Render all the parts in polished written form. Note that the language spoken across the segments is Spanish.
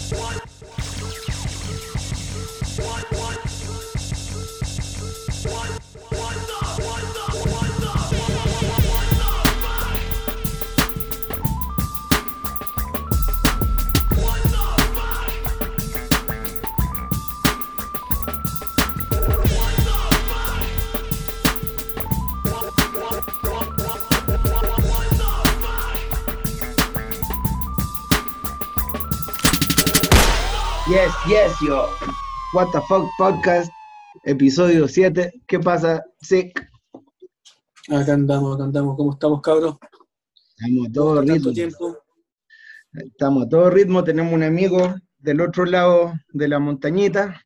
Yes, yo. What the fuck podcast, episodio 7. ¿Qué pasa, Sick? Acá andamos. ¿Cómo estamos, cabros? Estamos a ¿Cómo todo está tanto ritmo. tiempo? Estamos a todo ritmo. Tenemos un amigo del otro lado de la montañita.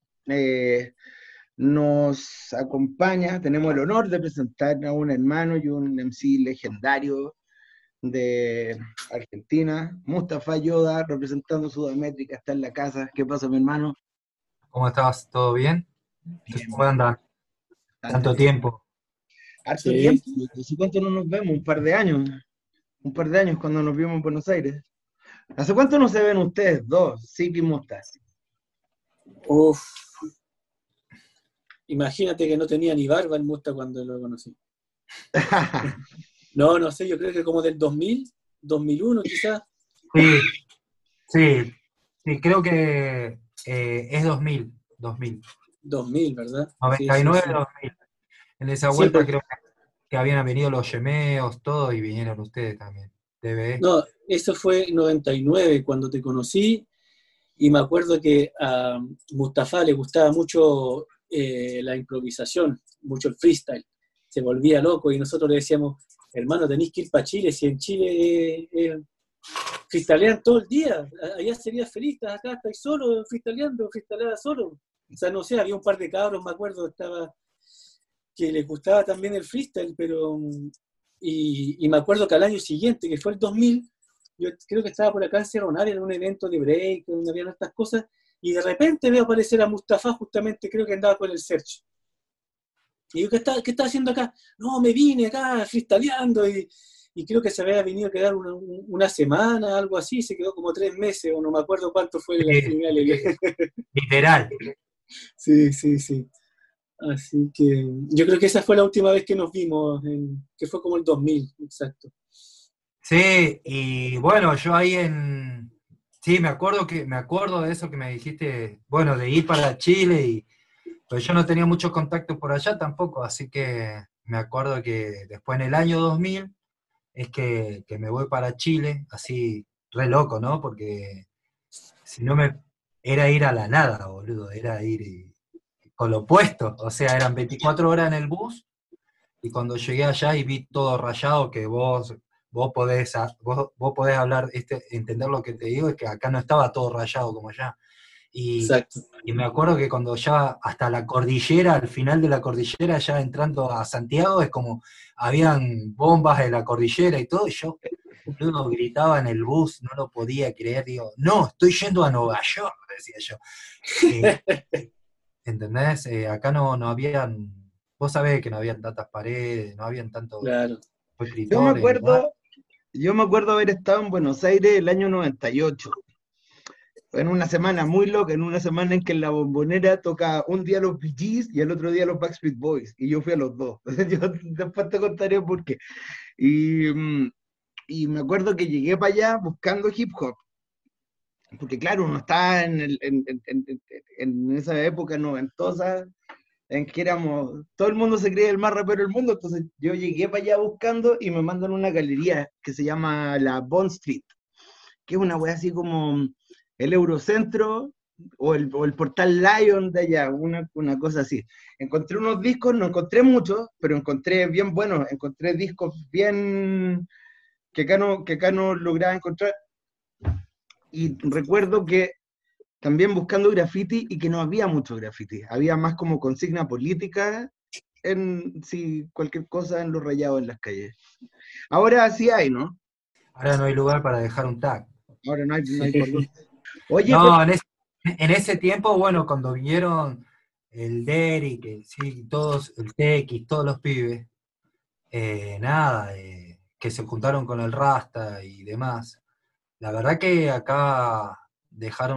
Nos acompaña. Tenemos el honor de presentar a un hermano y un MC legendario de Argentina, Mustafa Yoda, representando Sudamérica, está en la casa. ¿Qué pasa, mi hermano? ¿Cómo estás? ¿Todo bien? Bien, ¿Cómo andan? Tanto tiempo. Harto Sí. tiempo. ¿Hace cuánto no nos vemos? Un par de años cuando nos vimos en Buenos Aires. ¿Hace cuánto no se ven ustedes dos, Siki y Musta? Uf. Imagínate que no tenía ni barba el Musta cuando lo conocí. No sé, yo creo que como del 2000, 2001 quizás. Sí, creo que es 2000, 2000, ¿verdad? 99, Sí. 2000. En esa Sí, vuelta porque- creo que habían venido los Yemeos, todo, y vinieron ustedes también. TVE. No, eso fue en 99 cuando te conocí, y me acuerdo que a Mustafa le gustaba mucho la improvisación, mucho el freestyle. Se volvía loco y nosotros le decíamos, hermano, tenéis que ir para Chile, si en Chile freestylean todo el día, allá serías feliz, estás acá, estás solo, freestyleaba solo. O sea, no sé, había un par de cabros, me acuerdo, que les gustaba también el freestyle, pero... Y me acuerdo que al año siguiente, que fue el 2000, yo creo que estaba por acá en Cerro Navia en un evento de break, donde habían estas cosas, y de repente veo aparecer a Mustafa, justamente creo que andaba con el Search. Y yo, ¿qué está haciendo acá? No, me vine acá freestyleando, y creo que se había venido a quedar una semana, algo así, se quedó como 3 meses, o no me acuerdo cuánto fue la final. Literal. Sí. Así que yo creo que esa fue la última vez que nos vimos, que fue como el 2000, exacto. Sí, y bueno, yo ahí Sí, me acuerdo de eso que me dijiste, bueno, de ir para Chile, pero yo no tenía mucho contacto por allá tampoco, así que me acuerdo que después en el año 2000 es que me voy para Chile, así re loco, ¿no? Porque si no era ir a la nada, boludo, era ir con lo opuesto, o sea, eran 24 horas en el bus, y cuando llegué allá y vi todo rayado, que vos podés hablar, entender lo que te digo, es que acá no estaba todo rayado como allá. Exacto. Y me acuerdo que cuando ya hasta la cordillera, al final de la cordillera, ya entrando a Santiago, es como habían bombas en la cordillera y todo, y yo, boludo, gritaba en el bus, no lo podía creer, digo, no, estoy yendo a Nueva York, decía yo. ¿Entendés? Acá no habían, vos sabés que no habían tantas paredes, no habían tantos Claro. escritores ni nada. Yo me acuerdo haber estado en Buenos Aires el año 98. En una semana muy loca, en una semana en que en la Bombonera toca un día los Bee Gees y el otro día los Backstreet Boys, y yo fui a los dos. Yo después te contaré por qué. Y me acuerdo que llegué para allá buscando hip hop, porque claro, uno está en esa época noventosa en que todo el mundo se cree el más rapero del mundo, entonces yo llegué para allá buscando y me mandan a una galería que se llama la Bond Street, que es una wea así como el Eurocentro o el Portal Lion de allá, una cosa así. Encontré unos discos, no encontré muchos, pero encontré bien buenos, encontré discos bien que acá no lograba encontrar. Y recuerdo que también buscando graffiti y que no había mucho graffiti, había más como consigna política sí, cualquier cosa en los rayados en las calles. Ahora sí hay, ¿no? Ahora no hay lugar para dejar un tag. Ahora no hay por dónde. Oye, No, en ese tiempo, bueno, cuando vinieron el Derrick, sí, todos, el Tex, todos los pibes, nada, que se juntaron con el Rasta y demás. La verdad que acá dejaron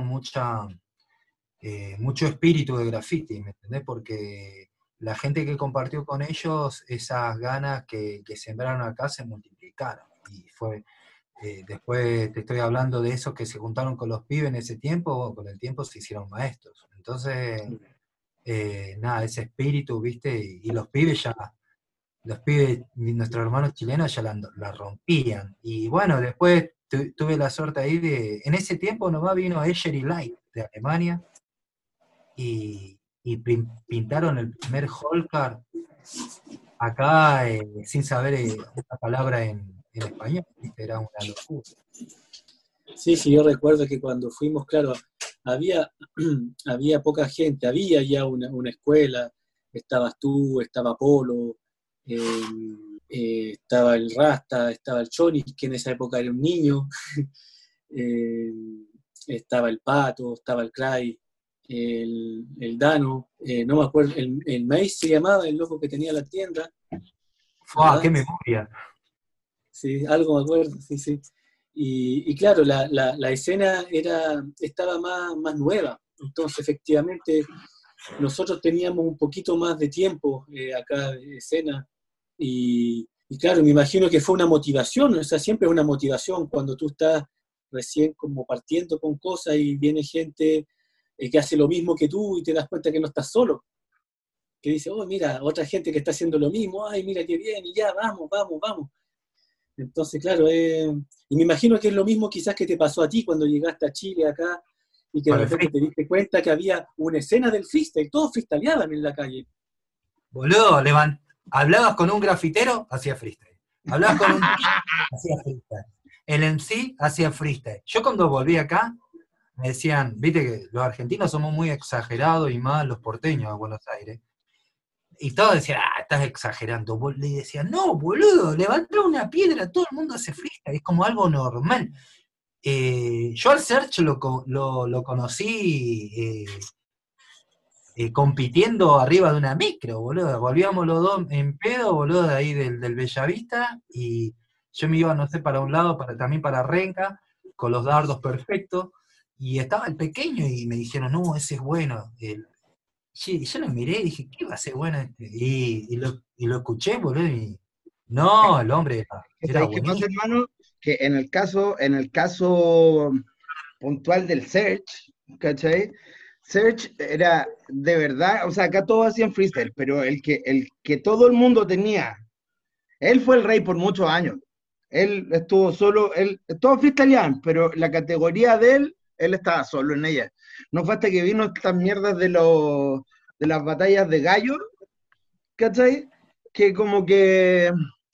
mucho espíritu de graffiti, ¿me entendés? Porque la gente que compartió con ellos, esas ganas que sembraron acá se multiplicaron. Y fue, después te estoy hablando de esos que se juntaron con los pibes en ese tiempo, con el tiempo se hicieron maestros. Entonces, nada, ese espíritu, ¿viste? Y los pibes, nuestros hermanos chilenos ya la rompían. Y bueno, después tuve la suerte ahí en ese tiempo nomás vino Escher Light de Alemania, y pintaron el primer Holcar acá sin saber una palabra en español, ¿viste? Era una locura. Sí, yo recuerdo que cuando fuimos, claro, había, había poca gente, había ya una escuela, estabas tú, estaba Polo, estaba el Rasta, estaba el Choni, que en esa época era un niño, estaba el Pato, estaba el Cray, el Dano, no me acuerdo, el Maíz se llamaba, el loco que tenía la tienda. ¡Wow, qué memoria! Sí, algo me acuerdo, sí. Y claro, la escena estaba más nueva, entonces efectivamente nosotros teníamos un poquito más de tiempo acá de escena, y claro, me imagino que fue una motivación, o sea, siempre es una motivación cuando tú estás recién como partiendo con cosas y viene gente que hace lo mismo que tú y te das cuenta que no estás solo, que dice, oh, mira, otra gente que está haciendo lo mismo, ay, mira qué bien, y ya, vamos. Entonces, claro, y me imagino que es lo mismo quizás que te pasó a ti cuando llegaste a Chile acá y que de repente te diste cuenta que había una escena del freestyle, todos freestyleaban en la calle. Boludo, hablabas con un grafitero, hacía freestyle. Hablabas con un hacía freestyle. El MC hacía freestyle. Yo cuando volví acá, me decían, viste que los argentinos somos muy exagerados y más los porteños de Buenos Aires. Y todos decían, estás exagerando. Le decían, no, boludo, levantar una piedra, todo el mundo hace freestyle, es como algo normal. Yo al Serge lo conocí compitiendo arriba de una micro, boludo. Volvíamos los dos en pedo, boludo, de ahí del Bellavista, y yo me iba, no sé, para un lado, también para Renca, con los dardos perfectos, y estaba el pequeño y me dijeron, no, ese es bueno. Y yo lo miré y dije, ¿qué va a ser bueno este? Y lo escuché, boludo, y no, el hombre era ¿Sabes qué pasa, buenísimo. hermano? Que en el caso puntual del Search, ¿cachai? Search era de verdad, o sea, acá todos hacían freestyle, pero el que todo el mundo tenía, él fue el rey por muchos años. Él estuvo solo, todos freestyleaban, pero la categoría de él estaba solo en ella. No fue hasta que vino estas mierdas de las batallas de gallo, ¿cachai? Que como que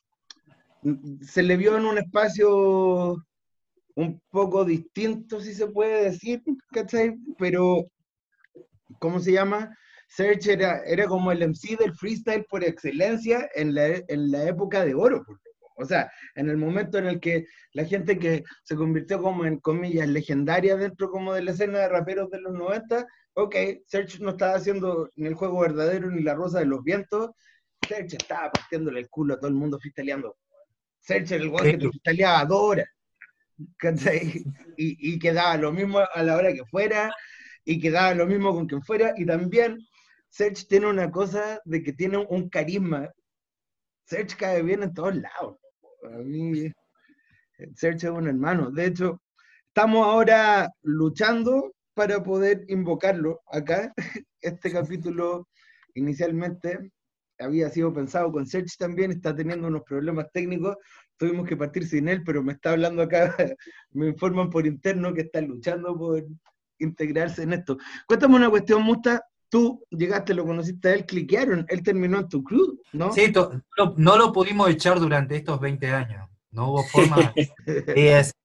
se le vio en un espacio un poco distinto, si se puede decir, ¿cachai? Pero, ¿cómo se llama? Serge era como el MC del freestyle por excelencia en la época de oro, por loco. O sea, en el momento en el que la gente que se convirtió como en comillas legendaria dentro como de la escena de raperos de los 90, ok, Serge no estaba haciendo ni el juego verdadero ni la rosa de los vientos, Serge estaba partiéndole el culo a todo el mundo freestyleando. Serge era el guan que te freestyleaba 2 horas, ¿cachai? Y quedaba lo mismo a la hora que fuera, y quedaba lo mismo con quien fuera, y también Serge tiene una cosa de que tiene un carisma. Serge cae bien en todos lados. A mí, Serge es un hermano. De hecho, estamos ahora luchando para poder invocarlo acá. Este capítulo inicialmente había sido pensado con Serge también, está teniendo unos problemas técnicos, tuvimos que partir sin él, pero me está hablando acá, me informan por interno que está luchando por integrarse en esto. Cuéntame una cuestión, Musta, tú llegaste, lo conociste a él, cliquearon, él terminó en tu club, ¿no? Sí, no lo pudimos echar durante estos 20 años, no hubo forma. Es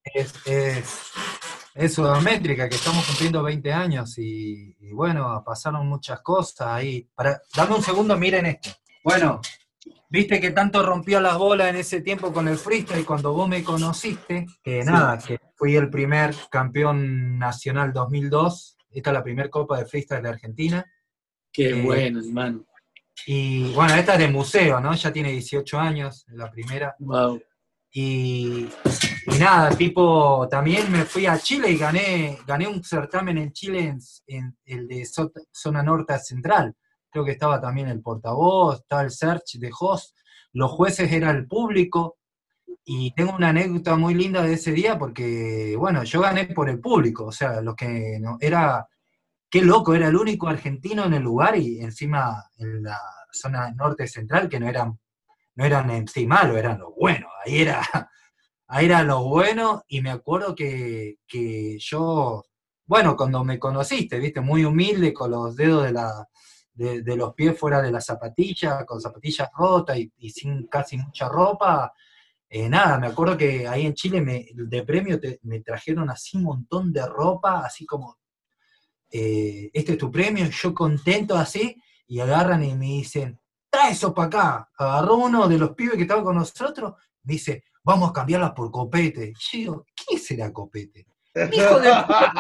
Sudamérica, que estamos cumpliendo 20 años y bueno, pasaron muchas cosas ahí. Dame un segundo, miren esto. Bueno, viste que tanto rompió las bolas en ese tiempo con el freestyle cuando vos me conociste, que Sí. nada, que fui el primer campeón nacional 2002, esta es la primera Copa de Freestyle de Argentina. Qué bueno, hermano. Y bueno, esta es de museo, ¿no? Ya tiene 18 años, la primera. Wow. Y nada, tipo, también me fui a Chile y gané un certamen en Chile en el de zona norte central. Creo que estaba también el portavoz, estaba el search de host, los jueces era el público, y tengo una anécdota muy linda de ese día porque, bueno, yo gané por el público, o sea, lo que no, era, qué loco, era el único argentino en el lugar y encima en la zona norte central que no eran en sí malos, eran los buenos, ahí era lo bueno, y me acuerdo que yo, bueno, cuando me conociste, viste, muy humilde, con los dedos de los pies fuera de la zapatilla, con zapatillas rotas y sin casi mucha ropa, nada, me acuerdo que ahí en Chile de premio me trajeron así un montón de ropa, así como, este es tu premio, yo contento así, y agarran y me dicen, trae eso para acá. Agarró uno de los pibes que estaba con nosotros, me dice, vamos a cambiarla por copete. Y yo digo, ¿qué será copete? Hijo de puta,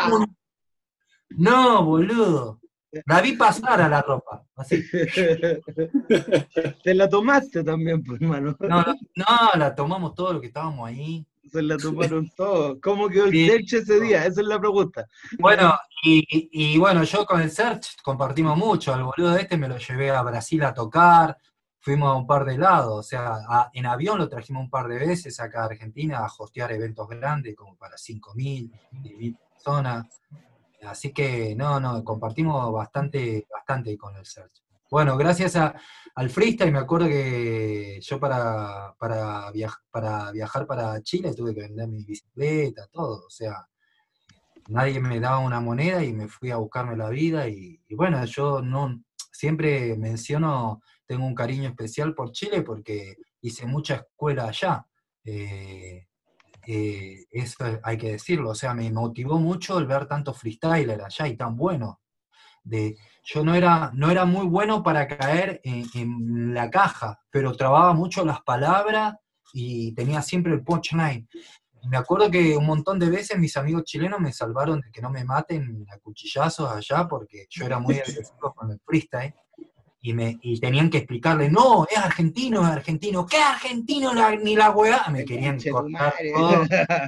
no, boludo. La vi pasar a la ropa, así. Te la tomaste también, pues, hermano. No, no, la tomamos todo lo que estábamos ahí. Se la tomaron todos. ¿Cómo quedó el Sí. Search ese día? Esa es la pregunta. Bueno, y bueno, yo con el Search compartimos mucho. Al boludo este me lo llevé a Brasil a tocar, fuimos a un par de lados, o sea, en avión lo trajimos un par de veces acá a Argentina a hostear eventos grandes, como para 5.000, 10.000 personas. Así que no, compartimos bastante con el Search. Bueno, gracias al freestyle, me acuerdo que yo para viajar para Chile tuve que vender mi bicicleta, todo, o sea, nadie me daba una moneda y me fui a buscarme la vida y bueno, yo no siempre menciono, tengo un cariño especial por Chile porque hice mucha escuela allá. Eso hay que decirlo, o sea, me motivó mucho el ver tanto freestyler allá y tan bueno. Yo no era muy bueno para caer en la caja, pero trababa mucho las palabras y tenía siempre el punchline. Me acuerdo que un montón de veces mis amigos chilenos me salvaron de que no me maten a cuchillazos allá porque yo era muy agresivo con el freestyle y tenían que explicarle, no, es argentino, ¿qué argentino ni la weá? Me querían Conche tu cortar madre. todo.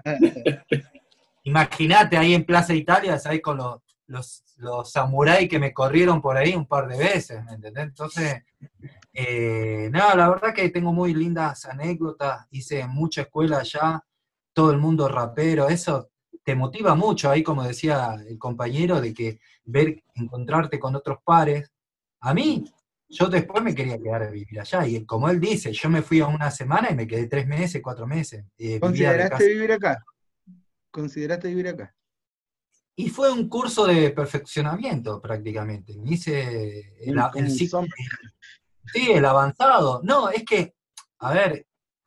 Imagínate ahí en Plaza Italia, ¿sabes? Con los samuráis que me corrieron por ahí un par de veces, ¿me entendés? Entonces, no, la verdad que tengo muy lindas anécdotas, hice mucha escuela allá, todo el mundo rapero, eso te motiva mucho ahí, como decía el compañero, de que encontrarte con otros pares. A mí, yo después me quería quedar a vivir allá, y como él dice, yo me fui a una semana y me quedé 3 meses, 4 meses, vivía de casa. ¿Consideraste vivir acá? ¿Consideraste vivir acá? Y fue un curso de perfeccionamiento prácticamente. Hice Como un zombie. sí, el avanzado. No, es que, a ver,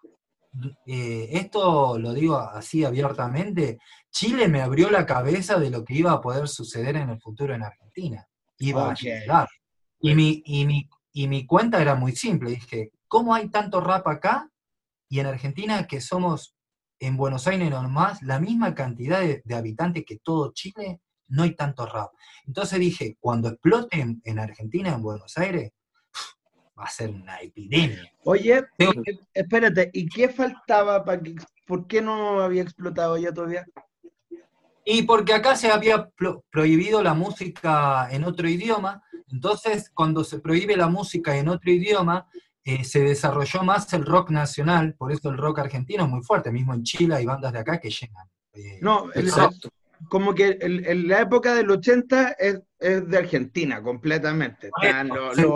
esto lo digo así abiertamente, Chile me abrió la cabeza de lo que iba a poder suceder en el futuro en Argentina. Iba a Ok. llegar. Y mi cuenta era muy simple. Dije, ¿cómo hay tanto rap acá? Y en Argentina, que somos en Buenos Aires nomás, la misma cantidad de habitantes que todo Chile, no hay tanto rap. Entonces dije, cuando explote en Argentina, en Buenos Aires, va a ser una epidemia. Oye, espérate, ¿y qué faltaba por qué no había explotado ya todavía? Y porque acá se había prohibido la música en otro idioma, entonces cuando se prohíbe la música en otro idioma, se desarrolló más el rock nacional, por eso el rock argentino es muy fuerte, mismo en Chile hay bandas de acá que llegan. No, Exacto. como que en la época del 80 es de Argentina completamente. Están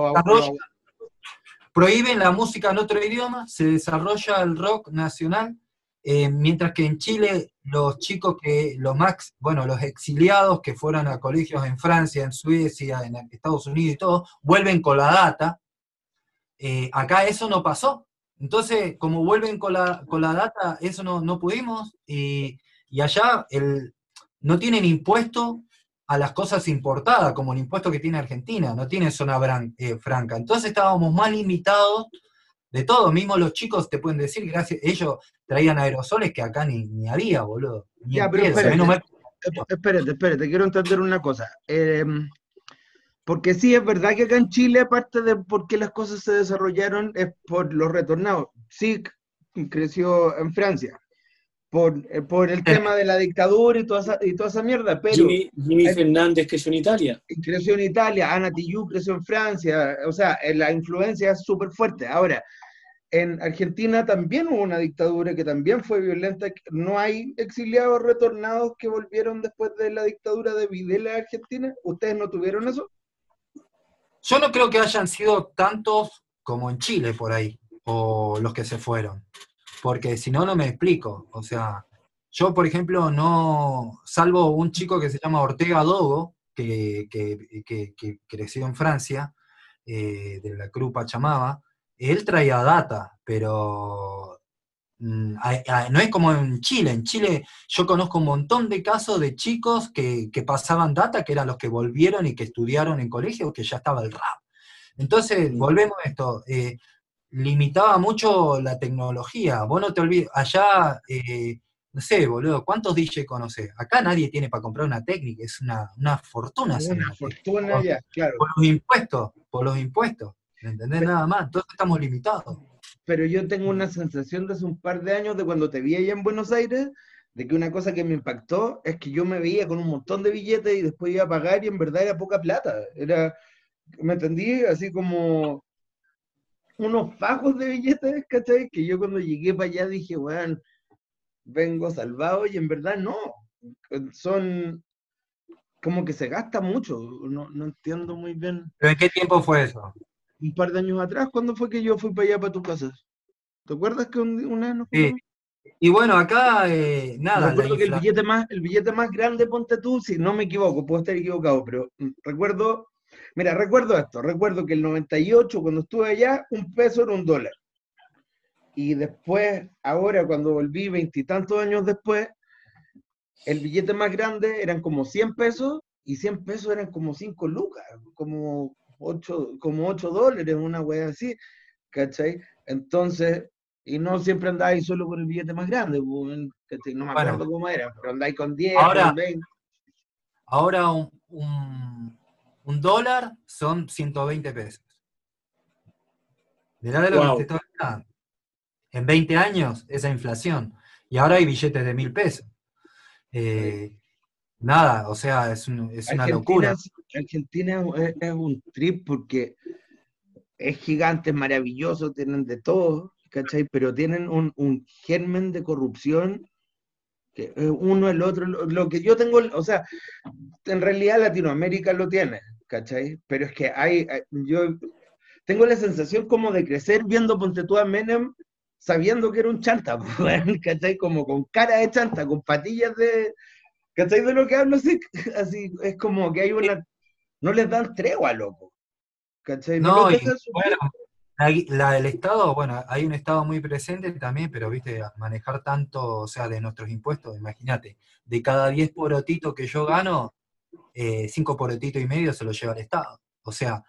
prohíben la música en otro idioma, se desarrolla el rock nacional, mientras que en Chile los chicos los exiliados que fueron a colegios en Francia, en Suecia, en Estados Unidos y todo, vuelven con la data. Acá eso no pasó. Entonces, como vuelven con la data, eso no pudimos, y allá no tienen impuesto a las cosas importadas, como el impuesto que tiene Argentina, no tiene zona franca. Entonces estábamos más limitados de todo, mismo los chicos te pueden decir, gracias, ellos traían aerosoles que acá ni había, boludo. Ya, pero espérate, quiero entender una cosa. Porque sí, es verdad que acá en Chile, aparte de por qué las cosas se desarrollaron, es por los retornados. Sí, creció en Francia por el tema de la dictadura y toda esa mierda, pero Jimmy Fernández creció en Italia. creció en Italia, Ana Tijoux creció en Francia, o sea, la influencia es súper fuerte. Ahora, en Argentina también hubo una dictadura que también fue violenta. No hay exiliados retornados que volvieron después de la dictadura de Videla en Argentina. ¿Ustedes no tuvieron eso? Yo no creo que hayan sido tantos como en Chile por ahí, o los que se fueron, porque si no, no me explico. O sea, yo, por ejemplo, no, salvo un chico que se llama Ortega Dogo, que creció en Francia, de la Cruz Pachamama, él traía data, pero no es como en Chile. En Chile yo conozco un montón de casos de chicos que pasaban data, que eran los que volvieron y que estudiaron en colegio, que ya estaba el rap. Entonces, volvemos a esto. Limitaba mucho la tecnología. Vos no te olvides, allá, no sé, boludo, ¿cuántos DJ conocés? Acá nadie tiene para comprar una técnica, es una fortuna hacer Una una técnica. fortuna ya, claro. Por los impuestos, ¿me entendés? Nada más, entonces estamos limitados. Pero yo tengo una sensación de hace un par de años de cuando te vi allá en Buenos Aires, de que una cosa que me impactó es que yo me veía con un montón de billetes y después iba a pagar y en verdad era poca plata. Era, ¿me entendí? Así como unos fajos de billetes, ¿cachai? Que yo cuando llegué para allá dije, bueno, vengo salvado y en verdad no. Son como que se gasta mucho. No entiendo muy bien. ¿Pero en qué tiempo fue eso? Un par de años atrás, ¿cuándo fue que yo fui para allá, para tu casa? ¿Te acuerdas que una vez nos Sí. juntamos? Y bueno, acá, nada, la Recuerdo que inflación. el billete más grande, ponte tú, si no me equivoco, puedo estar equivocado, pero recuerdo esto, recuerdo que el 98, cuando estuve allá, un peso era un dólar. Y después, ahora, cuando volví veintitantos años después, el billete más grande eran como 100 pesos, y 100 pesos eran como 5 lucas, como 8 dólares, una wea así, ¿cachai? Entonces, y no siempre andáis solo con el billete más grande, pues, ¿cachai? No me Bueno, acuerdo cómo era, pero andáis con 10, con ahora, 20. ahora un dólar son 120 pesos. Mirá de lo que te Wow. estoy hablando. En 20 años, esa inflación. Y ahora hay billetes de 1.000 pesos. Eh, nada, o sea, es una Argentina, locura. Argentina es un trip porque es gigante, es maravilloso, tienen de todo, ¿cachai? Pero tienen un germen de corrupción que uno, el otro, lo que yo tengo, o sea, en realidad Latinoamérica lo tiene, ¿cachai? Pero es que yo tengo la sensación como de crecer viendo Ponte tú a Menem sabiendo que era un chanta, ¿cachai? Como con cara de chanta, con patillas de, ¿cachai? De lo que hablo, así, así es como que hay una, no les dan tregua, loco, ¿cachai? No los No, y dejan bueno, subir. el Estado, bueno, hay un Estado muy presente también, pero viste, a manejar tanto, o sea, de nuestros impuestos, imagínate, de cada 10 porotitos que yo gano, 5 porotitos y medio se lo lleva el Estado. O sea,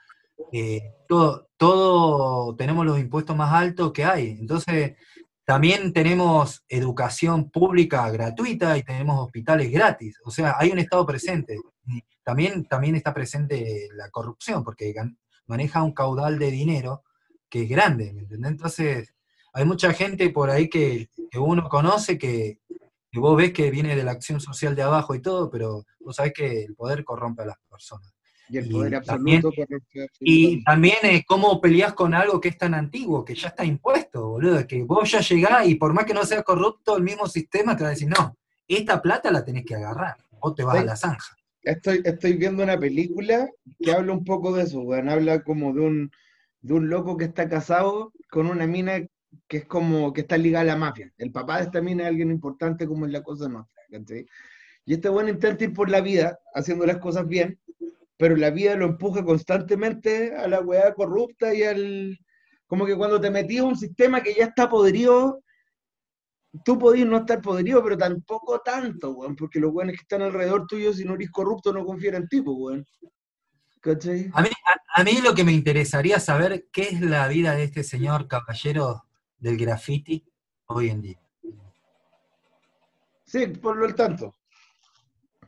todo tenemos los impuestos más altos que hay. Entonces, también tenemos educación pública gratuita y tenemos hospitales gratis. O sea, hay un Estado presente. Y también está presente la corrupción, porque maneja un caudal de dinero que es grande, ¿me entendés? Entonces, hay mucha gente por ahí que uno conoce que vos ves que viene de la acción social de abajo y todo, pero vos sabés que el poder corrompe a las personas. Y el poder Y también absoluto corrompe y absolutamente. también cómo peleás con algo que es tan antiguo, que ya está impuesto, boludo, que vos ya llegás y por más que no sea corrupto, el mismo sistema te va a decir, no, esta plata la tenés que agarrar, vos te vas a ¿Sabes? la zanja. Estoy viendo una película que habla un poco de eso, weón. Habla como de un loco que está casado con una mina que es como que está ligada a la mafia. El papá de esta mina es alguien importante como es la cosa nuestra, ¿cachai? Y este weón intenta ir por la vida haciendo las cosas bien, pero la vida lo empuja constantemente a la weá corrupta y al... Como que cuando te metí a un sistema que ya está podrido, tú podías no estar podrido, pero tampoco tanto, weón, porque los weones que están alrededor tuyo, si no eres corrupto, no confían en ti, pues, weón. ¿Cachai? A mí lo que me interesaría saber qué es la vida de este señor caballero del graffiti hoy en día. Sí, por lo tanto.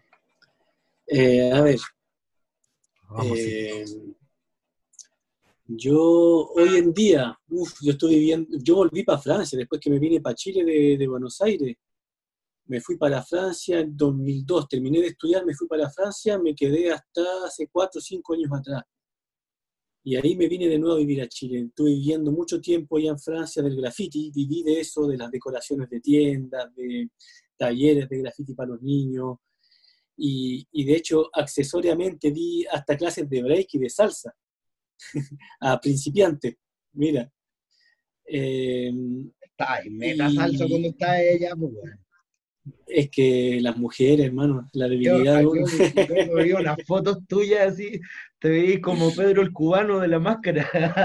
A ver, Vamos, sí. eh, Yo hoy en día, yo volví para Francia, después que me vine para Chile de Buenos Aires. Me fui para Francia en 2002, terminé de estudiar, me fui para Francia, me quedé hasta hace 4 o 5 años atrás. Y ahí me vine de nuevo a vivir a Chile. Estuve viviendo mucho tiempo allá en Francia del graffiti, viví de eso, de las decoraciones de tiendas, de talleres de graffiti para los niños. Y de hecho, accesoriamente di hasta clases de break y de salsa a principiantes. Mira. Eh, Está ahí, meta salsa cuando y está ella, pues, weón. es que las mujeres, hermano, la Yo, debilidad de uno. yo me vi unas fotos tuyas así, te veí como Pedro el cubano de la máscara.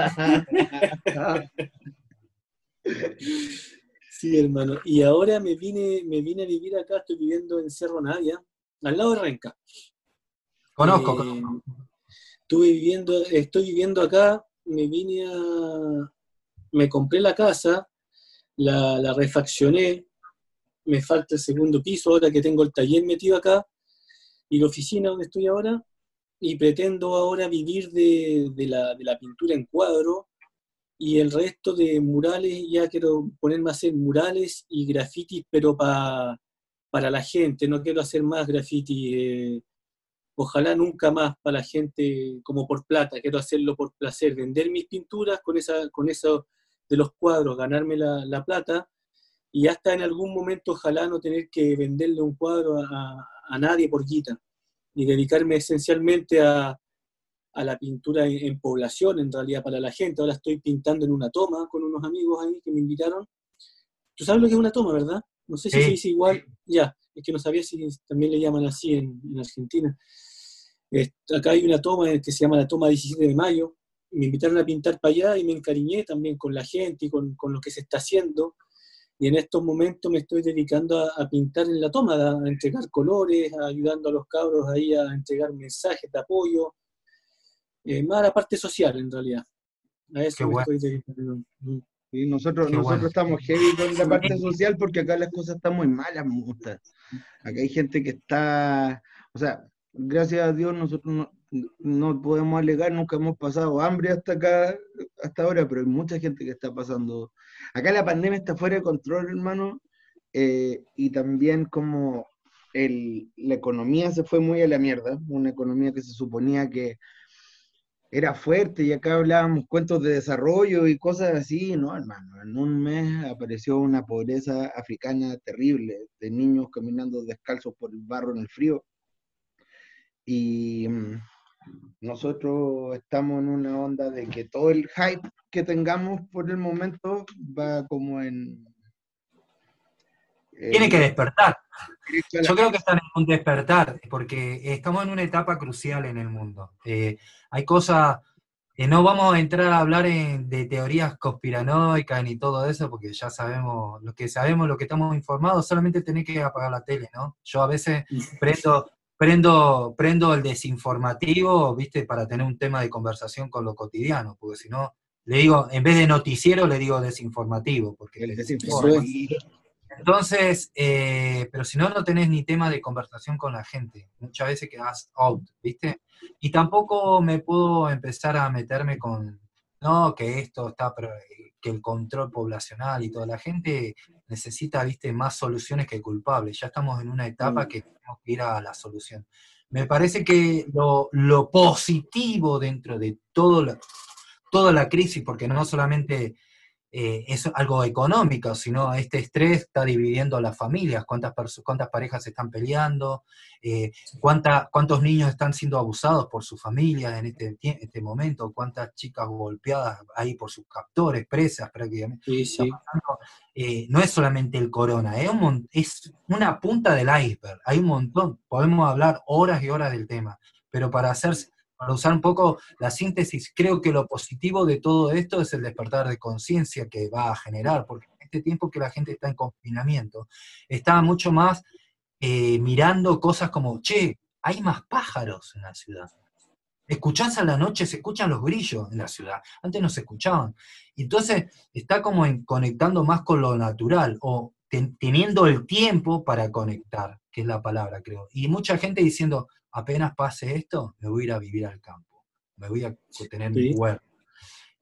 Sí, hermano. Y ahora me vine a vivir acá, estoy viviendo en Cerro Navia, al lado de Renca. Conozco. Eh, estoy viviendo acá, me compré la casa, la refaccioné, me falta el segundo piso ahora que tengo el taller metido acá y la oficina donde estoy ahora, y pretendo ahora vivir de la pintura en cuadro y el resto de murales, ya quiero ponerme a hacer murales y grafitis, pero para la gente, no quiero hacer más graffiti, ojalá nunca más para la gente como por plata, quiero hacerlo por placer, vender mis pinturas con eso de los cuadros, ganarme la plata, y hasta en algún momento ojalá no tener que venderle un cuadro a nadie por guita, y dedicarme esencialmente a la pintura en población, en realidad, para la gente. Ahora estoy pintando en una toma con unos amigos ahí que me invitaron. Tú sabes lo que es una toma, ¿verdad? No sé si se Sí, dice igual, ya, es que no sabía si también le llaman así en Argentina. Acá hay una toma que se llama la toma 17 de mayo. Me invitaron a pintar para allá y me encariñé también con la gente y con lo que se está haciendo. Y en estos momentos me estoy dedicando a pintar en la toma, a entregar colores, ayudando a los cabros ahí a entregar mensajes de apoyo, más a la parte social en realidad. A qué eso me bueno, estoy dedicando. Y nosotros, qué bueno. nosotros estamos heavy con la parte Sí, social porque acá las cosas están muy malas, me gusta. Acá hay gente que está, o sea, gracias a Dios nosotros no podemos alegar, nunca hemos pasado hambre hasta acá, hasta ahora, pero hay mucha gente que está pasando. Acá la pandemia está fuera de control, hermano, y también como la economía se fue muy a la mierda, una economía que se suponía que era fuerte y acá hablábamos cuentos de desarrollo y cosas así, ¿no, hermano? En un mes apareció una pobreza africana terrible, de niños caminando descalzos por el barro en el frío. Y nosotros estamos en una onda de que todo el hype que tengamos por el momento va como tiene que directo despertar. a la Yo creo que crisis. están en un despertar, porque estamos en una etapa crucial en el mundo. Hay cosas, no vamos a entrar a hablar de teorías conspiranoicas ni todo eso, porque ya sabemos, lo que estamos informados, solamente tenés que apagar la tele, ¿no? Yo a veces prendo el desinformativo, ¿viste? Para tener un tema de conversación con lo cotidiano, porque si no, le digo, en vez de noticiero, le digo desinformativo, porque El te Eso desinforma. es. desinformativo. Entonces, pero si no, no tenés ni tema de conversación con la gente. Muchas veces quedás out, ¿viste? Y tampoco me puedo empezar a meterme con, no, que esto está, que el control poblacional y toda la gente necesita, ¿viste? Más soluciones que culpables. Ya estamos en una etapa que tenemos que ir a la solución. Me parece que lo positivo dentro de toda la crisis, porque no solamente es algo económico, sino este estrés está dividiendo a las familias, cuántas parejas se están peleando, cuántos niños están siendo abusados por sus familias en este momento, cuántas chicas golpeadas ahí por sus captores, presas prácticamente. Sí, Está sí. pasando, no es solamente el corona, es una punta del iceberg, hay un montón, podemos hablar horas y horas del tema, pero para usar un poco la síntesis, creo que lo positivo de todo esto es el despertar de conciencia que va a generar, porque en este tiempo que la gente está en confinamiento, está mucho más mirando cosas como, che, hay más pájaros en la ciudad. Escuchás a la noche, se escuchan los grillos en la ciudad. Antes no se escuchaban. Y entonces está como conectando más con lo natural, o teniendo el tiempo para conectar, que es la palabra, creo. Y mucha gente diciendo, apenas pase esto, me voy a ir a vivir al campo. Me voy a tener mi Sí. huerto.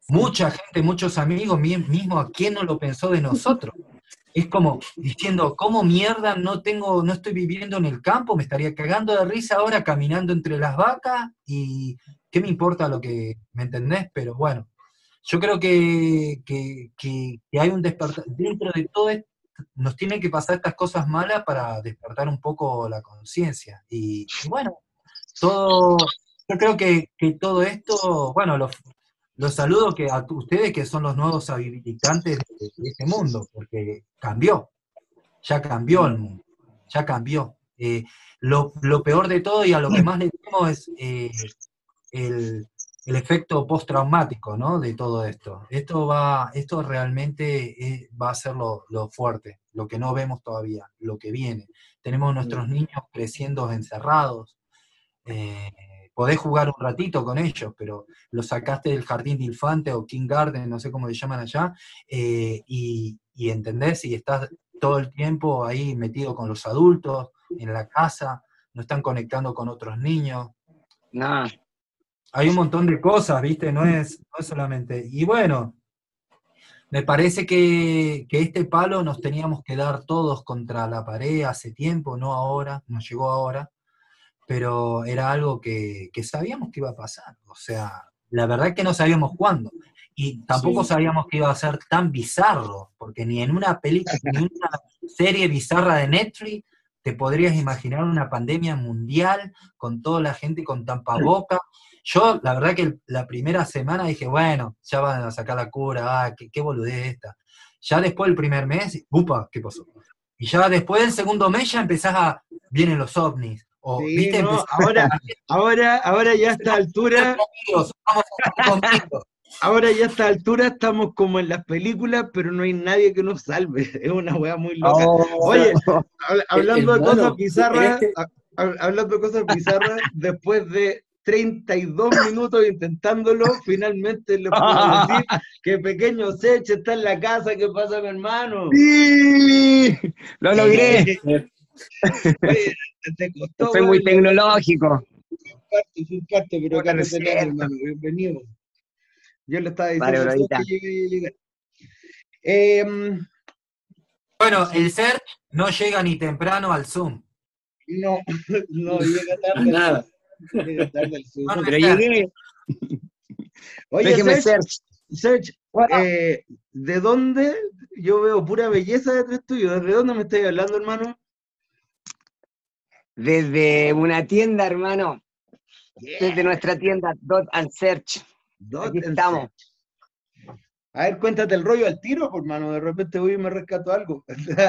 mucha gente, muchos amigos, mismo a quién no lo pensó de nosotros. Es como diciendo, ¿cómo mierda no estoy viviendo en el campo? Me estaría cagando de risa ahora caminando entre las vacas y ¿qué me importa lo que, me entendés? Pero bueno, yo creo que hay un despertar, dentro de todo esto, nos tienen que pasar estas cosas malas para despertar un poco la conciencia. Y bueno, yo creo que todo esto, bueno, los saludo a ustedes que son los nuevos habitantes de este mundo, porque ya cambió el mundo, ya cambió. Lo peor de todo y a lo que más le temo es el, el efecto postraumático, ¿no? De todo esto. Esto realmente va a ser lo fuerte, lo que no vemos todavía, lo que viene. Tenemos nuestros niños creciendo encerrados, eh, podés jugar un ratito con ellos, pero los sacaste del jardín de infante o kindergarten, no sé cómo le llaman allá, y entendés, y estás todo el tiempo ahí metido con los adultos, en la casa, no están conectando con otros niños. No. Hay un montón de cosas, ¿viste? No es solamente. Y bueno, me parece que este palo nos teníamos que dar todos contra la pared hace tiempo, no ahora, nos llegó ahora, pero era algo que sabíamos que iba a pasar. O sea, la verdad es que no sabíamos cuándo. Y tampoco Sí. sabíamos que iba a ser tan bizarro, porque ni en una película, ni en una serie bizarra de Netflix te podrías imaginar una pandemia mundial con toda la gente con tapaboca. Yo, la verdad que la primera semana dije, bueno, ya van a sacar la cura, qué boludez esta. Ya después del primer mes, upa, ¿qué pasó? Y ya después del segundo mes ya vienen los ovnis. O, Sí, ¿viste? no, ahora ya a esta altura, ahora ya a esta altura estamos como en las películas, pero no hay nadie que nos salve. Es una weá muy loca. Oye, hablando de cosas bizarras, hablando de cosas bizarras, después de 32 minutos intentándolo, finalmente les puedo decir que Pequeño Sech está en la casa. ¿Qué pasa, mi hermano? ¡Sí! ¡Lo logré! Oye, te costó, Soy muy tecnológico. Fue un parto, pero acá te tenés, hermano. Bienvenido. Yo le estaba diciendo Vale, a todos brodita. que llegué. Bueno, el Search no llega ni temprano al Zoom. No, no, llega A tarde. nada. Llega tarde el Zoom. Pero llegué. Oye, Déjeme Serge, ¿de dónde? Yo veo pura belleza detrás tuyo. ¿Desde dónde me estás hablando, hermano? Desde una tienda, hermano. Desde nuestra tienda, Dot and Search. Aquí estamos. A ver, cuéntate el rollo al tiro, por mano. De repente voy y me rescato algo.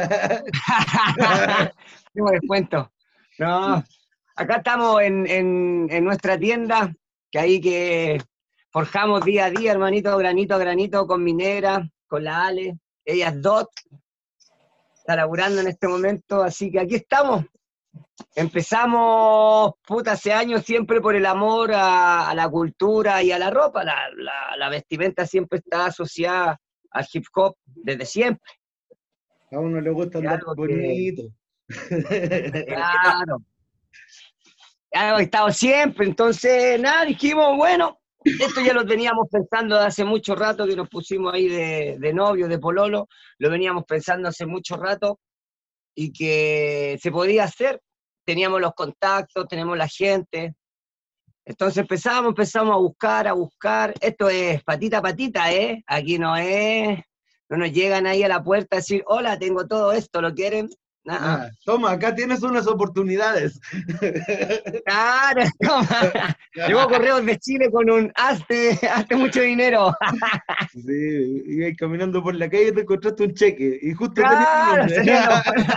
¿Cómo les cuento? No, acá estamos en nuestra tienda, que ahí que forjamos día a día, hermanito, granito a granito, con mi negra, con la Ale. Ella es Dot. Está laburando en este momento, así que aquí estamos. Empezamos, hace años siempre por el amor a la cultura y a la ropa. La vestimenta siempre está asociada al hip hop desde siempre. A uno le gusta andar bonito. Claro. Ha estado siempre, entonces, nada, dijimos, bueno, esto ya lo teníamos pensando de hace mucho rato, que nos pusimos ahí de novio, de pololo, lo veníamos pensando hace mucho rato, y que se podía hacer. Teníamos los contactos, tenemos la gente. Entonces empezamos a buscar. Esto es patita a patita, ¿eh? Aquí no nos llegan ahí a la puerta a decir, hola, tengo todo esto, ¿lo quieren? Nah. Toma, acá tienes unas oportunidades. Claro, toma. Llegó Correos de Chile con un hazte mucho dinero. Sí, ibas caminando por la calle y te encontraste un cheque. Y justo claro, tenías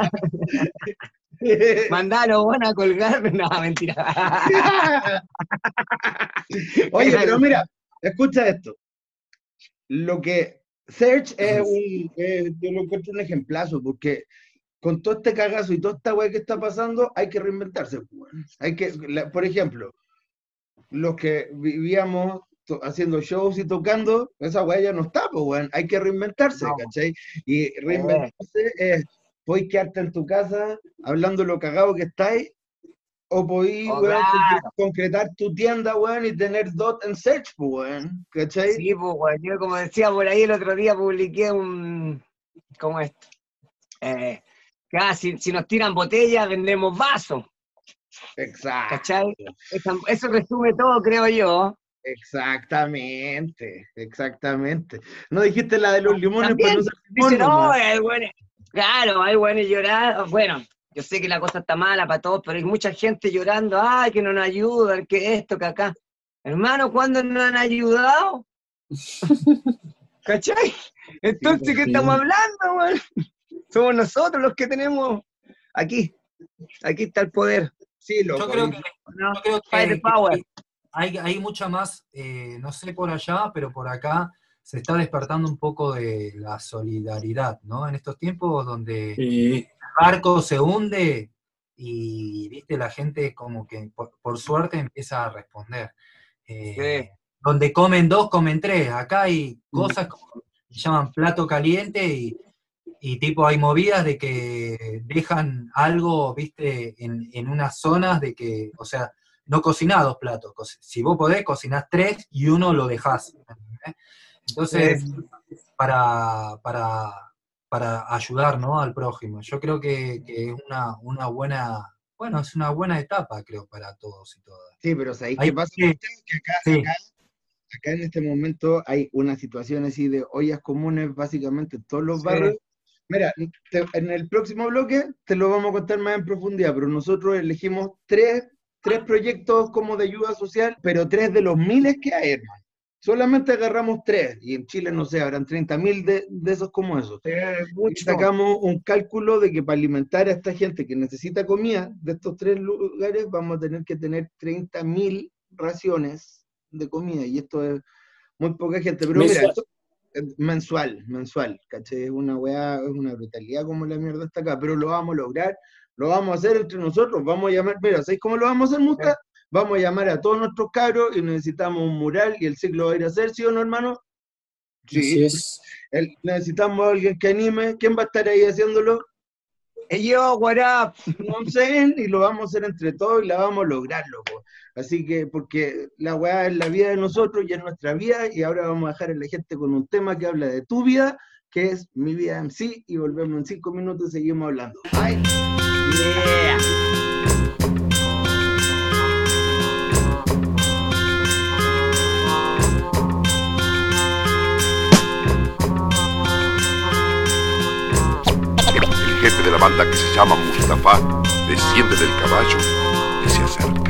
Mandalo, van a colgar. No, mentira. Oye, pero mira, escucha esto. Lo que Search yo lo encuentro un ejemplazo, porque con todo este cagazo y toda esta weá que está pasando, hay que reinventarse. Por ejemplo, los que vivíamos haciendo shows y tocando, esa weá ya no está, pues weón, hay que reinventarse, no. ¿Cachai? Y reinventarse es, puedes quedarte en tu casa hablando lo cagado que estáis, O podís, Oh, weón, claro. concretar tu tienda, weón, y tener dot en search, pues, weón, ¿cachai? Sí, pues, weón, yo como decía por ahí el otro día publiqué ¿cómo es? Si nos tiran botellas, vendemos vasos, Exacto. ¿cachai? Eso resume todo, creo yo. Exactamente. No dijiste la de los limones También para no ser dice, limón, no, nomás. claro, hay buenos llorando. Bueno, yo sé que la cosa está mala para todos, pero hay mucha gente llorando, ay, que no nos ayudan, que esto, que acá. Hermano, ¿cuándo nos han ayudado? ¿Cachai? Entonces, ¿qué estamos hablando, weón? Somos nosotros los que tenemos aquí está el poder. Sí, loco. Yo creo que, ¿no? yo creo Fight the que power. hay mucha más, no sé por allá, pero por acá se está despertando un poco de la solidaridad, ¿no? En estos tiempos donde el barco se hunde y, viste, la gente como que por suerte empieza a responder. Sí. Donde comen dos, comen tres. Acá hay cosas como se llaman plato caliente y tipo hay movidas de que dejan algo, viste, en unas zonas de que, o sea, no cocinás dos platos. Si vos podés, cocinás tres y uno lo dejás. Entonces, para ayudar, ¿no?, al prójimo. Yo creo que es una buena, bueno, es una buena etapa, creo, para todos y todas. Sí, pero ¿sabéis qué pasa? Que acá en este momento hay una situación así de ollas comunes básicamente en todos los barrios. Mira, en el próximo bloque te lo vamos a contar más en profundidad, pero nosotros elegimos tres proyectos como de ayuda social, pero 3 de los miles que hay, hermano. Solamente agarramos 3, y en Chile, no sé, habrán 30.000 de esos como esos. Y sacamos un cálculo de que para alimentar a esta gente que necesita comida de estos 3 lugares, vamos a tener que tener 30.000 raciones de comida, y esto es muy poca gente. Pero mira, esto mensual, ¿cachai? Es una weá, es una brutalidad como la mierda está acá, pero lo vamos a lograr, lo vamos a hacer entre nosotros, vamos a llamar, mira, ¿sabéis cómo lo vamos a hacer, Musta? Vamos a llamar a todos nuestros cabros y necesitamos un mural y el ciclo va a ir a hacer, ¿sí o no, hermano? Sí. Necesitamos a alguien que anime, ¿quién va a estar ahí haciéndolo? Yo, what up? No sé, y lo vamos a hacer entre todos y la vamos a lograr, loco. Así que, porque la weá es la vida de nosotros y es nuestra vida, y ahora vamos a dejar a la gente con un tema que habla de tu vida, que es Mi Vida MC, y volvemos en 5 minutos y seguimos hablando. ¡Ay! Yeah. El jefe de la banda, que se llama Mustafa, desciende del caballo y se acerca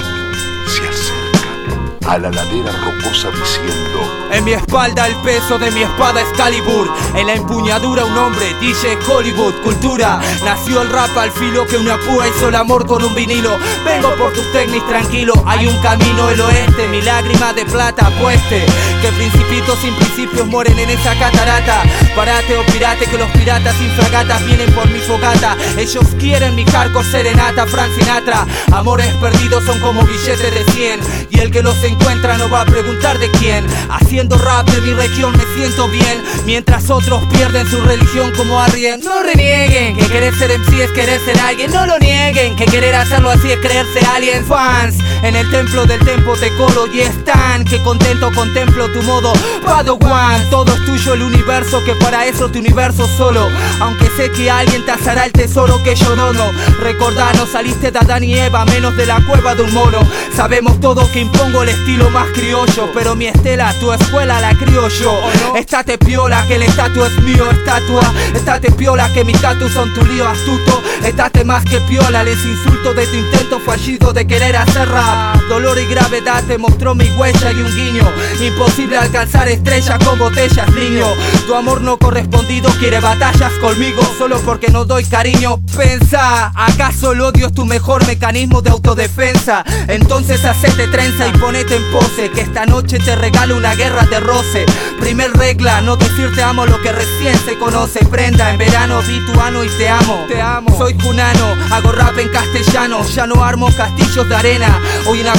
a la ladera rocosa diciendo: en mi espalda el peso de mi espada Excalibur, en la empuñadura un hombre, DJ Hollywood, cultura. Nació el rap al filo que una púa hizo el amor con un vinilo. Vengo por tus técnicas tranquilo, hay un camino el oeste, mi lágrima de plata apueste, que principitos sin principios mueren en esa catarata. Parate o pirate, que los piratas sin fragatas vienen por mi fogata. Ellos quieren mi hardcore serenata, Frank Sinatra. Amores perdidos son como billetes de 100, y el que los encuentra no va a preguntar de quién. Haciendo rap de mi región me siento bien, mientras otros pierden su religión como Arrien. No renieguen, que querer ser MC es querer ser alguien. No lo nieguen, que querer hacerlo así es creerse alguien. Fans, en el templo del tempo te colo y están, que contento contemplo tu modo Padawan. Todo es tuyo el universo, que para eso tu universo solo. Aunque sé que alguien te asará el tesoro que yo dono. Recordá, no saliste de Adán y Eva, menos de la cueva de un mono. Sabemos todos que impongo el estilo más criollo, pero mi estela, tu escuela la crio yo. Estate piola, que el estatua es mío, estatua. Estate piola, que mis tatus son tu lío astuto. Estate más que piola, les insulto de tu intento fallido de querer hacer rap. Dolor y gravedad te mostró mi huella y un guiño. Imposible alcanzar estrellas con botellas, niño. Tu amor no correspondido quiere batallas conmigo solo porque no doy cariño. Pensa, ¿acaso el odio es tu mejor mecanismo de autodefensa? Entonces hacete trenza y ponete en pose, que esta noche te regalo una guerra de roce. Primer regla, no decir te amo lo que recién se conoce. Prenda, en verano vi tu ano y te amo. Soy cunano, hago rap en castellano. Ya no armo castillos de arena. Hoy una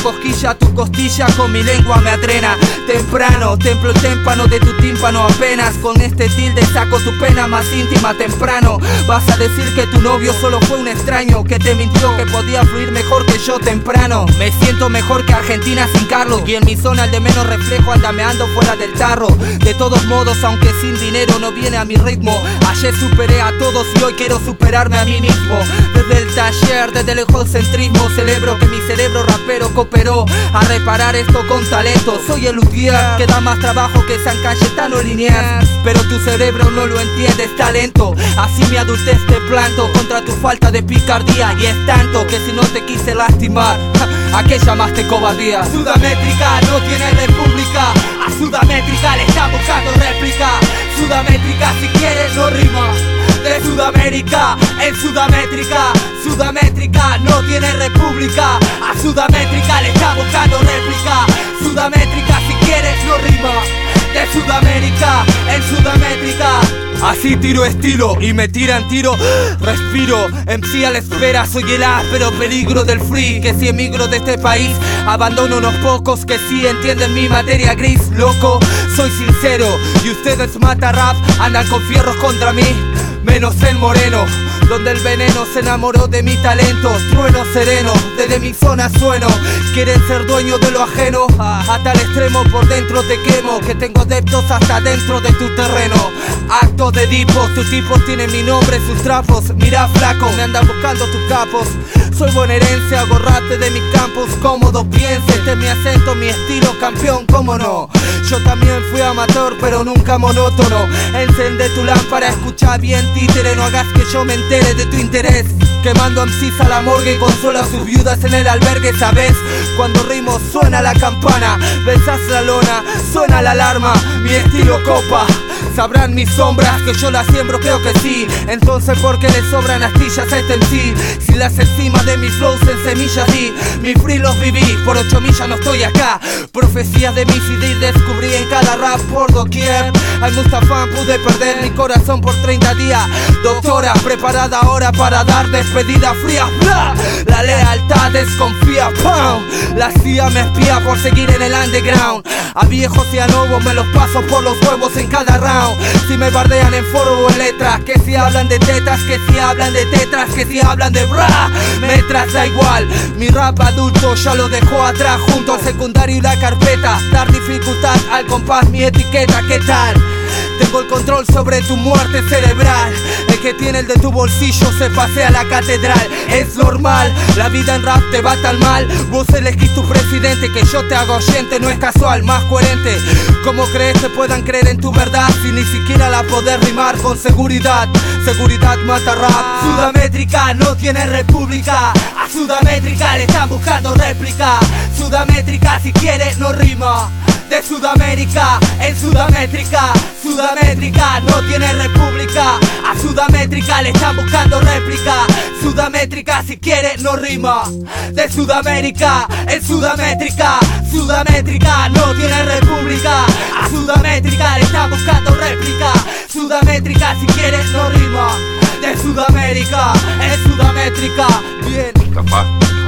cosquilla, tu costilla con mi lengua me atrena. Temprano, templo el témpano de tu tímpano apenas. Con este tilde saco tu pena más íntima temprano. Vas a decir que tu novio solo fue un extraño, que te mintió, que podía fluir mejor que yo temprano. Me siento mejor que Argentina sin Carlos, y en mi zona el de menos reflejo anda meando fuera del tarro. De todos modos, aunque sin dinero no viene a mi ritmo. Ayer superé a todos y hoy quiero superarme a mí mismo. Desde el taller, desde el egocentrismo, celebro que mi cerebro rapero cooperó a reparar esto con talento. Soy el luthier que da más trabajo que San Cayetano Liniers, pero tu cerebro no lo entiende, es talento. Así mi adultez te planto contra tu falta de picardía. Y es tanto que si no te quise lastimar, ¿a qué llamaste cobardía? Sudamétrica no tiene república, a Sudamétrica le están buscando réplica. Sudamétrica si quieres no rima. De Sudamérica, en Sudamétrica. Sudamétrica no tiene república, a Sudamétrica le está buscando réplica. Sudamétrica si quieres no rima. De Sudamérica, en Sudamétrica. Así tiro estilo y me tiran tiro. Respiro, MC a la espera. Soy el áspero peligro del free, que si emigro de este país abandono unos pocos que sí entienden mi materia gris. Loco, soy sincero y ustedes mata rap andan con fierros contra mí. Menos el moreno, donde el veneno se enamoró de mi talento. Trueno sereno, desde mi zona sueno. Quieren ser dueños de lo ajeno, a tal extremo por dentro te quemo, que tengo adeptos hasta dentro de tu terreno. Actos de dipos, tus tipos tienen mi nombre, sus trapos. Mira flaco, me andan buscando tus capos. Soy bonaerense, agorrate de mis campos cómodos. Piense, este es mi acento, mi estilo, campeón, cómo no. Yo también fui amateur, pero nunca monótono. Encende tu lámpara, escucha bien títere. No hagas que yo me entere de tu interés. Quemando MCs a la morgue y consola a sus viudas en el albergue, ¿sabes? Cuando rimo suena la campana, besas la lona, suena la alarma. Mi estilo copa, sabrán mis sombras que yo las siembro, creo que sí. Entonces ¿por qué le sobran astillas a este MC? Si las encima de mis flows en semillas di, mi free los viví, por 8 millas no estoy acá. Profecías de mi CD descubrí en cada rap por doquier. Al Mustafa pude perder mi corazón por 30 días. Doctora, preparada ahora para dar despedida fría, bla. La lealtad desconfía, ¡pum! La CIA me espía por seguir en el underground. A viejos y a nuevos me los paso por los huevos en cada round. Si me bardean en foro o en letras, que si hablan de tetas, que si hablan de tetras, que si hablan de bra, me da igual. Mi rap adulto ya lo dejó atrás, junto al secundario y la carpeta. Dar dificultad al compás, mi etiqueta, ¿qué tal? Tengo el control sobre tu muerte cerebral. El que tiene el de tu bolsillo se pasea a la catedral. Es normal, la vida en rap te va tan mal. Vos elegís tu presidente, que yo te hago oyente. No es casual, más coherente. ¿Cómo crees que puedan creer en tu verdad si ni siquiera la podés rimar con seguridad? Seguridad mata rap. Sudamétrica no tiene república, a Sudamétrica le están buscando réplica. Sudamétrica si quiere no rima. De Sudamérica, en Sudamétrica. Sudamétrica no tiene república, a Sudamétrica le están buscando réplica. Sudamétrica si quiere no rima. De Sudamérica, en Sudamétrica. Sudamétrica no tiene república, a Sudamétrica le están buscando réplica. Sudamétrica si quiere no rima. De Sudamérica, en Sudamétrica. Bien. Mustafa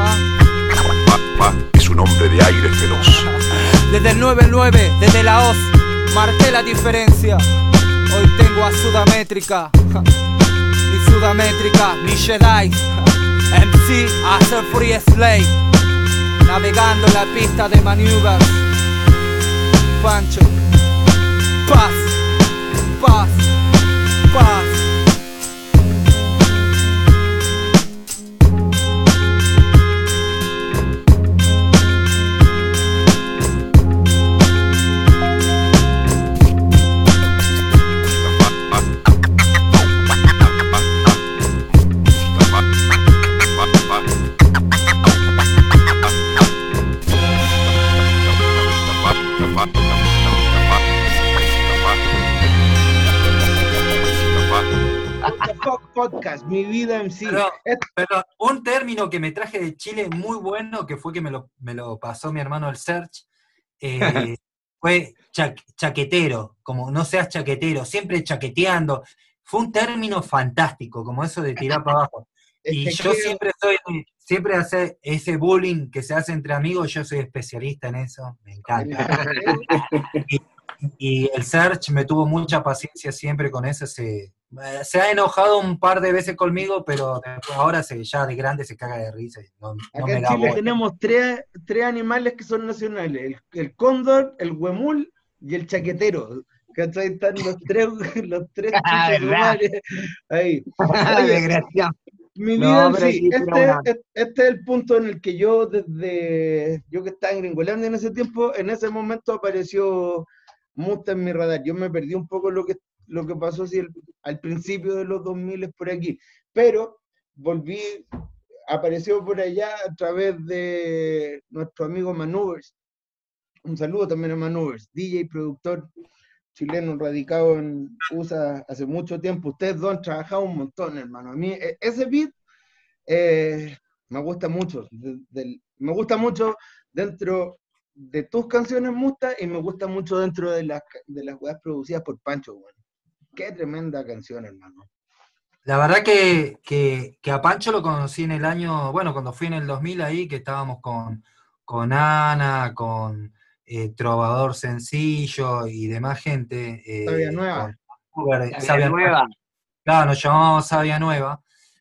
es un hombre de aire feroz. Desde el 9-9, desde la Hoz, marqué la diferencia. Hoy tengo a Sudamétrica, mi Sudamétrica, mi Jedi, MC, hacer Free Slay, navegando la pista de maniobras. Pancho, paz, paz, paz. Podcast, mi vida en sí. Pero un término que me traje de Chile muy bueno, que fue que me lo pasó mi hermano el Search, fue chaquetero, como no seas chaquetero, siempre chaqueteando. Fue un término fantástico, como eso de tirar para abajo. Y que yo siempre hace ese bullying que se hace entre amigos, yo soy especialista en eso, me encanta. Y el Serge me tuvo mucha paciencia siempre con eso, se ha enojado un par de veces conmigo, pero ahora ya de grande se caga de risa y no acá me en da Chile bola. tenemos tres animales que son nacionales, el cóndor, el huemul y el chaquetero. ¿Cachai? Están los tres Ah, chuchos de ¿verdad? madre ahí. Oye, Desgraciado. mi vida No, en pero sí, sí, tira una. este es el punto en el que yo que estaba en Gringolandia en ese tiempo, en ese momento apareció Musta en mi radar. Yo me perdí un poco lo que pasó así al principio de los 2000 por aquí, pero volví, apareció por allá a través de nuestro amigo Manovers. Un saludo también a Manovers, DJ, productor chileno radicado en USA hace mucho tiempo. Ustedes dos han trabajado un montón, hermano. A mí ese beat me gusta mucho. Me gusta mucho dentro de tus canciones, Musta, y me gusta mucho dentro de las weas producidas por Pancho, bueno. Qué tremenda canción, hermano. La verdad que a Pancho lo conocí en el año, bueno, cuando fui en el 2000 ahí, que estábamos con Ana, con Trovador Sencillo y demás gente, Sabia Nueva. con Sabia Nueva. Claro, nos llamamos Sabia Nueva.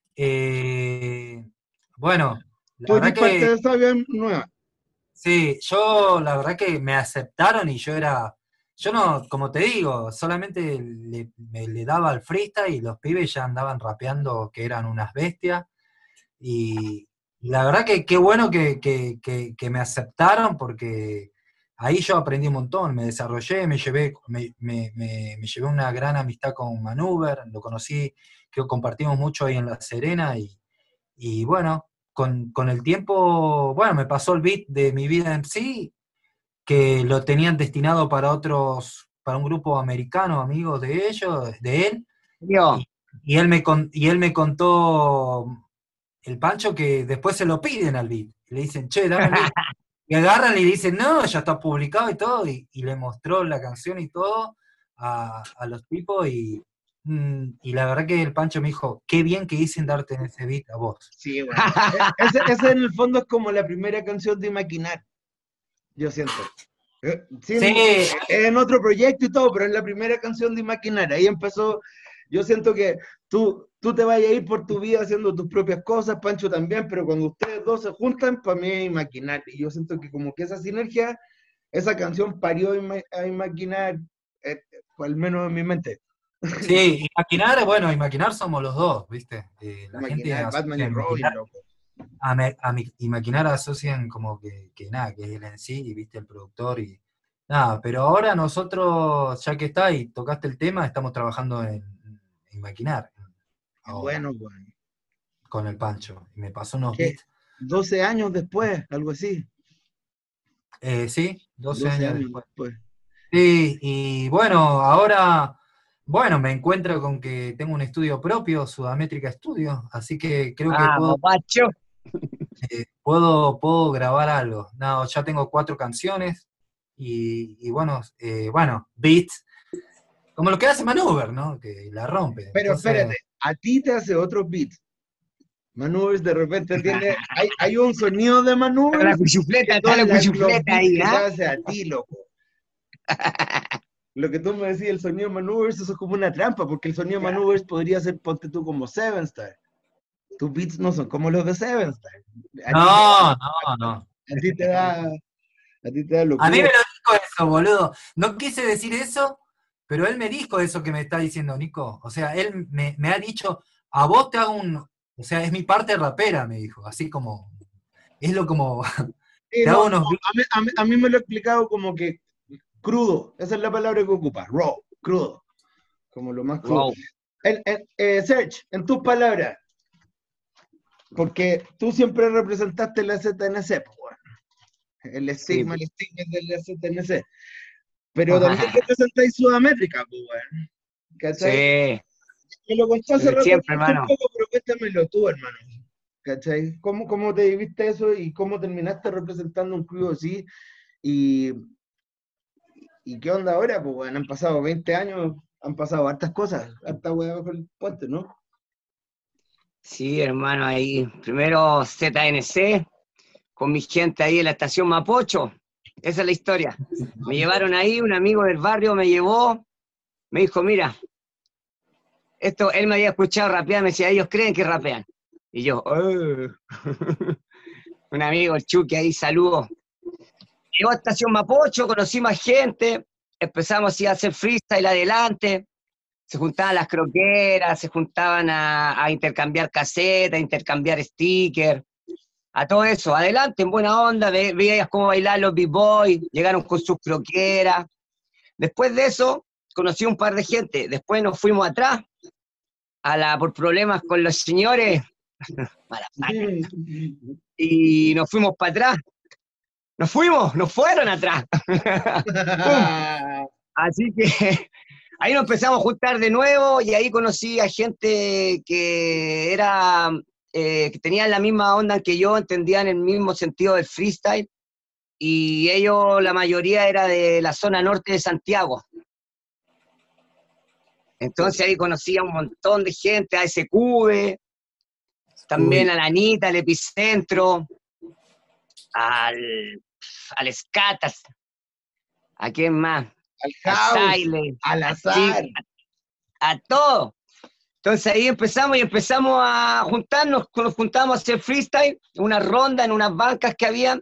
Bueno, la Tú verdad eres parte que de Sabia Nueva. sí, la verdad que me aceptaron y yo no, como te digo, solamente le daba al freestyle y los pibes ya andaban rapeando que eran unas bestias. Y la verdad que qué bueno que me aceptaron porque ahí yo aprendí un montón, me desarrollé, me llevé una gran amistad con Manuber, lo conocí, creo que compartimos mucho ahí en La Serena y bueno, con el tiempo, bueno, me pasó el beat de Mi Vida en Sí, que lo tenían destinado para un grupo americano, amigos de ellos, de él, Yo. y él me contó, el Pancho, que después se lo piden al beat. Le dicen, che, dame el beat. Y agarran y le dicen, no, ya está publicado y todo, y le mostró la canción y todo a los tipos, y la verdad que el Pancho me dijo, qué bien que hice en darte en ese beat a vos. Sí, bueno. Ese en el fondo es como la primera canción de Maquinar, yo siento. Sí, En otro proyecto y todo, pero es la primera canción de Maquinar. Ahí empezó. Yo siento que tú te vas a ir por tu vida haciendo tus propias cosas, Pancho también, pero cuando ustedes dos se juntan, para mí es Maquinar. Y yo siento que como que esa sinergia, esa canción parió a Maquinar, o al menos en mi mente. sí, Imaginar somos los dos, ¿viste? La gente Maquinar, Batman y asocia Robin, loco. Imaginar asocian como que nada, que es él en sí, y viste el productor y nada, pero ahora nosotros, ya que está y tocaste el tema, estamos trabajando en Imaginar ahora, Bueno, bueno. con el Pancho, y me pasó unos ¿Qué? beats, 12 años después, algo así. sí, 12 12 años años después. después. Sí, y bueno, ahora, bueno, me encuentro con que tengo un estudio propio, Sudamétrica Studio, así que creo que Papacho. puedo grabar algo. No, ya tengo 4 canciones y bueno, beats, como lo que hace Maneuver, ¿no? Que la rompe. Pero Entonces, espérate, a ti te hace otro beat. Manuels de repente hay un sonido de Está la Manuels cuchufleta, que está la son los cuchufleta beats ahí, que te ¿ah? hace a ti, loco. Lo que tú me decías, el sonido Manuels, eso es como una trampa, porque el sonido Manuels podría ser, ponte tú, como Seven Star. Tus beats no son como los de Seven Star. no. A ti te da, a ti te da A mí me locura. lo dijo eso, boludo. No quise decir eso, pero él me dijo eso que me está diciendo, Nico. O sea, él me ha dicho, a vos te hago o sea, es mi parte rapera, me dijo. Así como, como, Sí, te no, hago unos beats. a mí me lo he explicado como que crudo, esa es la palabra que ocupa, raw, crudo, como lo más crudo. Wow. Serge, en tus palabras, porque tú siempre representaste la ZNC, pues, bueno, el estigma es de la ZNC, pero también representáis Sudamétrica, pues, bueno, ¿cachai? Sí, Me lo contó hace desde rato siempre, un hermano. poco, pero cuéntamelo tú, hermano, ¿cachai? ¿Cómo te viviste eso y cómo terminaste representando un club así? Y, ¿Y qué onda ahora? Pues bueno, han pasado 20 años, han pasado hartas cosas, harta hueá bajo el puente, ¿no? Sí, hermano, ahí. Primero ZNC, con mi gente ahí en la estación Mapocho. Esa es la historia. Me llevaron ahí, un amigo del barrio me llevó, me dijo, mira, esto, él me había escuchado rapear, me decía, ellos creen que rapean. Y yo, un amigo, el Chucky, ahí, saludos. Llegó a estación Mapocho, conocí más gente, empezamos así a hacer freestyle adelante. Se juntaban las croqueras, se juntaban a intercambiar casetas, a intercambiar stickers, a todo eso. Adelante, en buena onda, veías cómo bailar los b-boys, llegaron con sus croqueras. Después de eso, conocí un par de gente. Después nos fuimos atrás, por problemas con los señores, y nos fuimos para atrás. Nos fueron atrás. Así que ahí nos empezamos a juntar de nuevo y ahí conocí a gente que era, que tenían la misma onda que yo, entendían el mismo sentido del freestyle, y ellos, la mayoría era de la zona norte de Santiago. Entonces ahí conocí a un montón de gente, a SQ, también a la Anita, al Epicentro, al Escatas, ¿a quién más? Al House, al Azar, a todo. Entonces ahí empezamos a juntarnos, nos juntamos a hacer freestyle, una ronda en unas bancas que había.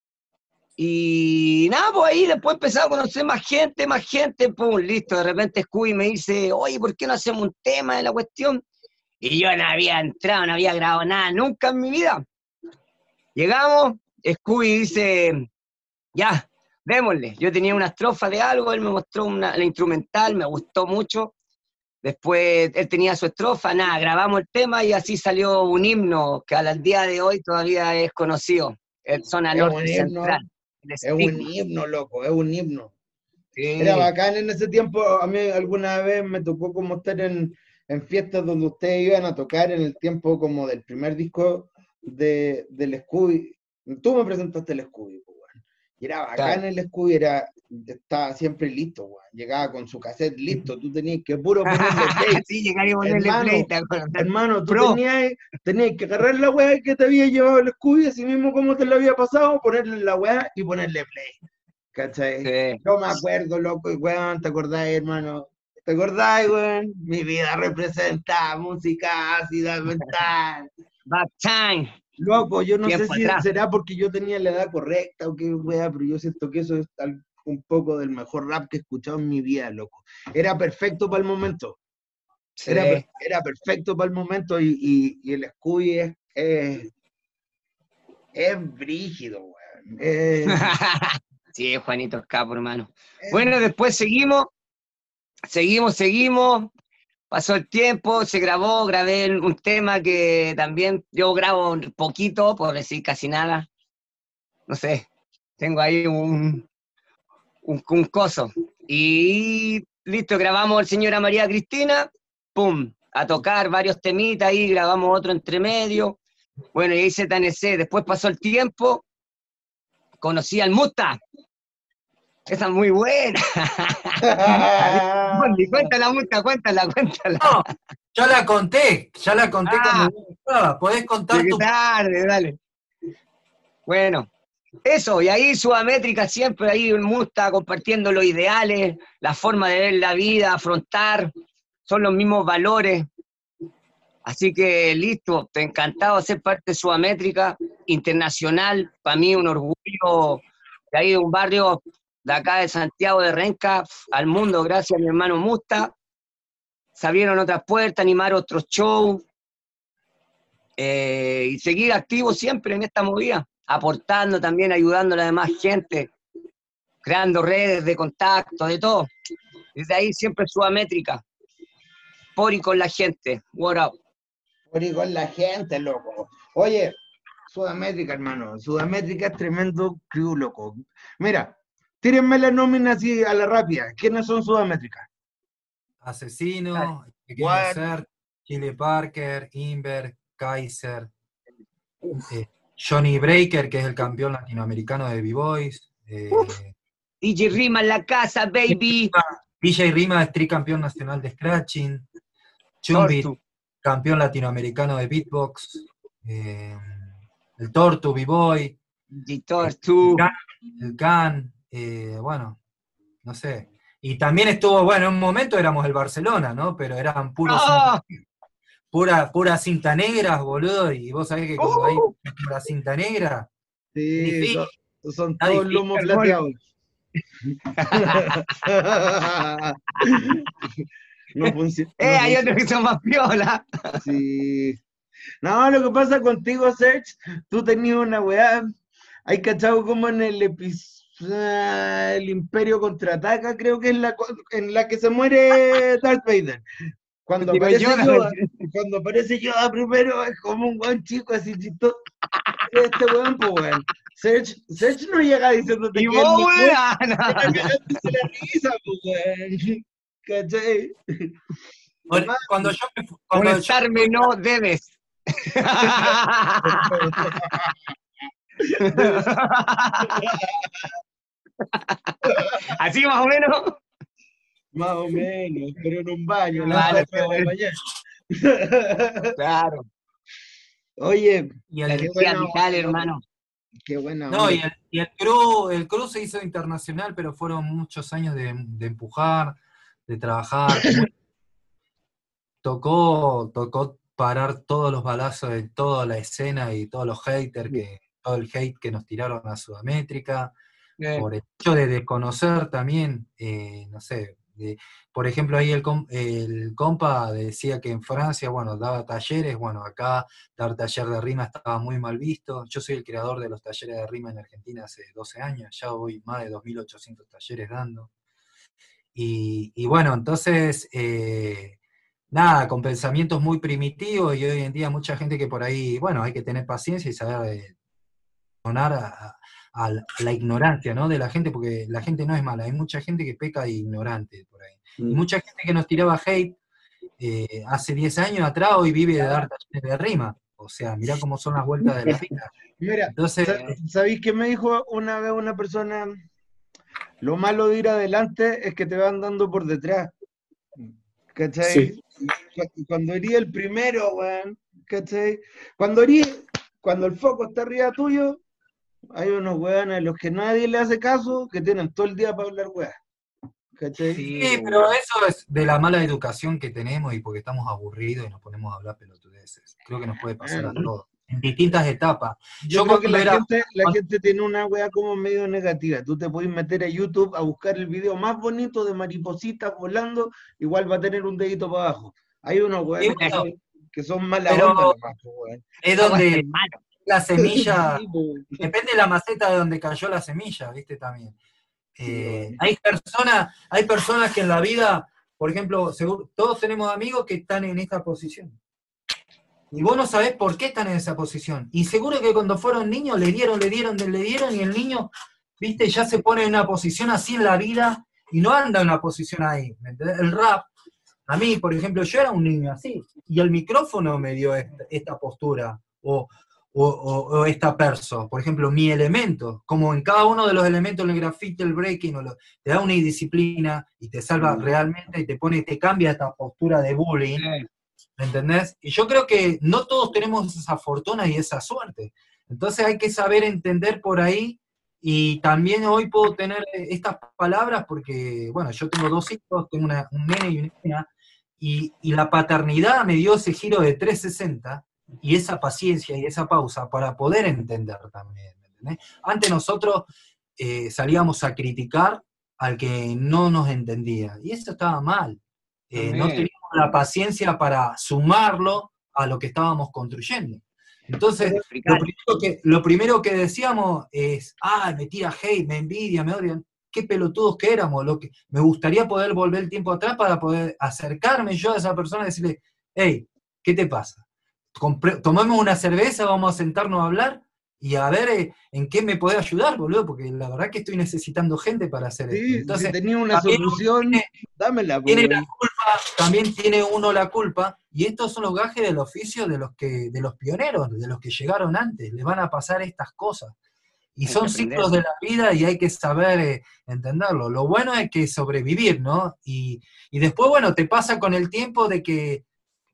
Y nada, pues ahí después empezamos a conocer más gente, pum, listo. De repente Scooby me dice, oye, ¿por qué no hacemos un tema de la cuestión? Y yo no había entrado, no había grabado nada, nunca en mi vida. Llegamos, Scooby dice, ya, démosle. Yo tenía una estrofa de algo, él me mostró la instrumental, me gustó mucho. Después él tenía su estrofa, nada, grabamos el tema y así salió un himno que al día de hoy todavía es conocido, el Zona Norte Central. Es un himno, loco, es un himno. Sí. Era bacán en ese tiempo. A mí alguna vez me tocó como estar en fiestas donde ustedes iban a tocar en el tiempo como del primer disco del Scooby. Tú me presentaste el Scooby, pues, bueno. Y era bacán, claro. El Scooby estaba siempre listo, bueno. Llegaba con su cassette listo, tú tenías que puro ponerle play. Sí, llegar y ponerle play. Hermano, tú tenías que agarrar la weá que te había llevado el Scooby, así mismo como te lo había pasado, ponerle la weá y ponerle play. ¿Cachai? Sí. Yo me acuerdo, loco, y weón, ¿te acordás, hermano? ¿Te acordás, weón? Mi vida representa música ácida mental. Back time. Loco, yo no sé si será porque yo tenía la edad correcta o qué weá, pero yo siento que eso es un poco del mejor rap que he escuchado en mi vida, loco. Era perfecto para el momento. Sí. Era perfecto para el momento y el Scooby es brígido, weón. Sí, Juanito Escapo, hermano. Bueno, después seguimos. Pasó el tiempo, se grabé un tema que también yo grabo poquito, por decir casi nada. No sé, tengo ahí un coso. Y listo, grabamos el Señora María Cristina, pum, a tocar varios temitas ahí, grabamos otro entre medio. Bueno, y ahí ZNC. Después pasó el tiempo, conocí al Musta. Esa es muy buena. Cuéntala, Musta, cuéntala. No, ya la conté cuando estaba. Podés contar tu... Dale. Bueno, eso, y ahí Sudamétrica siempre, ahí el Musta compartiendo los ideales, la forma de ver la vida, afrontar, son los mismos valores. Así que listo, encantado de ser parte de Sudamétrica, internacional, para mí un orgullo de ahí de un barrio de acá de Santiago de Renca al mundo, gracias a mi hermano Musta. Se abrieron otras puertas, animar otros shows, y seguir activo siempre en esta movida, aportando también, ayudando a la demás gente, creando redes de contacto, de todo. Desde ahí siempre Sudamétrica, por y con la gente, what up. Por y con la gente, loco. Oye, Sudamétrica, hermano, Sudamétrica es tremendo crew, loco. Mira, tírenme la nómina así a la rápida. ¿Quiénes son Sudamétrica? Asesino, Chile Parker, Inver, Kaiser, Johnny Breaker, que es el campeón latinoamericano de B-Boys. DJ Rima en la casa, baby. DJ Rima es tricampeón nacional de Scratching. Chumbi campeón latinoamericano de beatbox, el Tortu, B-Boy, el Can, bueno, no sé. Y también estuvo, bueno, en un momento éramos el Barcelona, ¿no? Pero eran puros pura cinta negra, boludo, y vos sabés que cuando hay pura cinta negra, Sí, son Está todos difícil, lomos plateados. No funciona. Hay otros que son más piola. Sí. No, lo que pasa contigo, Serge, tú tenías una weá. Hay cachado como en el el Imperio Contraataca, creo que es en la que se muere Darth Vader. Cuando aparece Yoda primero, es como un buen chico así chistoso. Este weón, pues weón. Serge no llega diciéndote que Y vos, weón. llega cagándose la risa, pues weón. ¿Cachai? Bueno, cuando yo Molestarme no debes. Así más o menos. Más o menos, pero en un baño, Vale, la mañana. Claro. Oye, y La el, energía vital, hermano. qué buena no, onda. y el crew se hizo internacional, pero fueron muchos años de empujar, de trabajar. Tocó parar todos los balazos de toda la escena y todos los haters, todo el hate que nos tiraron a Sudamérica, por el hecho de desconocer también, no sé, por ejemplo, ahí el compa decía que en Francia, bueno, daba talleres, bueno, acá dar taller de rima estaba muy mal visto. Yo soy el creador de los talleres de rima en Argentina hace 12 años, ya voy más de 2.800 talleres dando. Y bueno, entonces, nada, con pensamientos muy primitivos, y hoy en día mucha gente que por ahí, bueno, hay que tener paciencia y saber donar a la ignorancia, ¿no? De la gente, porque la gente no es mala, hay mucha gente que peca de ignorante por ahí. Y mucha gente que nos tiraba hate hace 10 años atrás, hoy vive de dar talleres de rima. O sea, mirá cómo son las vueltas de la vida. Mira, Entonces, ¿sabéis qué me dijo una vez una persona? Lo malo de ir adelante es que te van dando por detrás. ¿Cachai? Sí. Cuando eres el primero, weón, ¿cachai? Cuando el foco está arriba tuyo, hay unos weones a los que nadie le hace caso, que tienen todo el día para hablar weón. ¿Cachai? sí, pero eso es de la mala educación que tenemos y porque estamos aburridos y nos ponemos a hablar pelotudeces. Creo que nos puede pasar a todos, en distintas etapas. Yo creo que la gente tiene una weá como medio negativa. Tú te puedes meter a YouTube a buscar el video más bonito de maripositas volando, igual va a tener un dedito para abajo. Hay unos weones que son malas pero onda nomás, weón. es donde la semilla, Sí, weón. depende de la maceta de donde cayó la semilla, ¿viste? También. Sí, hay personas que en la vida, por ejemplo, todos tenemos amigos que están en esta posición. Y vos no sabés por qué están en esa posición. Y seguro que cuando fueron niños le dieron, y el niño, viste, ya se pone en una posición así en la vida y no anda en una posición ahí. ¿Me entendés? El rap, a mí, por ejemplo, yo era un niño así, y el micrófono me dio esta postura, o esta perso. Por ejemplo, mi elemento, como en cada uno de los elementos del graffiti, el breaking, te da una disciplina y te salva realmente y te cambia esta postura de bullying. ¿Me entendés? Y yo creo que no todos tenemos esa fortuna y esa suerte. Entonces hay que saber entender por ahí, y también hoy puedo tener estas palabras porque, bueno, yo tengo 2 hijos, tengo un nene y una nena, y la paternidad me dio ese giro de 360 y esa paciencia y esa pausa para poder entender también, ¿me entendés? Antes nosotros salíamos a criticar al que no nos entendía, y eso estaba mal. No teníamos la paciencia para sumarlo a lo que estábamos construyendo. Entonces, lo primero que decíamos es, me tira hate, me envidia, me odian. Qué pelotudos que éramos. Me gustaría poder volver el tiempo atrás para poder acercarme yo a esa persona y decirle, hey, ¿qué te pasa? Tomemos una cerveza, vamos a sentarnos a hablar y a ver en qué me puede ayudar, boludo, porque la verdad que estoy necesitando gente para hacer esto. Entonces, si tenía una solución, dámela. También tiene uno la culpa, y estos son los gajes del oficio de los pioneros, de los que llegaron antes. Les van a pasar estas cosas. Y son ciclos de la vida y hay que saber entenderlo. Lo bueno es que sobrevivir, ¿no? Y después, bueno, te pasa con el tiempo de que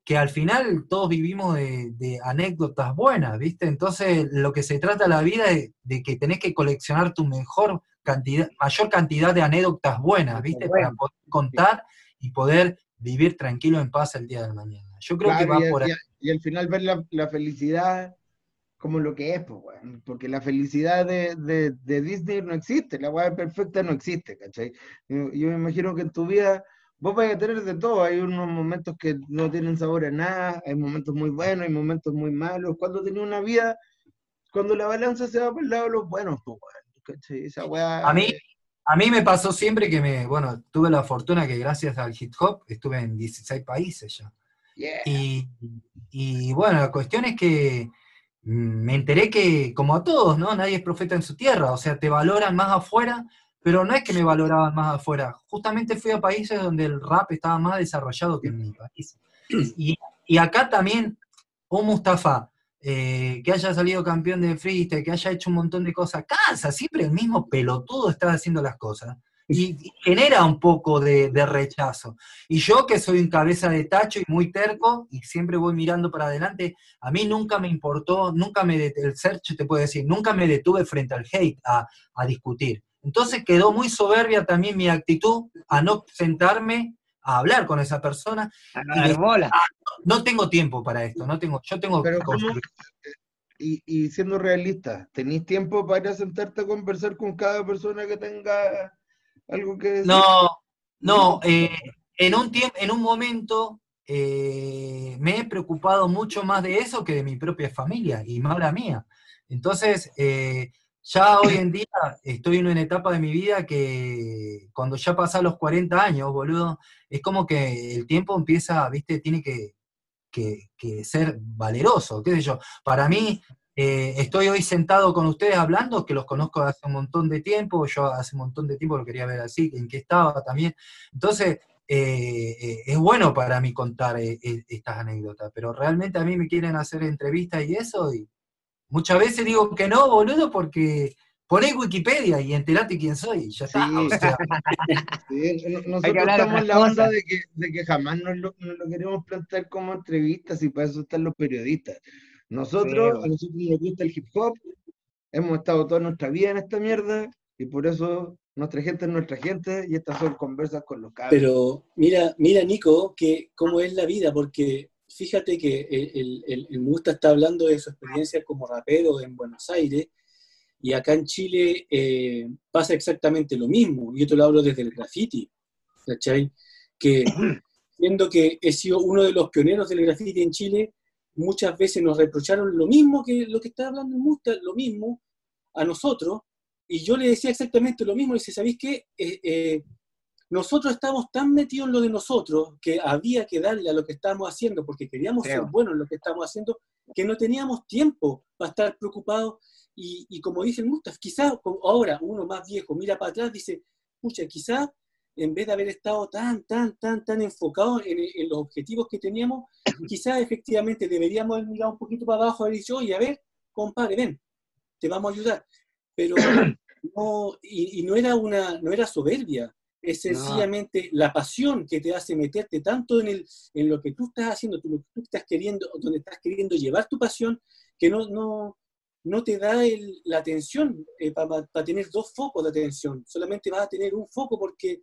que al final todos vivimos de anécdotas buenas, ¿viste? Entonces, lo que se trata la vida es de que tenés que coleccionar tu mayor cantidad de anécdotas buenas, ¿viste? Para poder contar y poder vivir tranquilo en paz el día de mañana. Yo creo que Claro, va por ahí. y al final ver la felicidad como lo que es, pues, weón. Porque la felicidad de Disney no existe, la weá perfecta no existe, ¿cachai? Yo me imagino que en tu vida vos vais a tener de todo, hay unos momentos que no tienen sabor a nada, hay momentos muy buenos, hay momentos muy malos. Cuando tenés una vida, cuando la balanza se va por el lado de los buenos, pues, weón, ¿cachai? Esa A weá, mí, a mí me pasó siempre que bueno, tuve la fortuna que gracias al hip hop estuve en 16 países ya. yeah. Y bueno, la cuestión es que me enteré que, como a todos, ¿no? Nadie es profeta en su tierra, o sea, te valoran más afuera, pero no es que me valoraban más afuera. Justamente fui a países donde el rap estaba más desarrollado que en mi país. Y acá también, un Mustafa, que haya salido campeón de freestyle, que haya hecho un montón de cosas, cansa, siempre el mismo pelotudo está haciendo las cosas. Y genera un poco de rechazo. Y yo, que soy un cabeza de tacho y muy terco, y siempre voy mirando para adelante, a mí nunca me importó, el search te puede decir, nunca me detuve frente al hate a discutir. Entonces quedó muy soberbia también mi actitud a no sentarme a hablar con esa persona y decir, no tengo tiempo para esto, yo tengo Pero que ¿cómo? construir. Y siendo realista, ¿tenéis tiempo para sentarte a conversar con cada persona que tenga algo que decir? No, en un momento me he preocupado mucho más de eso que de mi propia familia y mala mía. Entonces, ya hoy en día estoy en una etapa de mi vida que cuando ya pasa los 40 años, boludo, es como que el tiempo empieza, viste, tiene que ser valeroso, qué sé yo. Para mí, estoy hoy sentado con ustedes hablando, que los conozco hace un montón de tiempo, yo hace un montón de tiempo lo quería ver así, en qué estaba también. Entonces, es bueno para mí contar estas anécdotas, pero realmente a mí me quieren hacer entrevistas y eso, y muchas veces digo que no, boludo, porque poné Wikipedia y enterate quién soy, y ya está. Sí, O sea, sí, nosotros hablar estamos otras en la onda cosas. de que jamás nos lo queremos plantear como entrevistas y para eso están los periodistas. A nosotros nos gusta el hip hop, hemos estado toda nuestra vida en esta mierda y por eso nuestra gente es nuestra gente y estas son conversas con los cabros. Pero mira, Nico, que cómo es la vida, porque fíjate que el Musta está hablando de su experiencia como rapero en Buenos Aires, y acá en Chile pasa exactamente lo mismo. Yo te lo hablo desde el graffiti, ¿cachai? Que siendo que he sido uno de los pioneros del graffiti en Chile, muchas veces nos reprocharon lo mismo que lo que está hablando el Musta, lo mismo a nosotros, y yo le decía exactamente lo mismo, y dice, ¿sabéis qué? Nosotros estamos tan metidos en lo de nosotros que había que darle a lo que estábamos haciendo, porque queríamos ser buenos en lo que estábamos haciendo, que no teníamos tiempo para estar preocupados. Y como dice el Mustaf, quizás ahora uno más viejo mira para atrás, dice, pucha, quizás en vez de haber estado tan enfocado en los objetivos que teníamos, quizás efectivamente deberíamos haber mirado un poquito para abajo y haber dicho, oye, a ver, compadre, ven, te vamos a ayudar. Pero no, y no era soberbia, es sencillamente la pasión que te hace meterte tanto en lo que tú estás haciendo, lo que tú estás queriendo, donde estás queriendo llevar tu pasión, que no te da la atención para tener dos focos de atención, solamente vas a tener un foco porque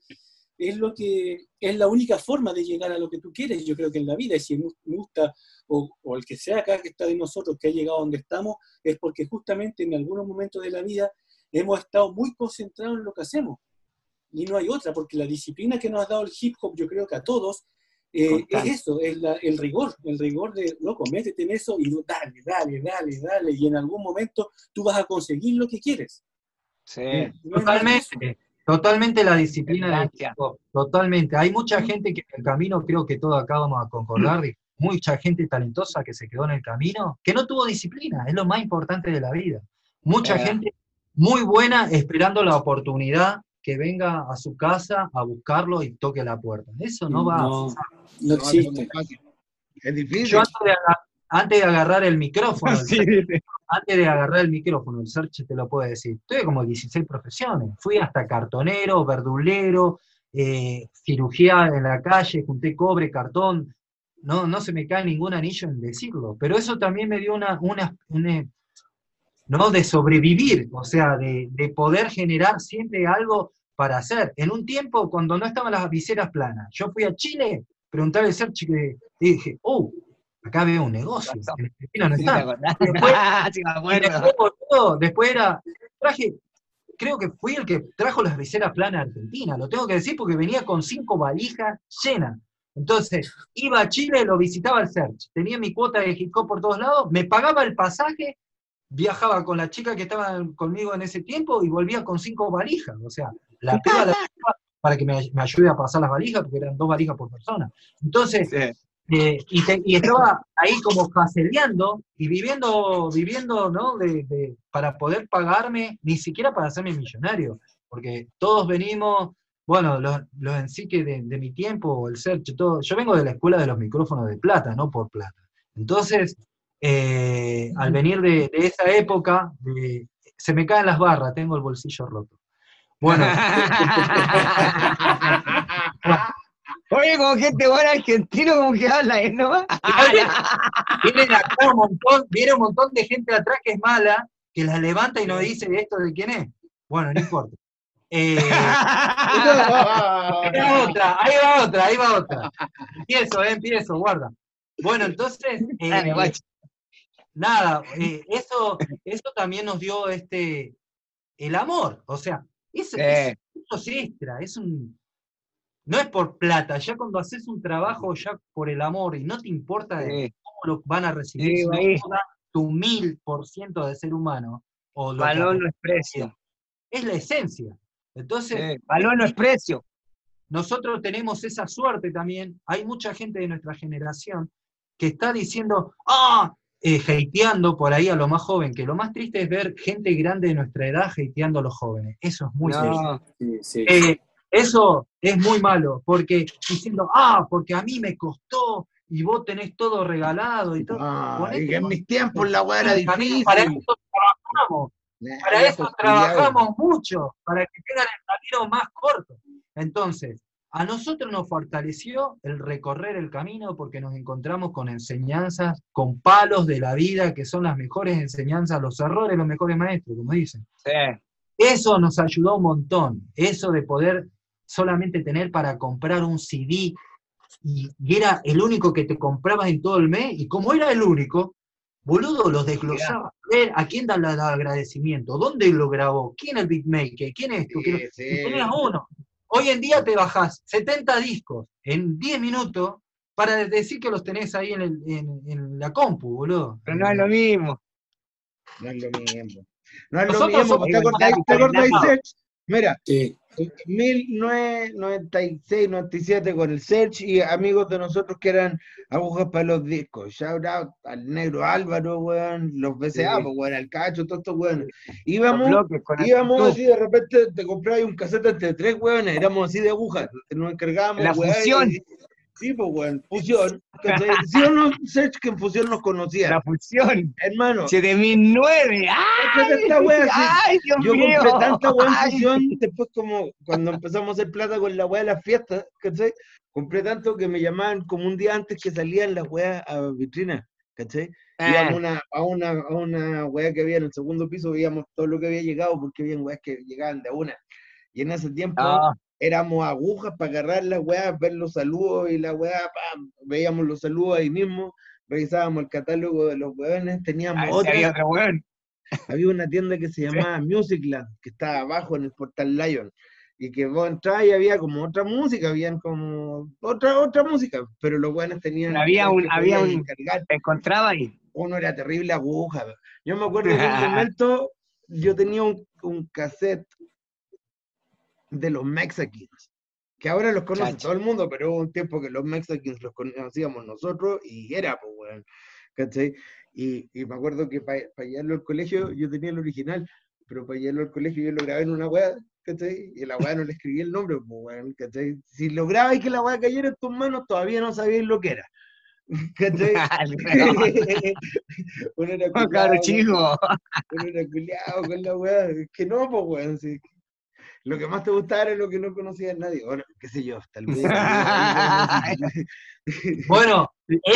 es la única forma de llegar a lo que tú quieres, yo creo que en la vida, y si me gusta, o el que sea acá que está de nosotros, que ha llegado a donde estamos, es porque justamente en algunos momentos de la vida hemos estado muy concentrados en lo que hacemos, y no hay otra, porque la disciplina que nos ha dado el hip hop, yo creo que a todos, es eso, es el rigor de, loco, métete en eso y dale, y en algún momento tú vas a conseguir lo que quieres. Sí. Totalmente la disciplina del hip hop, totalmente. Hay mucha gente que en el camino, creo que todos acá vamos a concordar, y mucha gente talentosa que se quedó en el camino, que no tuvo disciplina, es lo más importante de la vida. Mucha gente muy buena esperando la oportunidad que venga a su casa a buscarlo y toque la puerta. Eso no va a pasar. No existe. Es difícil. Yo antes de agarrar el micrófono, el Serge te lo puede decir, tuve como 16 profesiones, fui hasta cartonero, verdulero, cirugía en la calle, junté cobre, cartón, no se me cae ningún anillo en decirlo, pero eso también me dio ¿no? De sobrevivir, o sea, de poder generar siempre algo para hacer. En un tiempo, cuando no estaban las viseras planas, yo fui a Chile, preguntarle al Sergio y dije, acá veo un negocio, en Argentina no está. Después era, creo que fui el que trajo las viseras planas a Argentina, lo tengo que decir porque venía con 5 valijas llenas. Entonces, iba a Chile, lo visitaba el Sergio, tenía mi cuota de hip hop por todos lados, me pagaba el pasaje, viajaba con la chica que estaba conmigo en ese tiempo y volvía con 5 valijas, o sea, la piba para que me ayude a pasar las valijas, porque eran 2 valijas por persona. Entonces, y estaba ahí como faceleando y viviendo, ¿no? Para poder pagarme, ni siquiera para hacerme millonario, porque todos venimos, bueno, los en sí que de mi tiempo, el Sergio, todo, yo vengo de la escuela de los micrófonos de plata, no por plata. Entonces, al venir de esa época, se me caen las barras, tengo el bolsillo roto. Bueno. Oye, como gente buena argentino, como que habla, ¿no? Viene un montón de gente atrás que es mala, que la levanta y nos dice esto de quién es. Bueno, no importa. Ahí va otra. Empiezo, guarda. Bueno, entonces, nada, eso también nos dio el amor, o sea, eso es extra, no es por plata, ya cuando haces un trabajo ya por el amor y no te importa cómo lo van a recibir, sino tu 1000% de ser humano, o valor no es precio. Es la esencia. Entonces, valor no es precio. Nosotros tenemos esa suerte también, hay mucha gente de nuestra generación que está diciendo, hateando por ahí a lo más joven, que lo más triste es ver gente grande de nuestra edad hateando a los jóvenes. Eso es muy serio. Sí. Eso es muy malo, porque diciendo, porque a mí me costó, y vos tenés todo regalado y todo. Y que en mis tiempos la weá era difícil. Para eso trabajamos mucho, para que tengan el camino más corto. Entonces, a nosotros nos fortaleció el recorrer el camino porque nos encontramos con enseñanzas, con palos de la vida, que son las mejores enseñanzas, los errores, los mejores maestros, como dicen. Sí. Eso nos ayudó un montón, eso de poder solamente tener para comprar un CD, y era el único que te comprabas en todo el mes, y como era el único, boludo, los desglosaba. ¿A quién darle el agradecimiento? ¿Dónde lo grabó? ¿Quién es el beatmaker? ¿Quién es esto? Y tenías uno. Hoy en día te bajás 70 discos en 10 minutos para decir que los tenés ahí en la compu, boludo. Pero no es lo mismo. No es lo mismo. ¿Te acordás, Sergio? Mira, en 1996, 97 con el Sergio y amigos de nosotros que eran agujas para los discos. Shout out al negro Álvaro, weón, los BCA, weón, al Cacho, todos estos weones. Íbamos así, de repente te comprabas un cassette entre 3 weones, éramos así de agujas, nos encargábamos. La fusión. Sí, pues, weón, fusión. ¿Sí o no, Sergio, que en fusión nos conocían? La fusión. Hermano. 7009. ¡Ay, Dios mío! Yo compré tanta weón fusión, después como cuando empezamos a hacer plata con la weá de las fiestas, ¿cachai? Compré tanto que me llamaban como un día antes que salían las weas a vitrina, ¿cachai? Íbamos a una wea que había en el segundo piso, veíamos todo lo que había llegado, porque había weas que llegaban de una. Y en ese tiempo éramos agujas para agarrar las weas, ver los saludos y la wea, veíamos los saludos ahí mismo, revisábamos el catálogo de los weones, teníamos había una tienda que se llamaba Musicland, que estaba abajo en el Portal Lion, y que vos entrabas y había como otra música, habían como otra música, pero los weones tenían... Había un te encontraba ahí. Uno era terrible aguja. Yo me acuerdo que en un momento yo tenía un cassette de los Mexicans, que ahora los conoce todo el mundo, pero hubo un tiempo que los Mexicans los conocíamos nosotros y era, pues, weón, ¿cachai? Y me acuerdo que para llevarlo al colegio yo tenía el original, pero para llevarlo al colegio yo lo grabé en una weá, ¿cachai? Y a la weá no le escribí el nombre, pues, weón, ¿cachai? Si lograbais que la weá cayera en tus manos, todavía no sabíais lo que era. ¿Cachai? Uno era culiado con la weá, es que no, pues, weón, sí. Lo que más te gustaba era lo que no conocía nadie. Bueno, qué sé yo, tal vez. Bueno,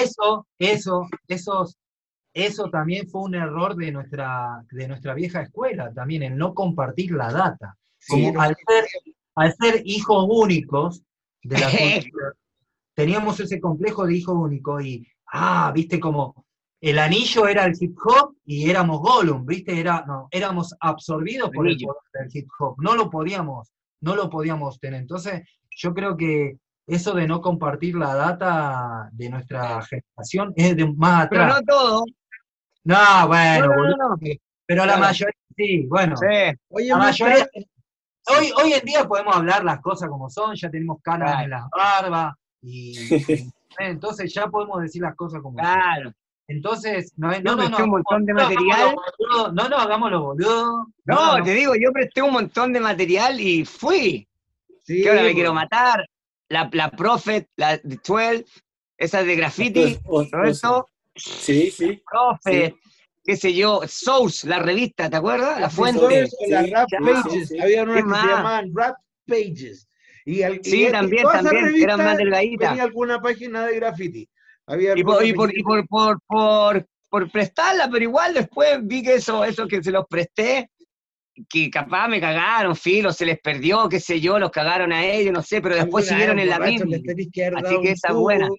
eso también fue un error de nuestra vieja escuela, también el no compartir la data. Como Sí, no, al ser hijos únicos de la cultura, teníamos ese complejo de hijo único y, viste, como el anillo era el hip hop y éramos Gollum, viste, éramos absorbidos por el poder del hip hop, no lo podíamos tener. Entonces, yo creo que eso de no compartir la data de nuestra generación es de más atrás. Pero no todo. No, bueno, No. boludo, pero la mayoría sí, bueno. Sí. Oye, La mayoría, pero- hoy en día podemos hablar las cosas como son, ya tenemos canas en las barbas, y entonces ya podemos decir las cosas como son. Claro. Entonces, no Yo presté un montón de material. No hagamos los boludos. No, te digo, yo presté un montón de material y fui. Sí, Que ahora me pues. quiero matar. La Prophet, la de 12, esa de graffiti, todo eso. Sí. Prophet, qué sé yo, Source, la revista, ¿te acuerdas? La fuente. Las rap pages, sí. había unas ¿Qué que más? se llamaban rap pages. Y También, todas esas revistas eran más delgaditas. tenía alguna página de graffiti. Había Y por prestarla, pero igual después vi que eso que se los presté, que capaz me cagaron, filo, se les perdió, qué sé yo, los cagaron a ellos, no sé, pero después siguieron en la misma. Así que esa es buena.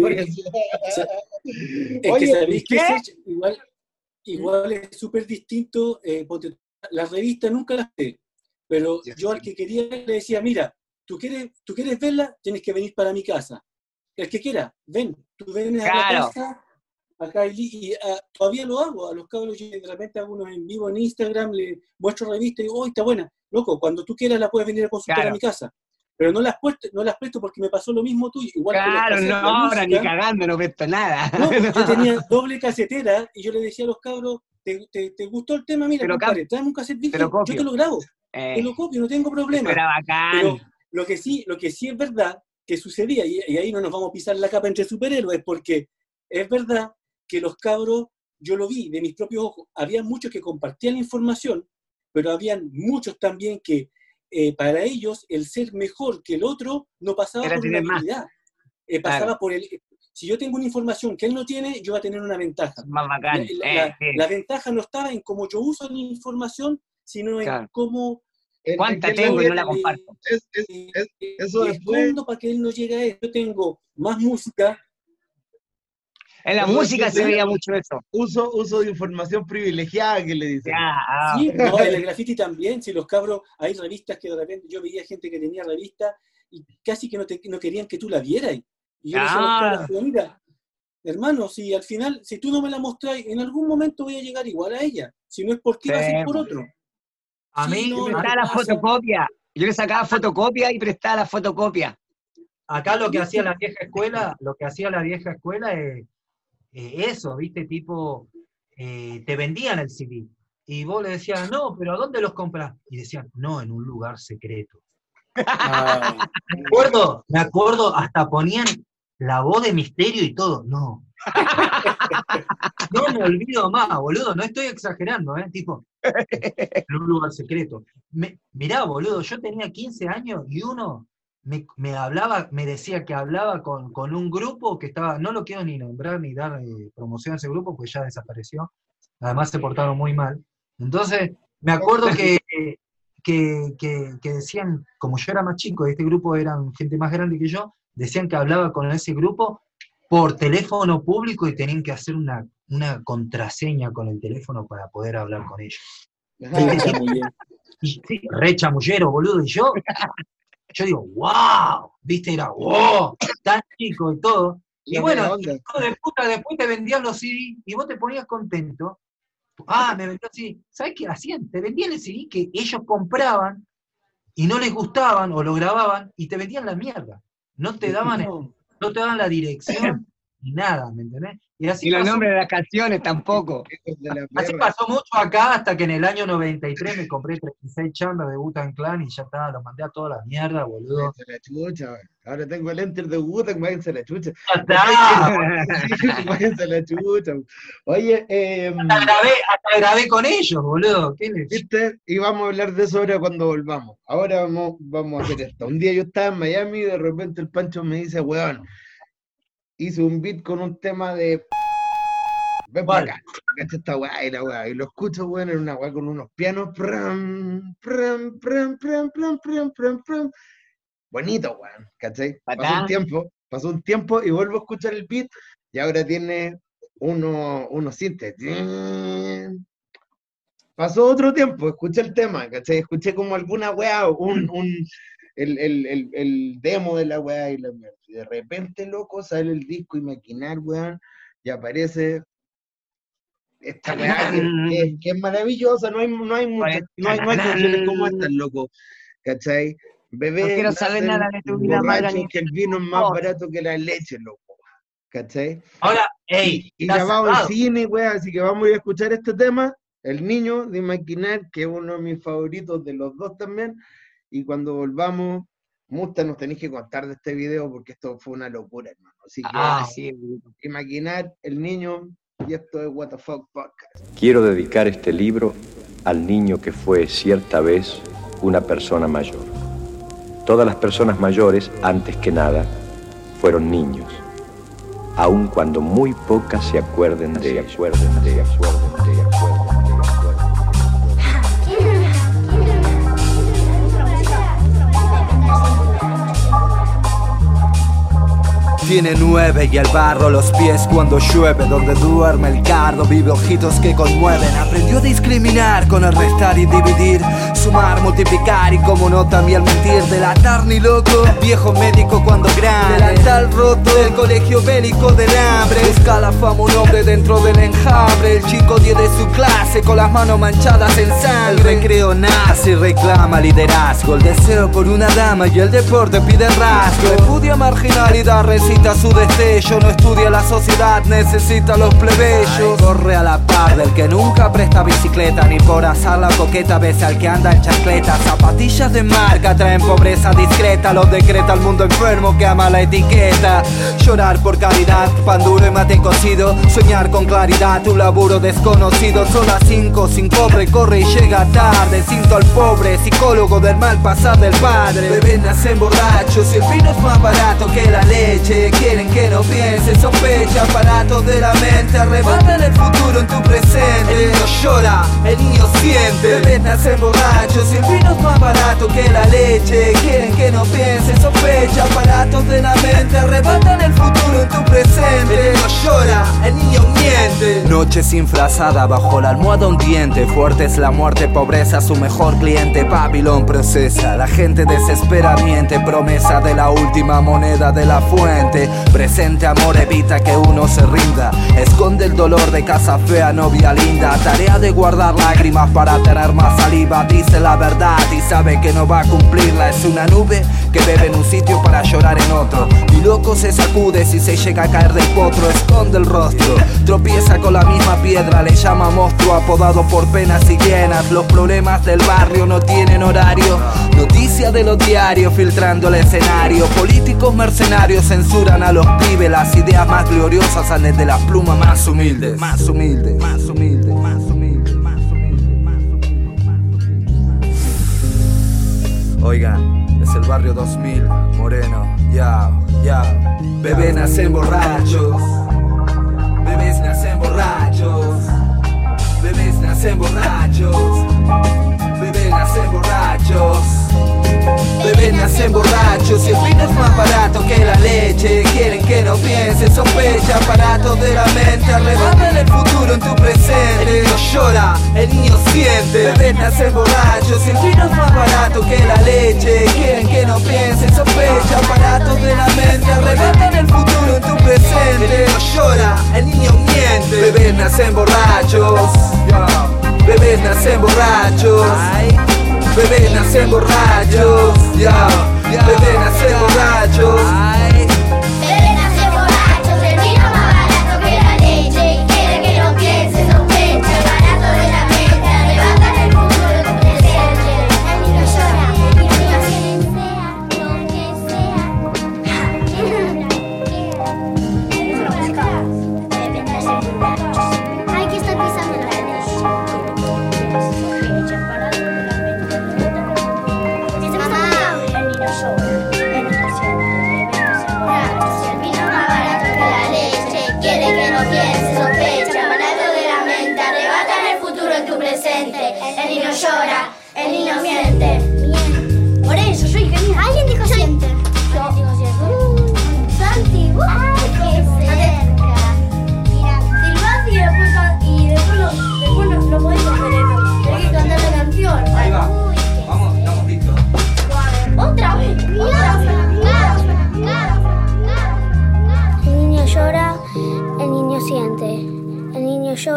Es que sabéis que igual es súper distinto. Las revistas nunca las ve, pero yo al que quería le decía, mira, ¿tú quieres verla? Tienes que venir para mi casa. El que quiera, ven, tú ven a la casa, acá todavía lo hago, a los cabros, yo de repente hago unos en vivo en Instagram, le muestro revistas y digo, está buena, loco, cuando tú quieras la puedes venir a consultar a mi casa. Pero no las presto porque me pasó lo mismo tú, igual que no, ahora ni cagando, no presto nada. No, yo tenía doble casetera y yo le decía a los cabros, ¿te gustó el tema? Mira, compadre, tráeme un cassette virgen, yo te lo grabo, te lo copio, no tengo problema. Era bacán. Pero lo que sí es verdad que sucedía, y ahí no nos vamos a pisar la capa entre superhéroes, porque es verdad que los cabros, yo lo vi de mis propios ojos, había muchos que compartían la información, pero habían muchos también que para ellos el ser mejor que el otro no pasaba por una habilidad, pasaba por el... Si yo tengo una información que él no tiene, yo voy a tener una ventaja. Más bacán. La ventaja no estaba en cómo yo uso la información, sino en cómo... ¿Cuánta tengo y no la comparto? Eso es fondo para que él no llegue a eso. Yo tengo más música. En la música se veía mucho eso. Uso de información privilegiada que le dicen. Sí, no, en el graffiti también, si los cabros, hay revistas que de repente, yo veía gente que tenía revistas y casi que no querían que tú la vieras. Y yo decía a los cabros, mira, hermano, si al final, si tú no me la mostrás, en algún momento voy a llegar igual a ella. Si no es por ti, va a ser por otro. A mí me prestaba la fotocopia. Yo le sacaba fotocopia y prestaba la fotocopia. Acá lo que hacía la vieja escuela es eso, ¿viste? Tipo, te vendían el CD. Y vos le decías, no, pero ¿a dónde los compras? Y decían, no, en un lugar secreto. Me acuerdo, hasta ponían la voz de Misterio y todo. No. No me olvido más, boludo, no estoy exagerando, tipo, en un lugar secreto. Mirá, boludo, yo tenía 15 años y uno me hablaba, me decía que hablaba con un grupo que estaba, no lo quiero ni nombrar ni dar promoción a ese grupo, porque ya desapareció, además se portaron muy mal. Entonces, me acuerdo que decían, como yo era más chico, este grupo eran gente más grande que yo, decían que hablaba con ese grupo por teléfono público y tenían que hacer una contraseña con el teléfono para poder hablar con ellos. Re chamullero, boludo, y yo digo, wow, viste, era wow, tan chico y todo. Y bueno, hijo de puta, después te vendían los CD y vos te ponías contento. Me vendió CD. ¿Sabés qué hacían? Te vendían el CD que ellos compraban y no les gustaban o lo grababan y te vendían la mierda. No te daban la dirección ni nada, ¿me entendés? Y así Y los pasó, nombres de las canciones tampoco. Hijos de la así perra. pasó mucho acá hasta que en el año 93 me compré 36 chambas de Wu-Tang Clan y ya está, lo mandé a toda la mierda, boludo. Váyanse a la chucha, weón. Ahora tengo el enter de Wu-Tang, váyanse a la chucha. Ya está, Sí, váyanse a la chucha. Oye, hasta grabé con ellos, boludo. ¿Qué les... ¿viste? Y vamos a hablar de eso ahora cuando volvamos. Ahora vamos a hacer esto. Un día yo estaba en Miami y de repente el Pancho me dice, weón, hice un beat con un tema de... Ven para acá, cacha esta weá y la weá. Y lo escucho, weón, en una weá con unos pianos. Pram, pram, pram, pram, pram, pram, pram, pram. Bonito, weón, ¿cachai? Pasó un tiempo y vuelvo a escuchar el beat y ahora tiene unos sintes. Pasó otro tiempo, escuché el tema, ¿cachai? Escuché como alguna weá, el demo de la weá y la mierda. Y de repente, loco, sale el disco y maquinar, weón, y aparece esta weá que es maravillosa, no hay canciones como estas, loco, ¿cachai? Bebé, No quiero nace saber nada de tu vida, borracho, madre. que el vino es más barato que la leche, loco, ¿cachai? Ahora, ey, Y está grabado en cerrado. cine, weá, así que vamos a ir a escuchar este tema, El Niño de Maquinar, que es uno de mis favoritos de los dos también, y cuando volvamos, Musta, nos tenéis que contar de este video, porque esto fue una locura, hermano, así que, Sí, y Maquinar, El Niño, y esto es What the Fuck Podcast. Quiero dedicar este libro al niño que fue cierta vez una persona mayor. Todas las personas mayores, antes que nada, fueron niños, aun cuando muy pocas se acuerden de Tiene 9 y el barro los pies cuando llueve. Donde duerme el cardo vive ojitos que conmueven. Aprendió a discriminar con el restar y dividir, sumar, multiplicar y como no también mentir. Delatar ni loco, viejo médico cuando grande. Delantal roto del colegio bélico del hambre. Busca la fama un hombre dentro del enjambre. El chico 10 de su clase con las manos manchadas en sangre. El recreo nace y reclama liderazgo. El deseo por una dama y el deporte pide rasgo. Repudia marginalidad, recita su destello. No estudia la sociedad, necesita los plebeyos. Corre a la par del que nunca presta bicicleta, ni por azar la coqueta ves al que anda en chancleta. Zapatillas de marca traen pobreza discreta. Los decreta el mundo enfermo que ama la etiqueta. Llorar por caridad, pan duro y mate cocido. Soñar con claridad, tu laburo desconocido. Son las 5 sin cobre, corre y llega tarde. Cinto al pobre, psicólogo del mal pasar del padre. Bebés nacen borrachos y el vino es más barato que la leche. Quieren que no pienses, sospecha, aparatos de la mente. Arrebatan el futuro en tu presente. El niño llora, el niño siente. Bebés nacen borrachos y el vino es más barato que la leche. Quieren que no pienses, sospecha, aparatos de la mente. Arrebatan el futuro en tu presente. El niño llora, el niño miente. Noche sin frazada, bajo la almohada un diente. Fuerte es la muerte, pobreza su mejor cliente. Babilón procesa, la gente desespera, miente. Promesa de la última moneda de la fuente. Presente amor evita que uno se rinda. Esconde el dolor de casa fea, novia linda. Tarea de guardar lágrimas para tener más saliva. Dice la verdad y sabe que no va a cumplirla. Es una nube que bebe en un sitio para llorar en otro. Y loco se sacude si se llega a caer del potro. Esconde el rostro, tropieza con la misma piedra. Le llama monstruo, apodado por penas y llenas. Los problemas del barrio no tienen horario. Noticia de los diarios filtrando el escenario. Políticos mercenarios censuran a los pibes. Las ideas más gloriosas salen de las plumas más humildes. Más humildes, más humildes, más humildes, más humildes, más humildes. Oigan, es el barrio 2000, Moreno, ya. Bebés nacen borrachos. Bebés nacen borrachos. Bebés nacen borrachos. Bebés nacen borrachos. Bebés nacen borrachos y el vino es más barato que la leche. Quieren que no pienses, sospecha, aparatos de la mente. Arrebatan el futuro en tu presente. El niño llora, el niño siente. Bebés nacen borrachos y el vino es más barato que la leche. Quieren que no pienses, sospecha, aparatos de la mente. Arrebatan el futuro en tu presente. El niño llora, el niño miente. Bebés nacen borrachos. Bebés nacen borrachos. Bebés nacen borrachos, bebés nacen borrachos. Bebés nacen borrachos, el vino más barato que la leche.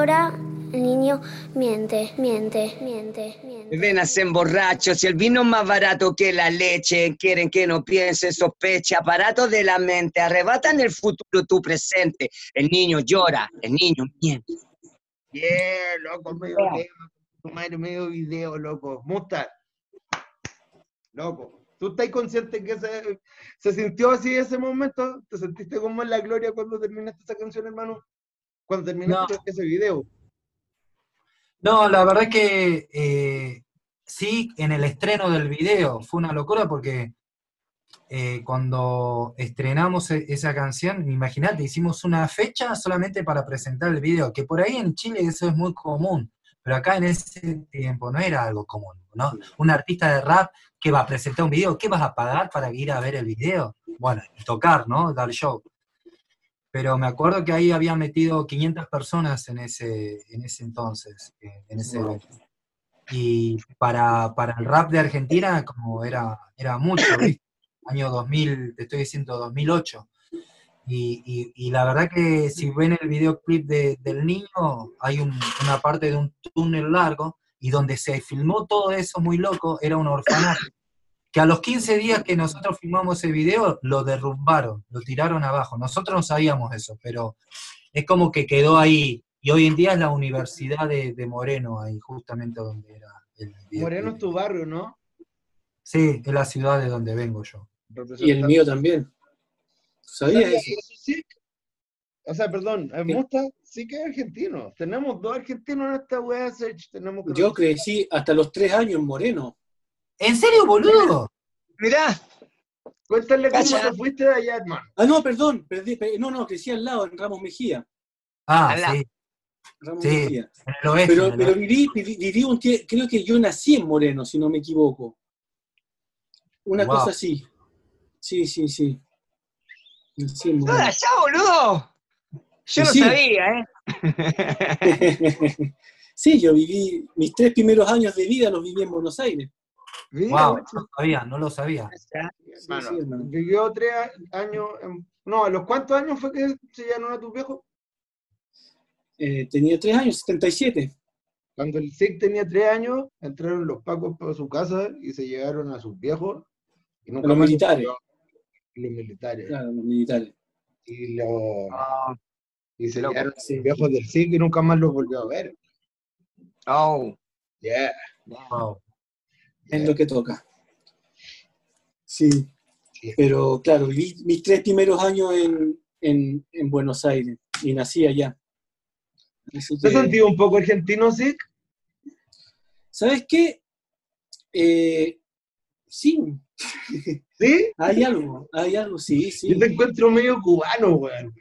llora, el niño miente, miente, miente, miente. Ven a ser borrachos, si el vino es más barato que la leche, quieren que no piense, sospeche, aparatos de la mente, arrebatan el futuro, tu presente. El niño llora, el niño miente. Yeah, loco, medio tema, tu madre, medio video, loco. Musta, loco. ¿Tú estás consciente que se sintió así ese momento? ¿Te sentiste como en la gloria cuando terminaste esa canción, hermano? Cuando terminaste ese video. No, la verdad que sí, en el estreno del video fue una locura porque cuando estrenamos esa canción, imagínate, hicimos una fecha solamente para presentar el video, que por ahí en Chile eso es muy común, pero acá en ese tiempo no era algo común, ¿no? Un artista de rap que va a presentar un video, ¿qué vas a pagar para ir a ver el video? Bueno, y tocar, ¿no? Dar show. Pero me acuerdo que ahí había metido 500 personas en ese entonces, en ese evento. Y para el rap de Argentina, como era mucho, ¿viste? Año 2000, te estoy diciendo 2008. Y la verdad que si ven el videoclip del niño, hay una parte de un túnel largo, y donde se filmó todo eso muy loco, era un orfanato. Que a los 15 días que nosotros filmamos ese video, lo derrumbaron, lo tiraron abajo. Nosotros no sabíamos eso, pero es como que quedó ahí. Y hoy en día es la Universidad de Moreno, ahí justamente donde era el video. Moreno es tu barrio, ¿no? Sí, es la ciudad de donde vengo yo. Y el mío también. ¿Sabías eso? Sí. O sea, perdón, Musta sí que es argentino. Tenemos 2 argentinos en esta wea, tenemos que... Yo crecí hasta los 3 años en Moreno. ¿En serio, boludo? Mirá. Cuéntale cómo te fuiste de allá, hermano. Ah, no, perdón. No, crecí al lado, en Ramos Mejía. Ah, sí. Ramos Sí, Mejía. en el oeste. Pero viví un tiempo, creo que yo nací en Moreno, si no me equivoco. Una cosa así. Sí. Nací en Moreno. ¡Allá, boludo! Yo no sabía, Sí, yo viví, mis 3 primeros años de vida los viví en Buenos Aires. Wow, no lo sabía. Sí, vivió 3 años, no, ¿a los cuántos años fue que se llegaron a tus viejos? Tenía 3 años, 77. Cuando el SIC tenía 3 años, entraron los pacos por su casa y se llegaron a sus viejos. Y nunca los militares. Los militares. Claro, los militares. Y se llegaron a sus viejos del SIC y nunca más los volvió a ver. Oh. Yeah. Wow. Es lo que toca. Sí. Pero claro, viví mis 3 primeros años en Buenos Aires y nací allá. ¿Te has sentido un poco argentino, SIC? ¿Sabes qué? Sí. ¿Sí? Hay algo, sí. Yo te encuentro medio cubano, weón.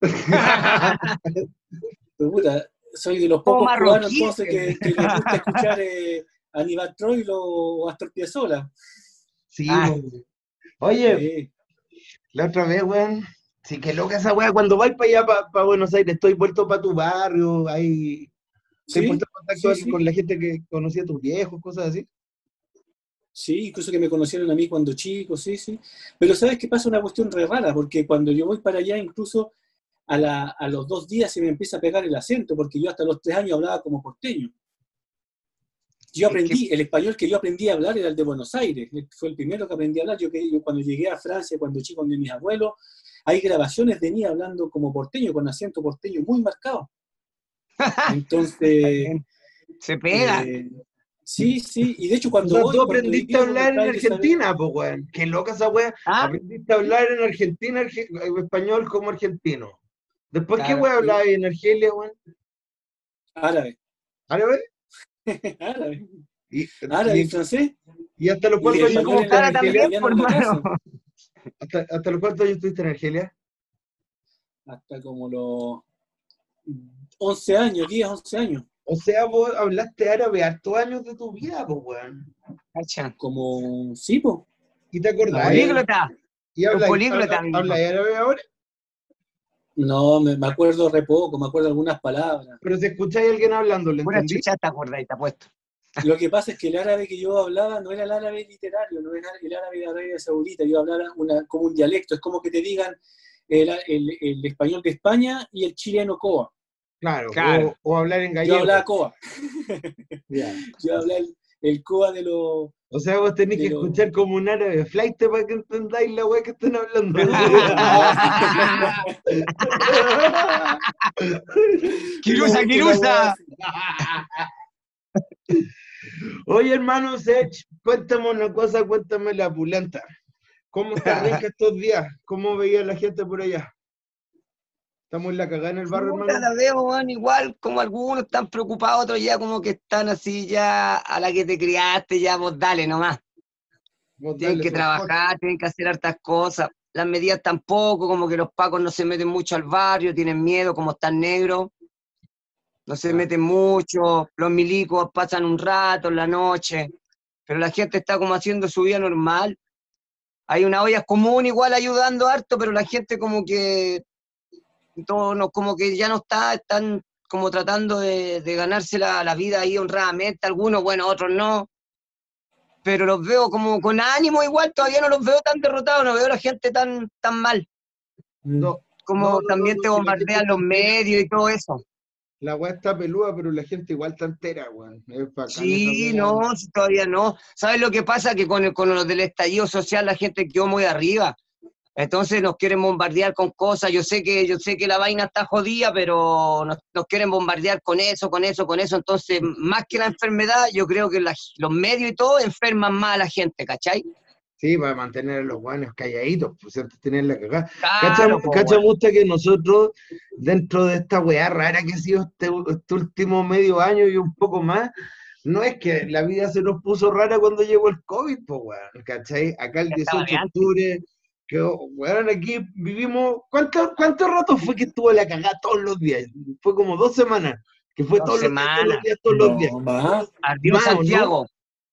Puta, soy de los pocos cubanos entonces que les gusta escuchar Aníbal Troilo o Astor Piazzolla. Sí, oye, la otra vez, weón, sí que loca esa weá, cuando vais para allá, para Buenos Aires, estoy vuelto para tu barrio, ahí, estoy puesto en contacto con la gente que conocía a tus viejos, cosas así. Sí, incluso que me conocieron a mí cuando chico, sí. Pero ¿sabes qué pasa? Una cuestión re rara, porque cuando yo voy para allá, incluso a los 2 días se me empieza a pegar el acento, porque yo hasta los 3 años hablaba como porteño. Yo aprendí, el español que yo aprendí a hablar era el de Buenos Aires, fue el primero que aprendí a hablar. Yo cuando llegué a Francia, cuando chico con mis abuelos, hay grabaciones de mí hablando como porteño, con acento porteño muy marcado. Entonces... se pega. Sí, y de hecho cuando tú aprendiste a hablar en Argentina, pues, weón. Qué loca esa weá. Aprendiste a hablar en Argentina español como argentino. Después, claro, ¿qué weá hablabas en Argelia, weón? Árabe. ¿Árabe? Árabe. ¿Árabe y francés? ¿Y hasta los cuántos años estuviste en Argelia? ¿Hasta los cuántos años estuviste en Argelia? Hasta como los 11 años, 10, 11 años. O sea, vos hablaste árabe hartos años de tu vida, pues, weón. Como, sí, pues. ¿Y te acordás? Políglota. ¿Y hablas árabe ahora? No, me acuerdo re poco, me acuerdo algunas palabras. Pero si escucháis a alguien hablando, ¿le Pura entendí? chucha te acordás y te apuesto. Lo que pasa es que el árabe que yo hablaba no era el árabe literario, no era el árabe de Arabia Saudita, yo hablaba como un dialecto, es como que te digan el español de España y el chileno coa. Claro, Claro. o hablar en Yo gallego. hablaba coa. Ya. Yo hablaba el coa de los... O sea, vos tenés que de los- escuchar como un árabe flight para que entendáis la weá que están hablando. ¡Kirusa, Una Kirusa! Oye, hermano Sech, cuéntame una cosa, cuéntame la pulenta. ¿Cómo está Renca estos días? ¿Cómo veía la gente por allá? ¿Estamos en la cagada en el barrio, Puta, hermano? la veo, weón, igual, como algunos están preocupados, otros ya como que están así, ya a la que te criaste, ya vos dale nomás. Vos Tienen dale, que sos trabajar, tienen que hacer hartas cosas. Las medidas tampoco, como que los pacos no se meten mucho al barrio, tienen miedo, como están negros. No se meten mucho, los milicos pasan un rato en la noche, pero la gente está como haciendo su vida normal. Hay una olla común igual ayudando harto, pero la gente como que todo no, como que ya no están como tratando de ganarse la vida ahí honradamente, algunos, bueno, otros no. Pero los veo como con ánimo igual, todavía no los veo tan derrotados, no veo a la gente tan mal. No, Como no, también te si la bombardean gente los está entera, medios y todo eso. la weá está peluda, pero la gente igual está entera, weón. Es bacán Sí, esa weá. no, sí, todavía no. ¿Sabes lo que pasa? Que con los del estallido social la gente quedó muy arriba. Entonces nos quieren bombardear con cosas. Yo sé que la vaina está jodida, pero nos quieren bombardear con eso. Entonces, más que la enfermedad, yo creo que los medios y todo enferman más a la gente, ¿cachai? Sí, para mantener a los guanes calladitos, pues antes de tener la cagada. Claro, po, Cacha, weón. gusta que nosotros, dentro de esta weá rara que ha sido este último medio año y un poco más, no es que la vida se nos puso rara cuando llegó el COVID, pues weón, ¿cachai? Acá el Ya estaba 18 de de antes. octubre, que weón, aquí vivimos, ¿cuánto rato fue que estuvo la cagada todos los días? Fue como 2 semanas, que fue 2 todos los días, semanas. todos los días. No, más. Ardió Más, ¿o no? Santiago.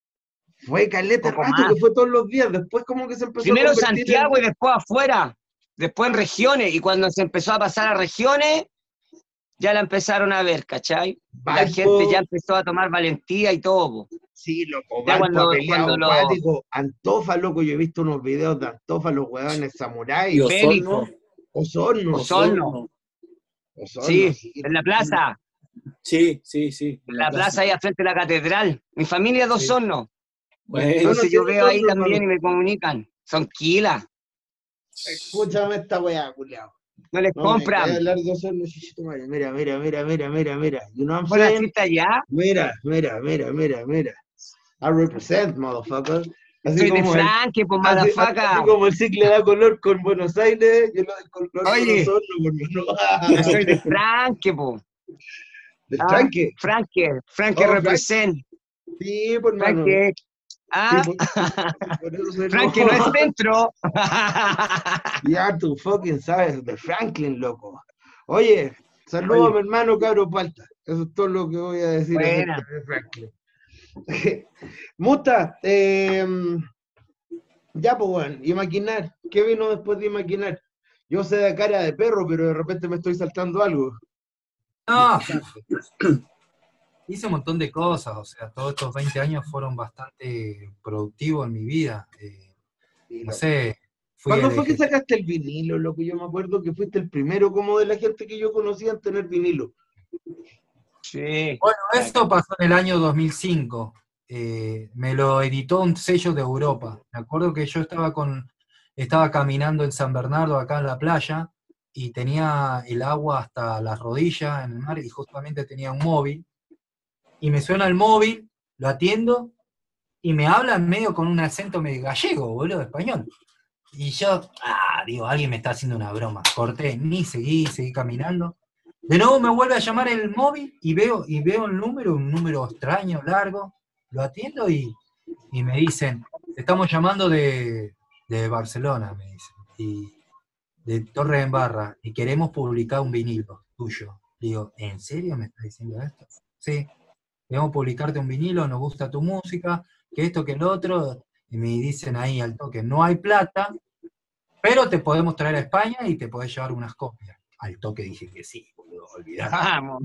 Fue caleta Poco rato más. que fue todos los días, después como que se empezó a Primero convertir en... Santiago y después afuera. Después en regiones. Y cuando se empezó a pasar a regiones, ya la empezaron a ver, ¿cachai? La Valpo. gente ya empezó a tomar valentía y todo, po. Sí, loco, Ya Valpo ha cuando peleado lo acuático, Antofa, loco, yo he visto unos videos de Antofa, los hueones Y samurái, Osorno. Osorno, Osorno. Osorno, Sí, sí. en la plaza. Sí. En la plaza ahí al frente de la catedral. Mi familia es de Sí. Osorno. Bueno, Entonces sí, yo veo ahí Osorno, también hermano. y me comunican. Son quilas. Escúchame esta weá, culiao. No les No, voy a compran. hablar de Osorno, chichito, madre. Mira. You know what I'm ¿Vos saying? naciste allá? Mira. I represent, motherfucker. Así Soy de como Franque, pues así madafaca. como el cicle da color con Buenos Aires, yo le doy color con Oye. Osorno, Yo soy de Franque, po. Del Ah, tranque. Franque Oh, represent. Sí, pues hermano. Franque. Ah, Sí, por eso soy Franque no es centro. Ya tú fucking sabes de Franklin, loco. Oye, saludos a mi hermano Cabro Palta. Eso es todo lo que voy a decir Buena. acerca de Franklin. Muta, ya pues bueno, imaginar. ¿Qué vino después de imaginar? Yo sé de cara de perro, pero de repente me estoy saltando algo. No, hice un montón de cosas, o sea, todos estos 20 años fueron bastante productivos en mi vida. Sí, No sé, fui ¿cuándo el fue que eje- sacaste el vinilo, loco? Yo me acuerdo que fuiste el primero como de la gente que yo conocía en tener vinilo. Sí. Bueno, eso pasó en el año 2005. Me lo editó un sello de Europa. Me acuerdo que yo estaba caminando en San Bernardo, acá en la playa, y tenía el agua hasta las rodillas en el mar, y justamente tenía un móvil. Y me suena el móvil, lo atiendo, y me hablan medio con un acento medio gallego, boludo, español. Y yo, digo, alguien me está haciendo una broma. Corté, ni seguí caminando. De nuevo me vuelve a llamar el móvil y veo un número extraño, largo. Lo atiendo y me dicen, te estamos llamando de Barcelona, me dicen, y de Torre en Barra, y queremos publicar un vinilo tuyo. Digo, ¿en serio me estás diciendo esto? Sí, queremos publicarte un vinilo, nos gusta tu música, que esto, que el otro, y me dicen ahí al toque, no hay plata, pero te podemos traer a España y te podés llevar unas copias. Al toque dije que sí, boludo, olvidar. Vamos.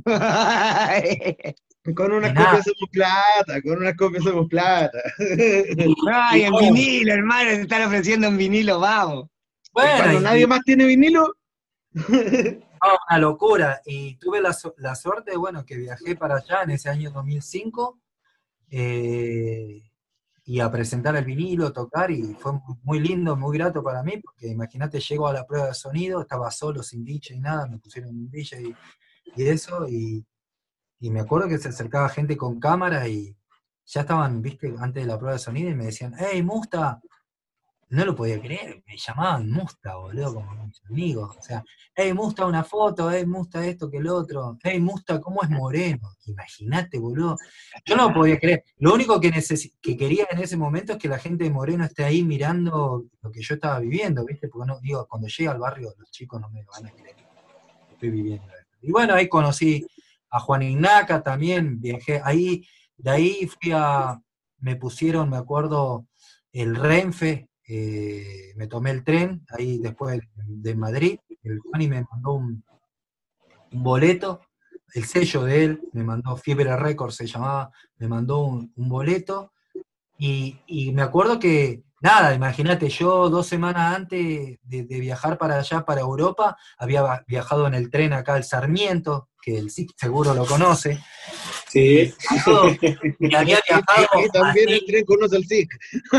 Con unas Y nada. copias somos plata. Ay, en vinilo, hermano, te están ofreciendo en vinilo, vamos. Bueno, Cuando y- nadie más tiene vinilo, No, una locura. Y tuve la suerte, bueno, que viajé para allá en ese año 2005 y a presentar el vinilo, tocar, y fue muy lindo, muy grato para mí, porque imagínate, llego a la prueba de sonido, estaba solo, sin DJ y nada, me pusieron un DJ y eso, y me acuerdo que se acercaba gente con cámaras y ya estaban, viste, antes de la prueba de sonido y me decían, hey, Musta, no lo podía creer, me llamaban Musta, boludo, como mis amigos, o sea, hey, Musta, una foto, hey, Musta, esto, que el otro, hey, Musta, ¿cómo es Moreno? Imagínate, boludo, yo no lo podía creer, lo único que quería en ese momento es que la gente de Moreno esté ahí mirando lo que yo estaba viviendo, viste, porque no, digo, cuando llegue al barrio los chicos no me lo van a creer, estoy viviendo esto. Y bueno, ahí conocí a Juan Ignaca también, viajé, ahí, de ahí me pusieron, me acuerdo, el Renfe, me tomé el tren, ahí después de Madrid, el Juani me mandó un boleto, el sello de él, me mandó, Fiebre Records se llamaba, me mandó un boleto, y me acuerdo que, nada, imagínate, yo 2 semanas antes de viajar para allá, para Europa, había viajado en el tren acá al Sarmiento, que el SIC seguro lo conoce. Sí. Y había viajado Y también así, el tren conoce el SIC.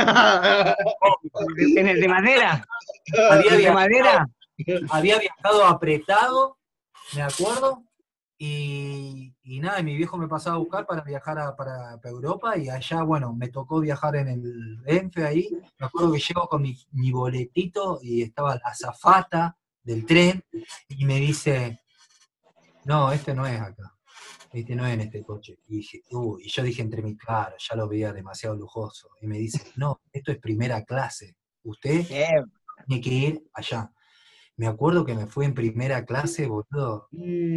¿En el de madera? había ¿El de viajado, madera? había viajado apretado, me acuerdo, y nada, y mi viejo me pasaba a buscar para viajar para Europa, y allá, bueno, me tocó viajar en el Renfe ahí, me acuerdo que llego con mi boletito, y estaba la azafata del tren, y me dice, no, este no es acá, este no es en este coche, y yo dije entre mí, claro, ya lo veía demasiado lujoso, y me dice, no, esto es primera clase, usted tiene que ir allá. Me acuerdo que me fui en primera clase, boludo.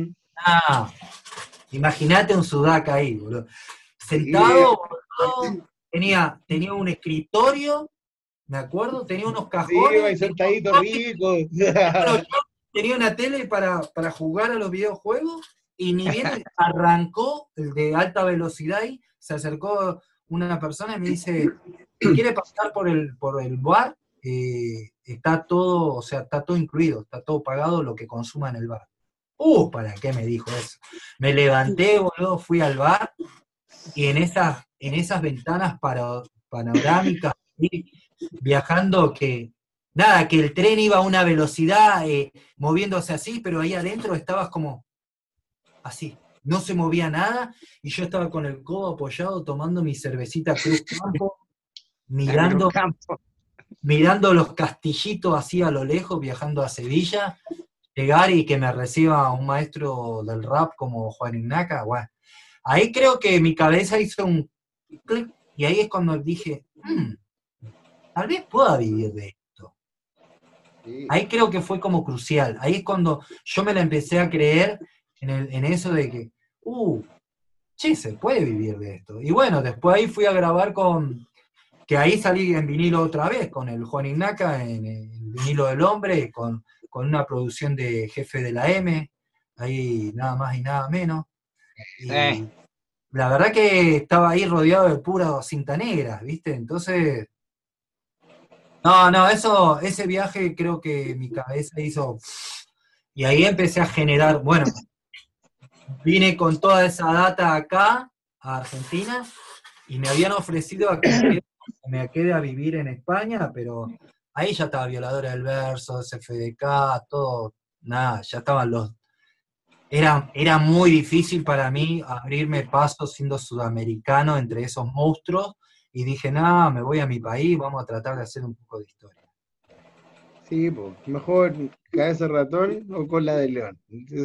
Imagínate un sudaca ahí, boludo. Sentado, boludo, tenía un escritorio, me acuerdo, tenía unos Sí, cajones, y sentadito rico. tenía una tele para jugar a los videojuegos, y ni bien arrancó el de alta velocidad ahí, se acercó una persona y me dice, ¿quiere pasar por el bar? Está todo, o sea, está todo incluido, está todo pagado lo que consuma en el bar. ¿Para qué me dijo eso? Me levanté, boludo, fui al bar, y en esas ventanas panorámicas, viajando, que nada, que el tren iba a una velocidad, moviéndose así, pero ahí adentro estabas como así, no se movía nada, y yo estaba con el codo apoyado tomando mi cervecita Cruz Campo, mirando los castillitos así a lo lejos, viajando a Sevilla, llegar y que me reciba un maestro del rap como Juan Ignaca, bueno, ahí creo que mi cabeza hizo un clic, y ahí es cuando dije, tal vez pueda vivir de esto. Sí. Ahí creo que fue como crucial, ahí es cuando yo me la empecé a creer en eso de que, che, se puede vivir de esto. Y bueno, después ahí fui a grabar que ahí salí en vinilo otra vez, con el Juan Ignaca, en el vinilo del hombre, con una producción de Jefe de la M, ahí nada más y nada menos. Y la verdad que estaba ahí rodeado de pura cinta negra, ¿viste? Entonces, ese viaje creo que mi cabeza hizo, y ahí empecé a generar, bueno, vine con toda esa data acá, a Argentina, y me habían ofrecido a que me quede a vivir en España, pero ahí ya estaba Violadora del Verso, SFDK, todo, nada, ya estaban era muy difícil para mí abrirme paso siendo sudamericano entre esos monstruos, y dije, nada, me voy a mi país, vamos a tratar de hacer un poco de historia. Sí, pues, mejor cabeza de ratón o cola de león. Ese es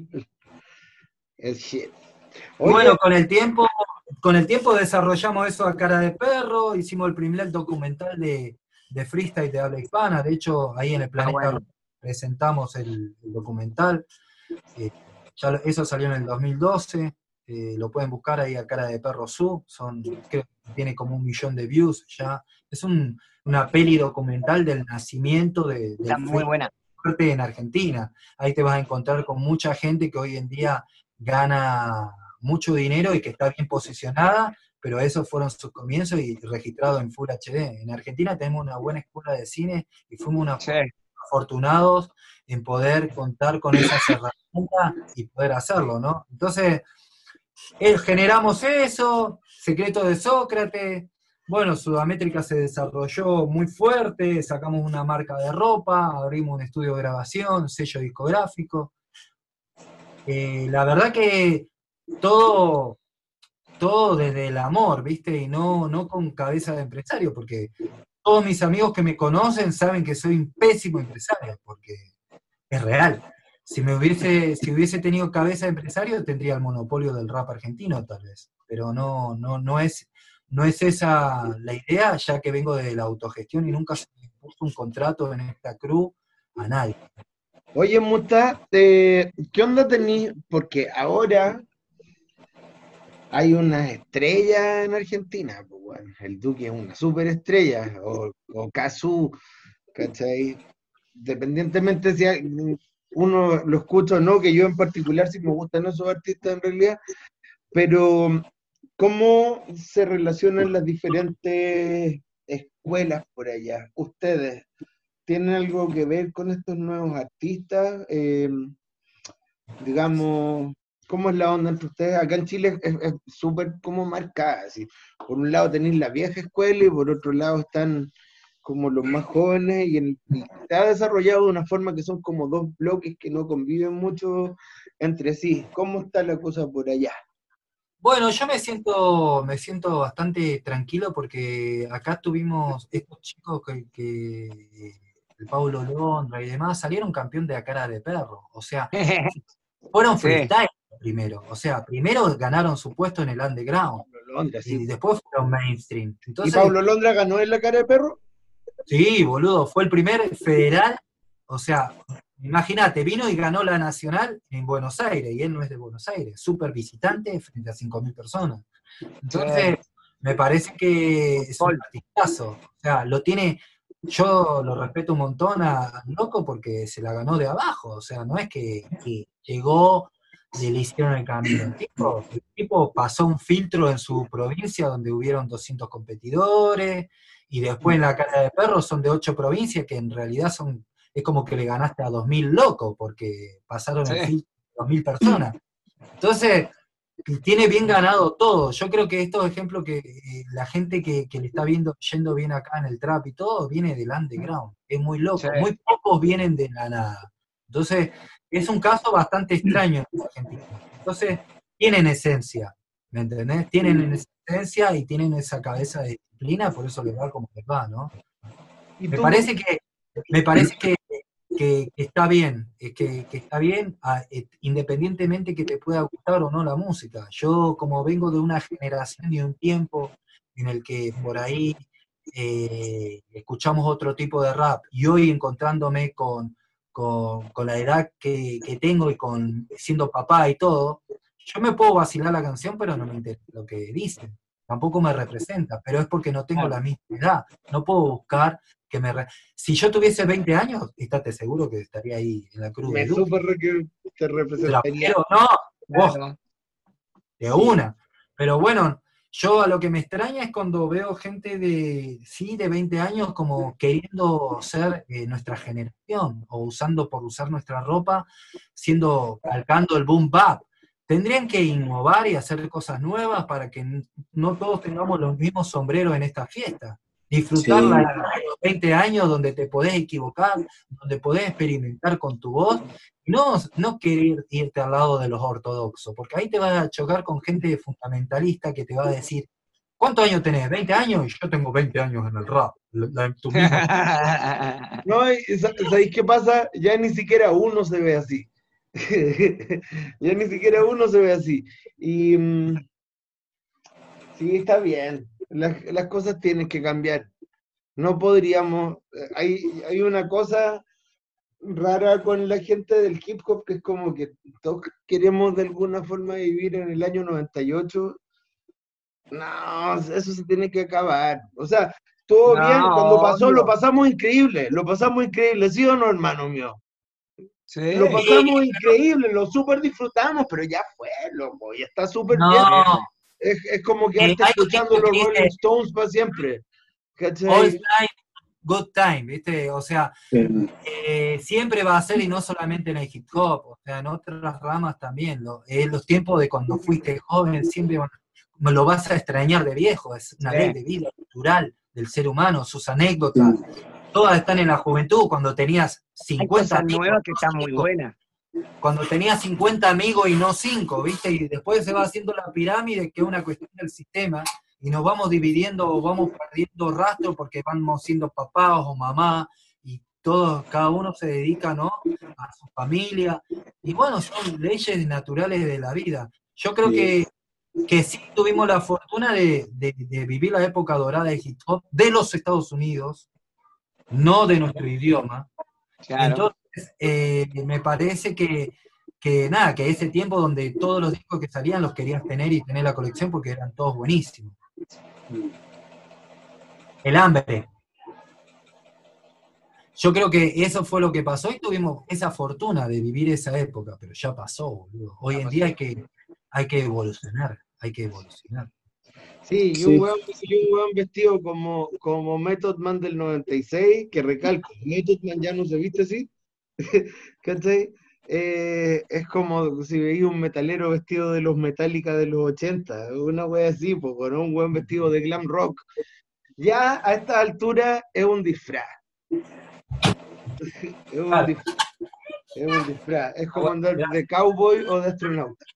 el shit. Oye, Bueno, con el tiempo desarrollamos eso a Cara de Perro, hicimos el primer documental de freestyle de habla hispana, de hecho ahí en el Planeta presentamos el documental, eso salió en el 2012, lo pueden buscar ahí a Cara de Perro Su, creo que tiene como 1 millón de views ya, es una peli documental del nacimiento del muy buena. fuerte en Argentina, ahí te vas a encontrar con mucha gente que hoy en día gana mucho dinero y que está bien posicionada, pero esos fueron sus comienzos y registrados en Full HD. En Argentina tenemos una buena escuela de cine y fuimos una afortunados en poder contar con esas herramientas y poder hacerlo, ¿no? Entonces, generamos eso, Secreto de Sócrates, bueno, Sudamétrica se desarrolló muy fuerte, sacamos una marca de ropa, abrimos un estudio de grabación, sello discográfico. La verdad que todo desde el amor, ¿viste? Y no con cabeza de empresario, porque todos mis amigos que me conocen saben que soy un pésimo empresario, porque es real. Si hubiese tenido cabeza de empresario, tendría el monopolio del rap argentino, tal vez. Pero no es esa la idea, ya que vengo de la autogestión y nunca se me puso un contrato en esta crew a nadie. Oye, Muta, ¿qué onda tenís? Porque ahora hay una estrella en Argentina, pues bueno, el Duque es una superestrella, o Cazzu, ¿cachai? Dependientemente si uno lo escucha o no, que yo en particular sí me gustan esos artistas en realidad, pero ¿cómo se relacionan las diferentes escuelas por allá? ¿Ustedes tienen algo que ver con estos nuevos artistas? Digamos, ¿cómo es la onda entre ustedes? Acá en Chile es súper como marcada, así. Por un lado tenéis la vieja escuela y por otro lado están como los más jóvenes y se ha desarrollado de una forma que son como dos bloques que no conviven mucho entre sí. ¿Cómo está la cosa por allá? Bueno, yo me siento bastante tranquilo porque acá tuvimos estos chicos que el Paulo Londra y demás, salieron campeón de A Cara de Perro. O sea, fueron freestyle primero. O sea, primero ganaron su puesto en el underground. Londra, sí. Y después fueron mainstream. Entonces, ¿y Paulo Londra ganó en La Cara de Perro? Sí, boludo, fue el primer federal. O sea, imagínate, vino y ganó la nacional en Buenos Aires, y él no es de Buenos Aires, súper visitante frente a 5.000 personas. Entonces, me parece que es un artistazo. O sea, yo lo respeto un montón a Loco porque se la ganó de abajo. O sea, no es que llegó y le hicieron el camino. El tipo pasó un filtro en su provincia donde hubieron 200 competidores, y después en La Cara de Perro son de 8 provincias que en realidad es como que le ganaste a 2.000 locos, porque pasaron el filtro de 2.000 personas. Entonces, tiene bien ganado todo. Yo creo que estos ejemplos que la gente que le está yendo bien acá en el trap y todo, viene del underground. Es muy loco. Sí. Muy pocos vienen de la nada. Entonces, es un caso bastante extraño en Argentina. Entonces, tienen esencia, ¿me entendés? Tienen esencia y tienen esa cabeza de disciplina, por eso les va como les va, ¿no? Me parece que está bien, que está bien, independientemente que te pueda gustar o no la música. Yo, como vengo de una generación y un tiempo en el que por ahí escuchamos otro tipo de rap, y hoy encontrándome con la edad que tengo y siendo papá y todo, yo me puedo vacilar la canción, pero no me interesa lo que dicen. Tampoco me representa, pero es porque no tengo la misma edad. No puedo buscar que si yo tuviese 20 años, estate seguro que estaría ahí en la cruz. Me súper que te representaría. Pero no, vos, de una. Pero bueno, yo a lo que me extraña es cuando veo gente de 20 años como queriendo ser nuestra generación, o por usar nuestra ropa, calcando el boom bap. Tendrían que innovar y hacer cosas nuevas para que no todos tengamos los mismos sombreros en esta fiesta. Disfrutarla a los 20 años, donde te podés equivocar, donde podés experimentar con tu voz, no querer irte al lado de los ortodoxos, porque ahí te vas a chocar con gente fundamentalista que te va a decir, ¿cuántos años tenés? ¿20 años? Y yo tengo 20 años en el rap. No, ¿sabéis qué pasa? Ya ni siquiera uno se ve así. Ya ni siquiera uno se ve así. Y sí, está bien. Las cosas tienen que cambiar. No podríamos. Hay una cosa rara con la gente del hip hop, que es como que todos queremos de alguna forma vivir en el año 98. No, eso se tiene que acabar. O sea, todo bien, cuando pasó lo pasamos increíble, ¿sí o no, hermano mío? Sí. Lo pasamos increíble, lo súper disfrutamos, pero ya fue, loco, ya está súper bien. Es como que escuchando los Rolling Stones para siempre. ¿Cachai? good time, ¿viste? O sea, siempre va a ser, y no solamente en el hip hop, o sea, en otras ramas también. Los tiempos de cuando fuiste joven siempre me lo vas a extrañar de viejo, es una ley de vida natural del ser humano, sus anécdotas, todas están en la juventud, cuando tenías 50 amigos. Nuevas que están muy buenas. Cuando tenías 50 amigos y no 5, ¿viste? Y después se va haciendo la pirámide, que es una cuestión del sistema, y nos vamos dividiendo, vamos perdiendo rastro porque vamos siendo papás o mamá, y todos, cada uno se dedica, ¿no?, a su familia, y bueno, son leyes naturales de la vida. Yo creo que sí tuvimos la fortuna de vivir la época dorada de hip hop de los Estados Unidos, no de nuestro idioma. Claro. Entonces, me parece que ese tiempo donde todos los discos que salían los querías tener y tener la colección porque eran todos buenísimos. El hambre. Yo creo que eso fue lo que pasó y tuvimos esa fortuna de vivir esa época, pero ya pasó, boludo. Hoy en día hay que evolucionar, Sí, y un weón vestido como Method Man del 96, que recalco, Method Man ya no se viste así, ¿cachai? Es como si veía un metalero vestido de los Metallica de los 80, una wea así, pues, con un weón vestido de glam rock. Ya a esta altura es un disfraz. Es un disfraz. Es como andar de cowboy o de astronauta.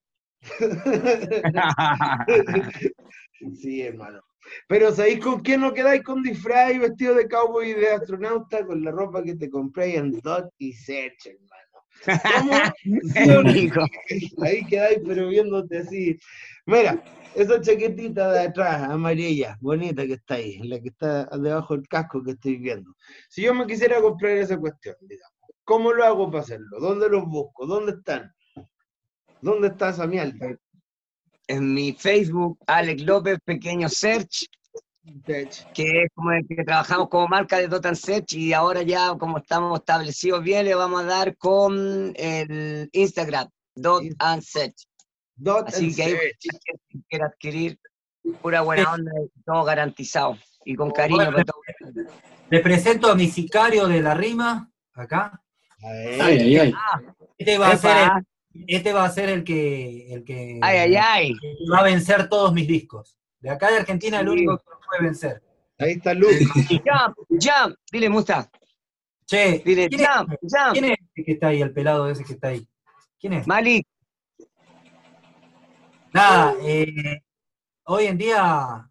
Sí, hermano. Pero ¿sabéis con quién no quedáis con disfraz y vestido de cowboy y de astronauta? Con la ropa que te compré en Dot y Search, hermano. Ahí quedáis, pero viéndote así. Mira, esa chaquetita de atrás, amarilla, bonita que está ahí, la que está debajo del casco que estoy viendo. Si yo me quisiera comprar esa cuestión, digamos, ¿cómo lo hago para hacerlo? ¿Dónde los busco? ¿Dónde están? ¿Dónde está esa mierda? En mi Facebook, Alex López, Pequeño Search, que es como el que trabajamos como marca de Dot and Search, y ahora ya como estamos establecidos bien, le vamos a dar con el Instagram, Dot and Search. Así que ahí quien quiera adquirir pura buena onda, todo garantizado, y con cariño. Bueno, le presento a mi sicario de la rima, acá. Ay. Este va a ser el que va a vencer todos mis discos. De acá de Argentina, el único que lo puede vencer. Ahí está Luke. Jump, dile, Musta. Che, dile, jump. ¿Quién es ese que está ahí, el pelado ese que está ahí? ¿Quién es? Malik. Nada, hoy en día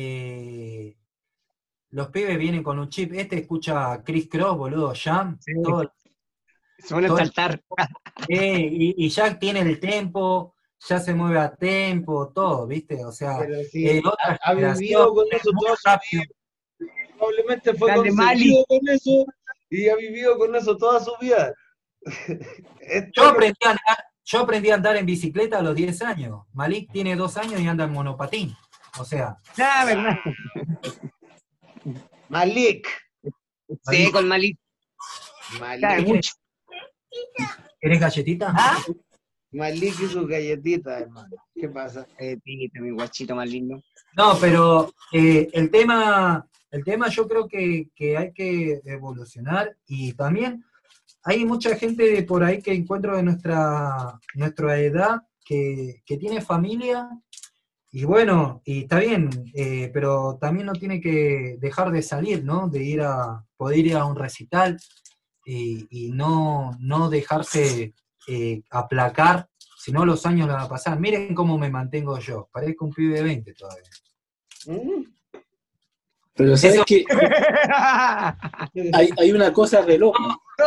los pibes vienen con un chip. Este escucha a Chris Cross, boludo, Jam, todo. Suele saltar. Y ya tiene el tempo, ya se mueve a tempo, todo, ¿viste? O sea, sí, ha vivido con eso toda su vida. Probablemente fue concebido con eso y ha vivido con eso toda su vida. Yo aprendí a andar en bicicleta a los 10 años. Malik tiene 2 años y anda en monopatín. O sea. ¿verdad? Malik. Sí, con Malik. Mucho. ¿Querés galletita? Malik y sus galletitas, hermano. ¿Qué pasa? Mi guachito más lindo. No, pero el tema yo creo que hay que evolucionar, y también hay mucha gente por ahí que encuentro de nuestra edad que tiene familia, y bueno, y está bien, pero también no tiene que dejar de salir, ¿no? De poder ir a un recital y no dejarse aplacar, si no los años la van a pasar. Miren cómo me mantengo yo, parezco un pibe de 20 todavía. Pero ¿sabes qué? Hay una cosa re loca.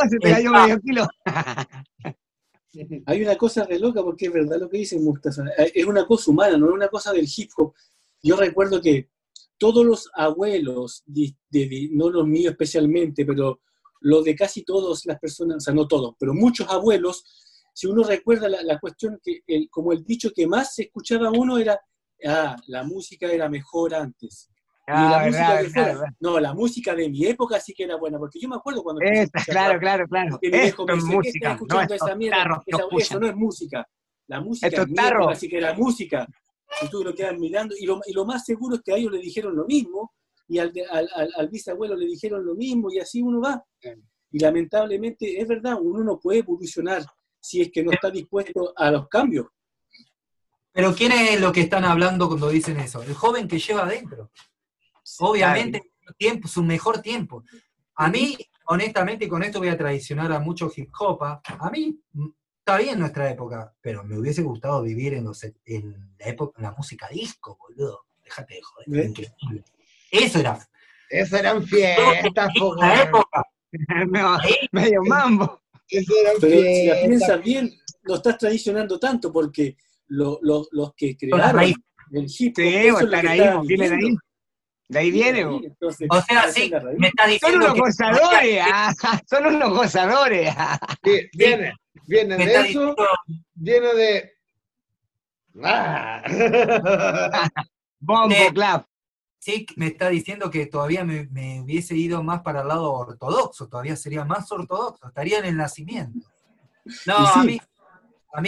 Hay una cosa re loca, porque es verdad lo que dice Mustafa. Es una cosa humana, no es una cosa del hip hop. Yo recuerdo que todos los abuelos, no los míos especialmente, pero los de casi todas las personas, o sea, no todos, pero muchos abuelos, si uno recuerda la cuestión, que como el dicho que más se escuchaba uno era, la música era mejor antes. No, la música de mi época sí que era buena, porque yo me acuerdo cuando... Claro. Esto es música. Escuchando esa mierda, eso no es música. La música de mi época sí que era música. Y tú lo quedas mirando, y lo más seguro es que a ellos le dijeron lo mismo, y al bisabuelo le dijeron lo mismo, y así uno va. Y lamentablemente, es verdad, uno no puede evolucionar si es que no está dispuesto a los cambios. Pero ¿quién es lo que están hablando cuando dicen eso? El joven que lleva adentro. Obviamente, su mejor tiempo. A mí, honestamente, y con esto voy a traicionar a muchos hip hop, a mí está bien nuestra época, pero me hubiese gustado vivir en la época, en la música disco, boludo. Déjate de joder, increíble. Eso eran fiestas, la época. Medio mambo. Pero si la piensas bien, no estás traicionando tanto, porque los que crearon el hip hop, eso es lo que está viviendo. De ahí viene. Entonces, o sea, sí, me está diciendo son unos gozadores, son unos gozadores. Viene de eso, viene de... Bombo clap. Sí, me está diciendo que todavía me hubiese ido más para el lado ortodoxo, todavía sería más ortodoxo, estaría en el nacimiento. No, sí. a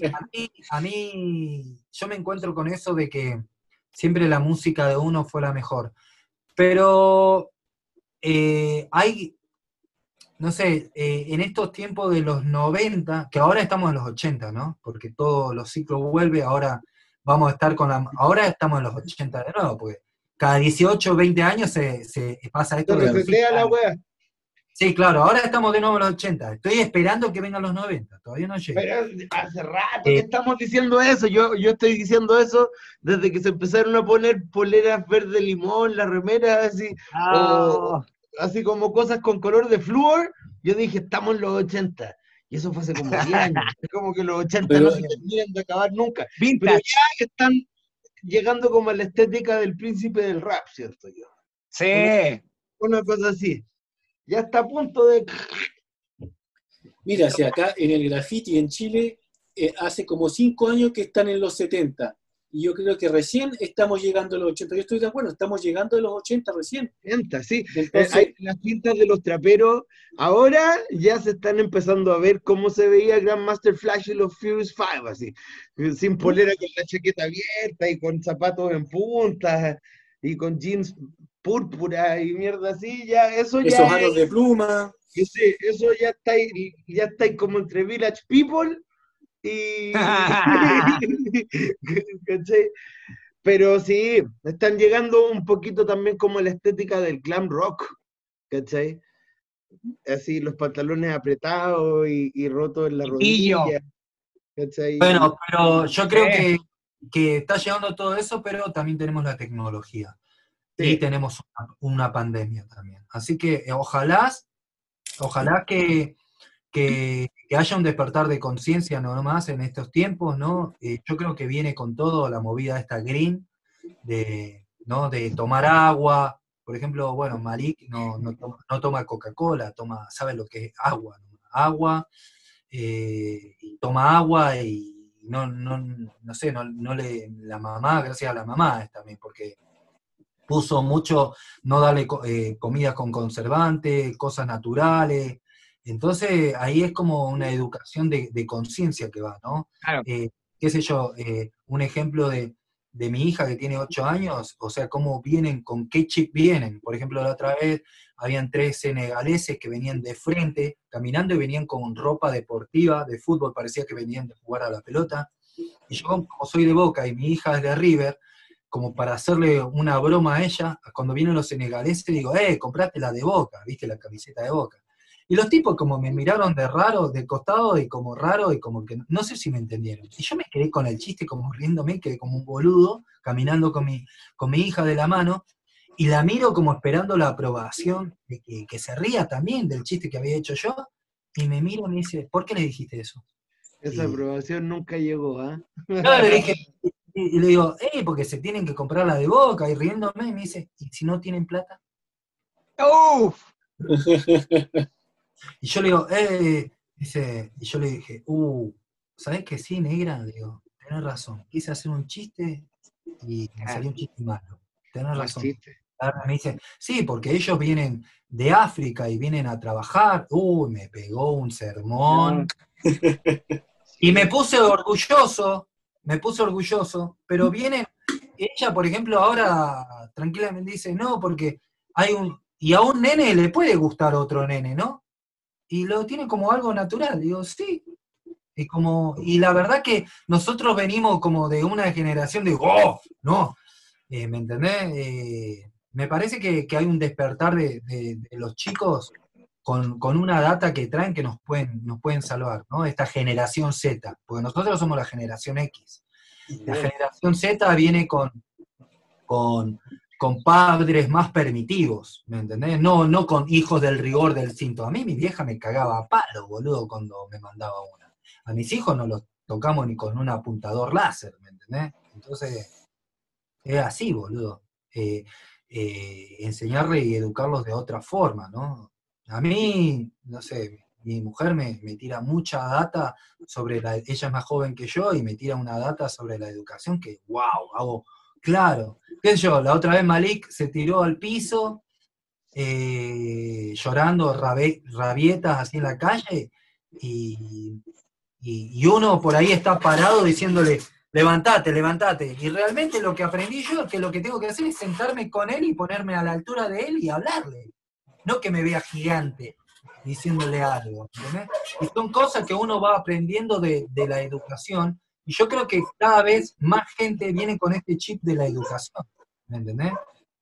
mí, yo me encuentro con eso de que siempre la música de uno fue la mejor. Pero hay, no sé, en estos tiempos de los 90, que ahora estamos en los 80, ¿no? Porque todos los ciclos vuelven, ahora vamos a estar ahora estamos en los 80 de nuevo, porque cada 18 o 20 años se pasa esto. Se resetea la wea. Sí, claro, ahora estamos de nuevo en los 80. Estoy esperando que vengan los 90, todavía no llega. Pero hace rato que estamos diciendo eso, yo estoy diciendo eso desde que se empezaron a poner poleras verde limón, las remeras así, así como cosas con color de flúor, yo dije, estamos en los 80. Y eso fue hace como 10 años. Es como que los 80 no se terminan de acabar nunca. Pero ya están llegando como a la estética del príncipe del rap, ¿cierto yo? Sí. Una cosa así. Ya está a punto de... Mira, si acá en el graffiti en Chile hace como 5 años que están en los 70, y yo creo que recién estamos llegando a los 80. Yo estoy de acuerdo, estamos llegando a los 80 recién. 80, sí. Entonces, las pintas de los traperos, ahora ya se están empezando a ver cómo se veía Grandmaster Flash y los Furious 5, así, sin polera, con la chaqueta abierta y con zapatos en punta y con jeans púrpura y mierda así, ya eso ya esos aros de pluma. Eso ya está como entre Village People y ¿cachai? Pero sí, están llegando un poquito también como la estética del glam rock, ¿cachai? Así los pantalones apretados y rotos en la rodilla, ¿cachai? Bueno, pero yo creo que está llegando todo eso, pero también tenemos la tecnología. Sí. Y tenemos una pandemia también. Así que ojalá que haya un despertar de conciencia nomás en estos tiempos, ¿no? Yo creo que viene con todo la movida esta green, de tomar agua. Por ejemplo, bueno, Malik no toma Coca-Cola, sabe lo que es agua, ¿no? Agua, y toma agua y no sé, la mamá, gracias a la mamá también, porque puso mucho, no darle comidas con conservantes, cosas naturales. Entonces, ahí es como una educación de conciencia que va, ¿no? Claro. Qué sé yo, un ejemplo de mi hija que tiene 8 años, o sea, cómo vienen, con qué chip vienen. Por ejemplo, la otra vez habían 3 senegaleses que venían de frente, caminando y venían con ropa deportiva, de fútbol, parecía que venían de jugar a la pelota. Y yo, como soy de Boca y mi hija es de River, como para hacerle una broma a ella, cuando vienen los senegaleses, digo, comprate la de Boca, viste, la camiseta de Boca. Y los tipos como me miraron de raro, de costado, y como raro, y como que, no sé si me entendieron. Y yo me quedé con el chiste, como riéndome, quedé como un boludo, caminando con mi hija de la mano, y la miro como esperando la aprobación, de que se ría también del chiste que había hecho yo, y me miro y me dice, ¿por qué le dijiste eso? Esa aprobación nunca llegó, ¿ah? Claro, le dije... Y le digo, porque se tienen que comprar la de Boca, y riéndome, y me dice, ¿y si no tienen plata? ¡Uf! Y yo le digo, y yo le dije, ¿sabés que sí, negra? Le digo, tenés razón, quise hacer un chiste y me salió un chiste malo, tenés razón. Ahora me dice, sí, porque ellos vienen de África y vienen a trabajar, me pegó un sermón, y me puse orgulloso, pero vienen, ella, por ejemplo, ahora tranquilamente dice, no, porque y a un nene le puede gustar otro nene, ¿no? Y lo tiene como algo natural. Digo, sí. Y la verdad que nosotros venimos como de una generación de, ¡oh! No, ¿me entendés? Me parece que hay un despertar de los chicos con una data que traen que nos pueden salvar, ¿no? Esta generación Z, porque nosotros somos la generación X. La generación Z viene con padres más permitivos, ¿me entendés? No con hijos del rigor del cinto. A mí mi vieja me cagaba a palo, boludo, cuando me mandaba una. A mis hijos no los tocamos ni con un apuntador láser, ¿me entendés? Entonces, es así, boludo. Enseñarle y educarlos de otra forma, ¿no? A mí, no sé, mi mujer me tira mucha data sobre ella es más joven que yo y me tira una data sobre la educación que, wow, hago, claro. ¿Qué sé yo? La otra vez Malik se tiró al piso, llorando, rabietas así en la calle, y uno por ahí está parado diciéndole, levantate, levantate. Y realmente lo que aprendí yo es que lo que tengo que hacer es sentarme con él y ponerme a la altura de él y hablarle. No que me vea gigante diciéndole algo, ¿entendés? Y son cosas que uno va aprendiendo de la educación, y yo creo que cada vez más gente viene con este chip de la educación, ¿me entendés?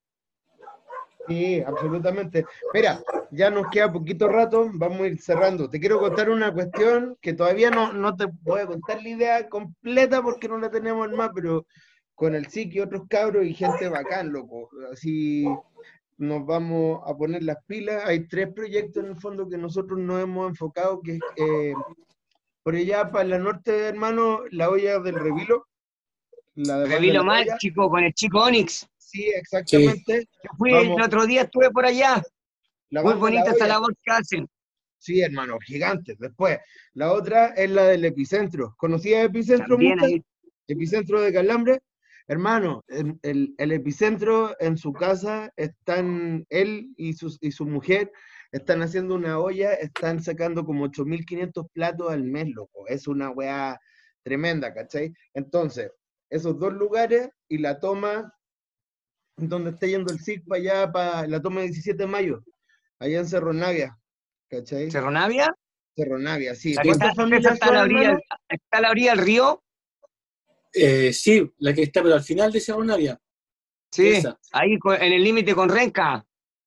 Sí, absolutamente. Mira, ya nos queda poquito rato, vamos a ir cerrando. Te quiero contar una cuestión que todavía no te voy a contar la idea completa porque no la tenemos en más, pero con el SIC y otros cabros y gente bacán, loco. Así nos vamos a poner las pilas. Hay 3 proyectos en el fondo que nosotros nos hemos enfocado, que es por allá para el norte, hermano, la olla del Revilo. La de Revilo Mal de la Olla. Mágico con el chico Onyx. Sí, exactamente. Yo fui el otro día, estuve por allá. La Muy banda de la bonita esa olla. labor que hacen. Sí, hermano, gigantes. Después, la otra es la del Epicentro. ¿Conocías Epicentro, También Musta? ahí. Epicentro de Calambre. Hermano, el Epicentro en su casa están, él y su mujer están haciendo una olla, están sacando como 8.500 platos al mes, loco. Es una weá tremenda, ¿cachai? Entonces, esos 2 lugares y la toma donde está yendo el SIC para allá, para la toma de 17 de mayo, allá en Cerro Navia, ¿cachai? ¿Cerro Navia? Cerro Navia, sí. La que ¿Cuántas familias está son, a la orilla, hermano? está a la orilla del río. Sí, la que está, pero al final de Cerro Navia. Sí, Esa. ahí en el límite con Renca.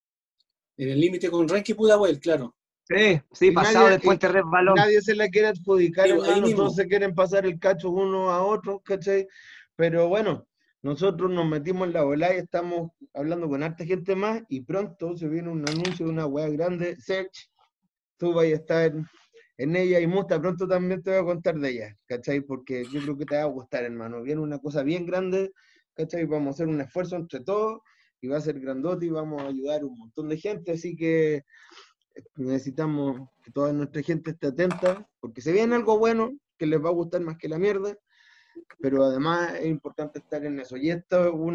En el límite con Renque y Pudahuel, claro. Sí, sí, Y pasado nadie- del puente Resbalón. Nadie se la quiere adjudicar, Sí, ahí hermano, mismo. todos se quieren pasar el cacho uno a otro, ¿cachai? Pero bueno, nosotros nos metimos en la volada y estamos hablando con harta gente más y pronto se viene un anuncio de una weá grande, Search, tú vas a estar en ella y Musta, pronto también te voy a contar de ella, ¿cachai? Porque yo creo que te va a gustar, hermano, viene una cosa bien grande, ¿cachai? Vamos a hacer un esfuerzo entre todos y va a ser grandote y vamos a ayudar a un montón de gente, así que necesitamos que toda nuestra gente esté atenta, porque se viene algo bueno que les va a gustar más que la mierda, pero además es importante estar en eso. Y esto es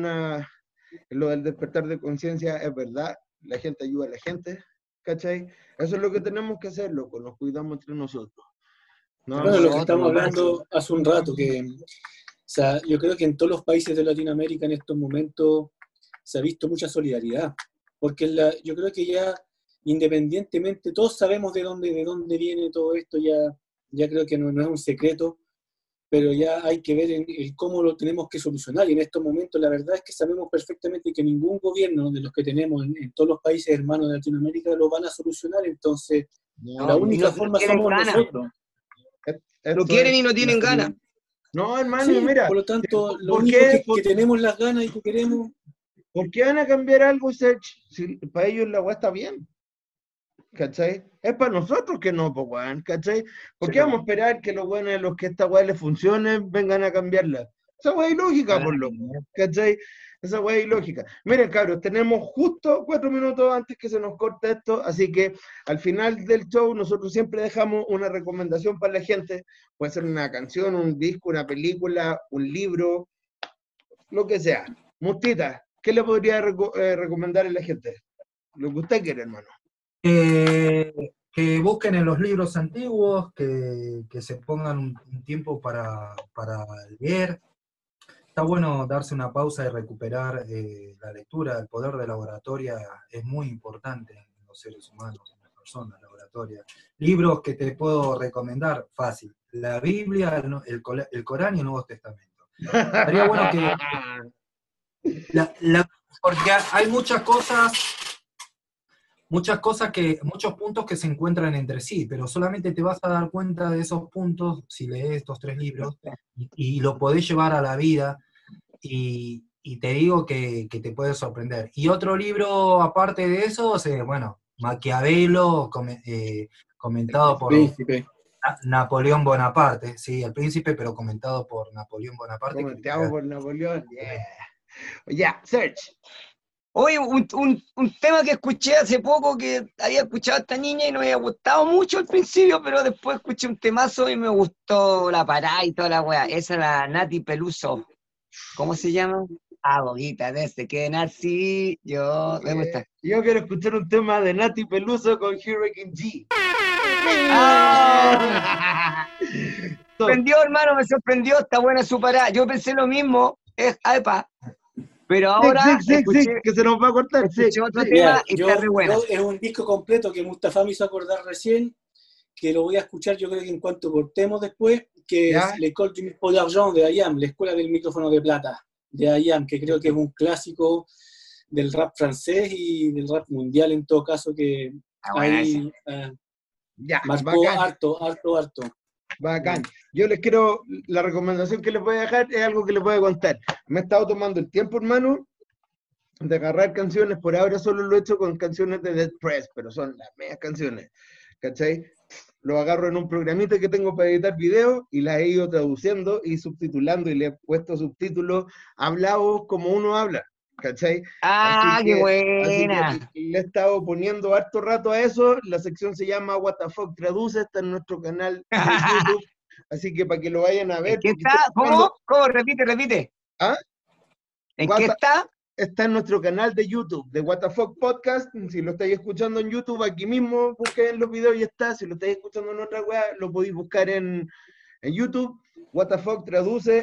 lo del despertar de conciencia, es verdad, la gente ayuda a la gente, ¿cachai? Eso es lo que tenemos que hacer, loco, nos cuidamos entre nosotros. No, Bueno, lo que Nosotros, estamos nomás. hablando hace un rato, que o sea, yo creo que en todos los países de Latinoamérica en estos momentos se ha visto mucha solidaridad, porque yo creo que ya independientemente, todos sabemos de dónde viene todo esto, ya creo que no es un secreto, pero ya hay que ver el cómo lo tenemos que solucionar, y en estos momentos la verdad es que sabemos perfectamente que ningún gobierno de los que tenemos en todos los países hermanos de Latinoamérica lo van a solucionar, entonces la única forma somos nosotros. Lo quieren y no tienen ganas. No, hermano, Sí, mira. por lo tanto, lo ¿por único qué? que tenemos las ganas y que queremos. ¿Por qué van a cambiar algo, Serge? Si para ellos la weá está bien. ¿Cachai? Es para nosotros que no, pues, weón, ¿cachai? ¿Por qué vamos a esperar que los buenos de los que esta weá les funcione vengan a cambiarla? Esa weá es ilógica, por loco, ¿cachai? Esa weá es ilógica. Miren, cabros, tenemos justo 4 minutos antes que se nos corte esto, así que al final del show nosotros siempre dejamos una recomendación para la gente. Puede ser una canción, un disco, una película, un libro, lo que sea. Mustita, ¿qué le podría recomendar a la gente? Lo que usted quiere, hermano. Que busquen en los libros antiguos, que se pongan un tiempo para leer, está bueno darse una pausa y recuperar la lectura. El poder de la oratoria es muy importante en los seres humanos, en las personas, la oratoria. Libros que te puedo recomendar, fácil. La Biblia, el Corán y el Nuevo Testamento. Estaría bueno que... porque hay muchos puntos que se encuentran entre sí, pero solamente te vas a dar cuenta de esos puntos si lees estos 3 libros y lo podés llevar a la vida y te digo que te puede sorprender. Y otro libro aparte de eso, bueno, Maquiavelo, comentado por Napoleón Bonaparte, sí, El Príncipe, pero comentado por Napoleón Bonaparte. Comentado por Napoleón, ya, Serge. Oye, un tema que escuché hace poco, que había escuchado a esta niña y no me había gustado mucho al principio, pero después escuché un temazo y me gustó la parada y toda la weá. Esa es la Nati Peluso. ¿Cómo se llama? Boguita, desde que nací, yo... Me gusta. Yo quiero escuchar un tema de Nati Peluso con Hurricane G. Sorprendió, hermano, me sorprendió, está buena su parada. Yo pensé lo mismo, pero ahora sí, que se nos va a cortar. Otro tema y está re bueno. Es un disco completo que Mustafa me hizo acordar recién, que lo voy a escuchar yo creo que en cuanto cortemos después, que es L'École du Micro d'Argent de IAM, la Escuela del Micrófono de Plata de IAM, que creo que es un clásico del rap francés y del rap mundial en todo caso, que ahí marcó harto. Bacán. Yo les la recomendación que les voy a dejar es algo que les voy a contar. Me he estado tomando el tiempo, hermano, de agarrar canciones. Por ahora solo lo he hecho con canciones de Dead Press, pero son las medias canciones, ¿cachai? Lo agarro en un programita que tengo para editar videos y las he ido traduciendo y subtitulando y le he puesto subtítulos hablados como uno habla, ¿cachai? ¡Qué buena! Así que le he estado poniendo harto rato a eso. La sección se llama What the Fuck Traduce, está en nuestro canal de YouTube, así que para que lo vayan a ver. ¿En qué está? ¿Cómo? Repite. ¿Ah? ¿En qué está? Está en nuestro canal de YouTube, de What the Fuck Podcast. Si lo estáis escuchando en YouTube, aquí mismo busquen los videos y está. Si lo estáis escuchando en otra web, lo podéis buscar en YouTube. What the Fuck Traduce.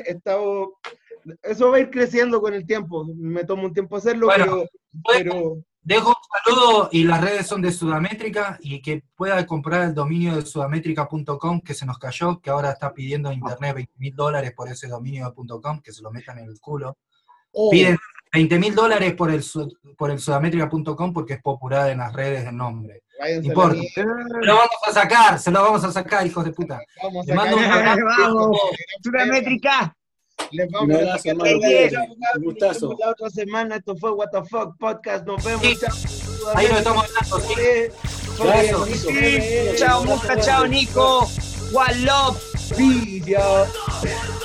Eso va a ir creciendo con el tiempo. Me tomo un tiempo hacerlo, pero... Dejo un saludo y las redes son de Sudamétrica y que pueda comprar el dominio de sudamétrica.com que se nos cayó, que ahora está pidiendo internet $20,000 por ese dominio.com, que se lo metan en el culo. Piden $20,000 por el sudamétrica.com porque es popular en las redes el nombre. No importa. Se lo vamos a sacar, hijos de puta. Vamos Sudamétrica. Les vamos a sacar un gustazo. La otra semana, esto fue What the Fuck Podcast. Nos vemos. Sí. Ahí nos estamos hablando. Chao, Musta, chao, Nico. One love. Peace, y'all.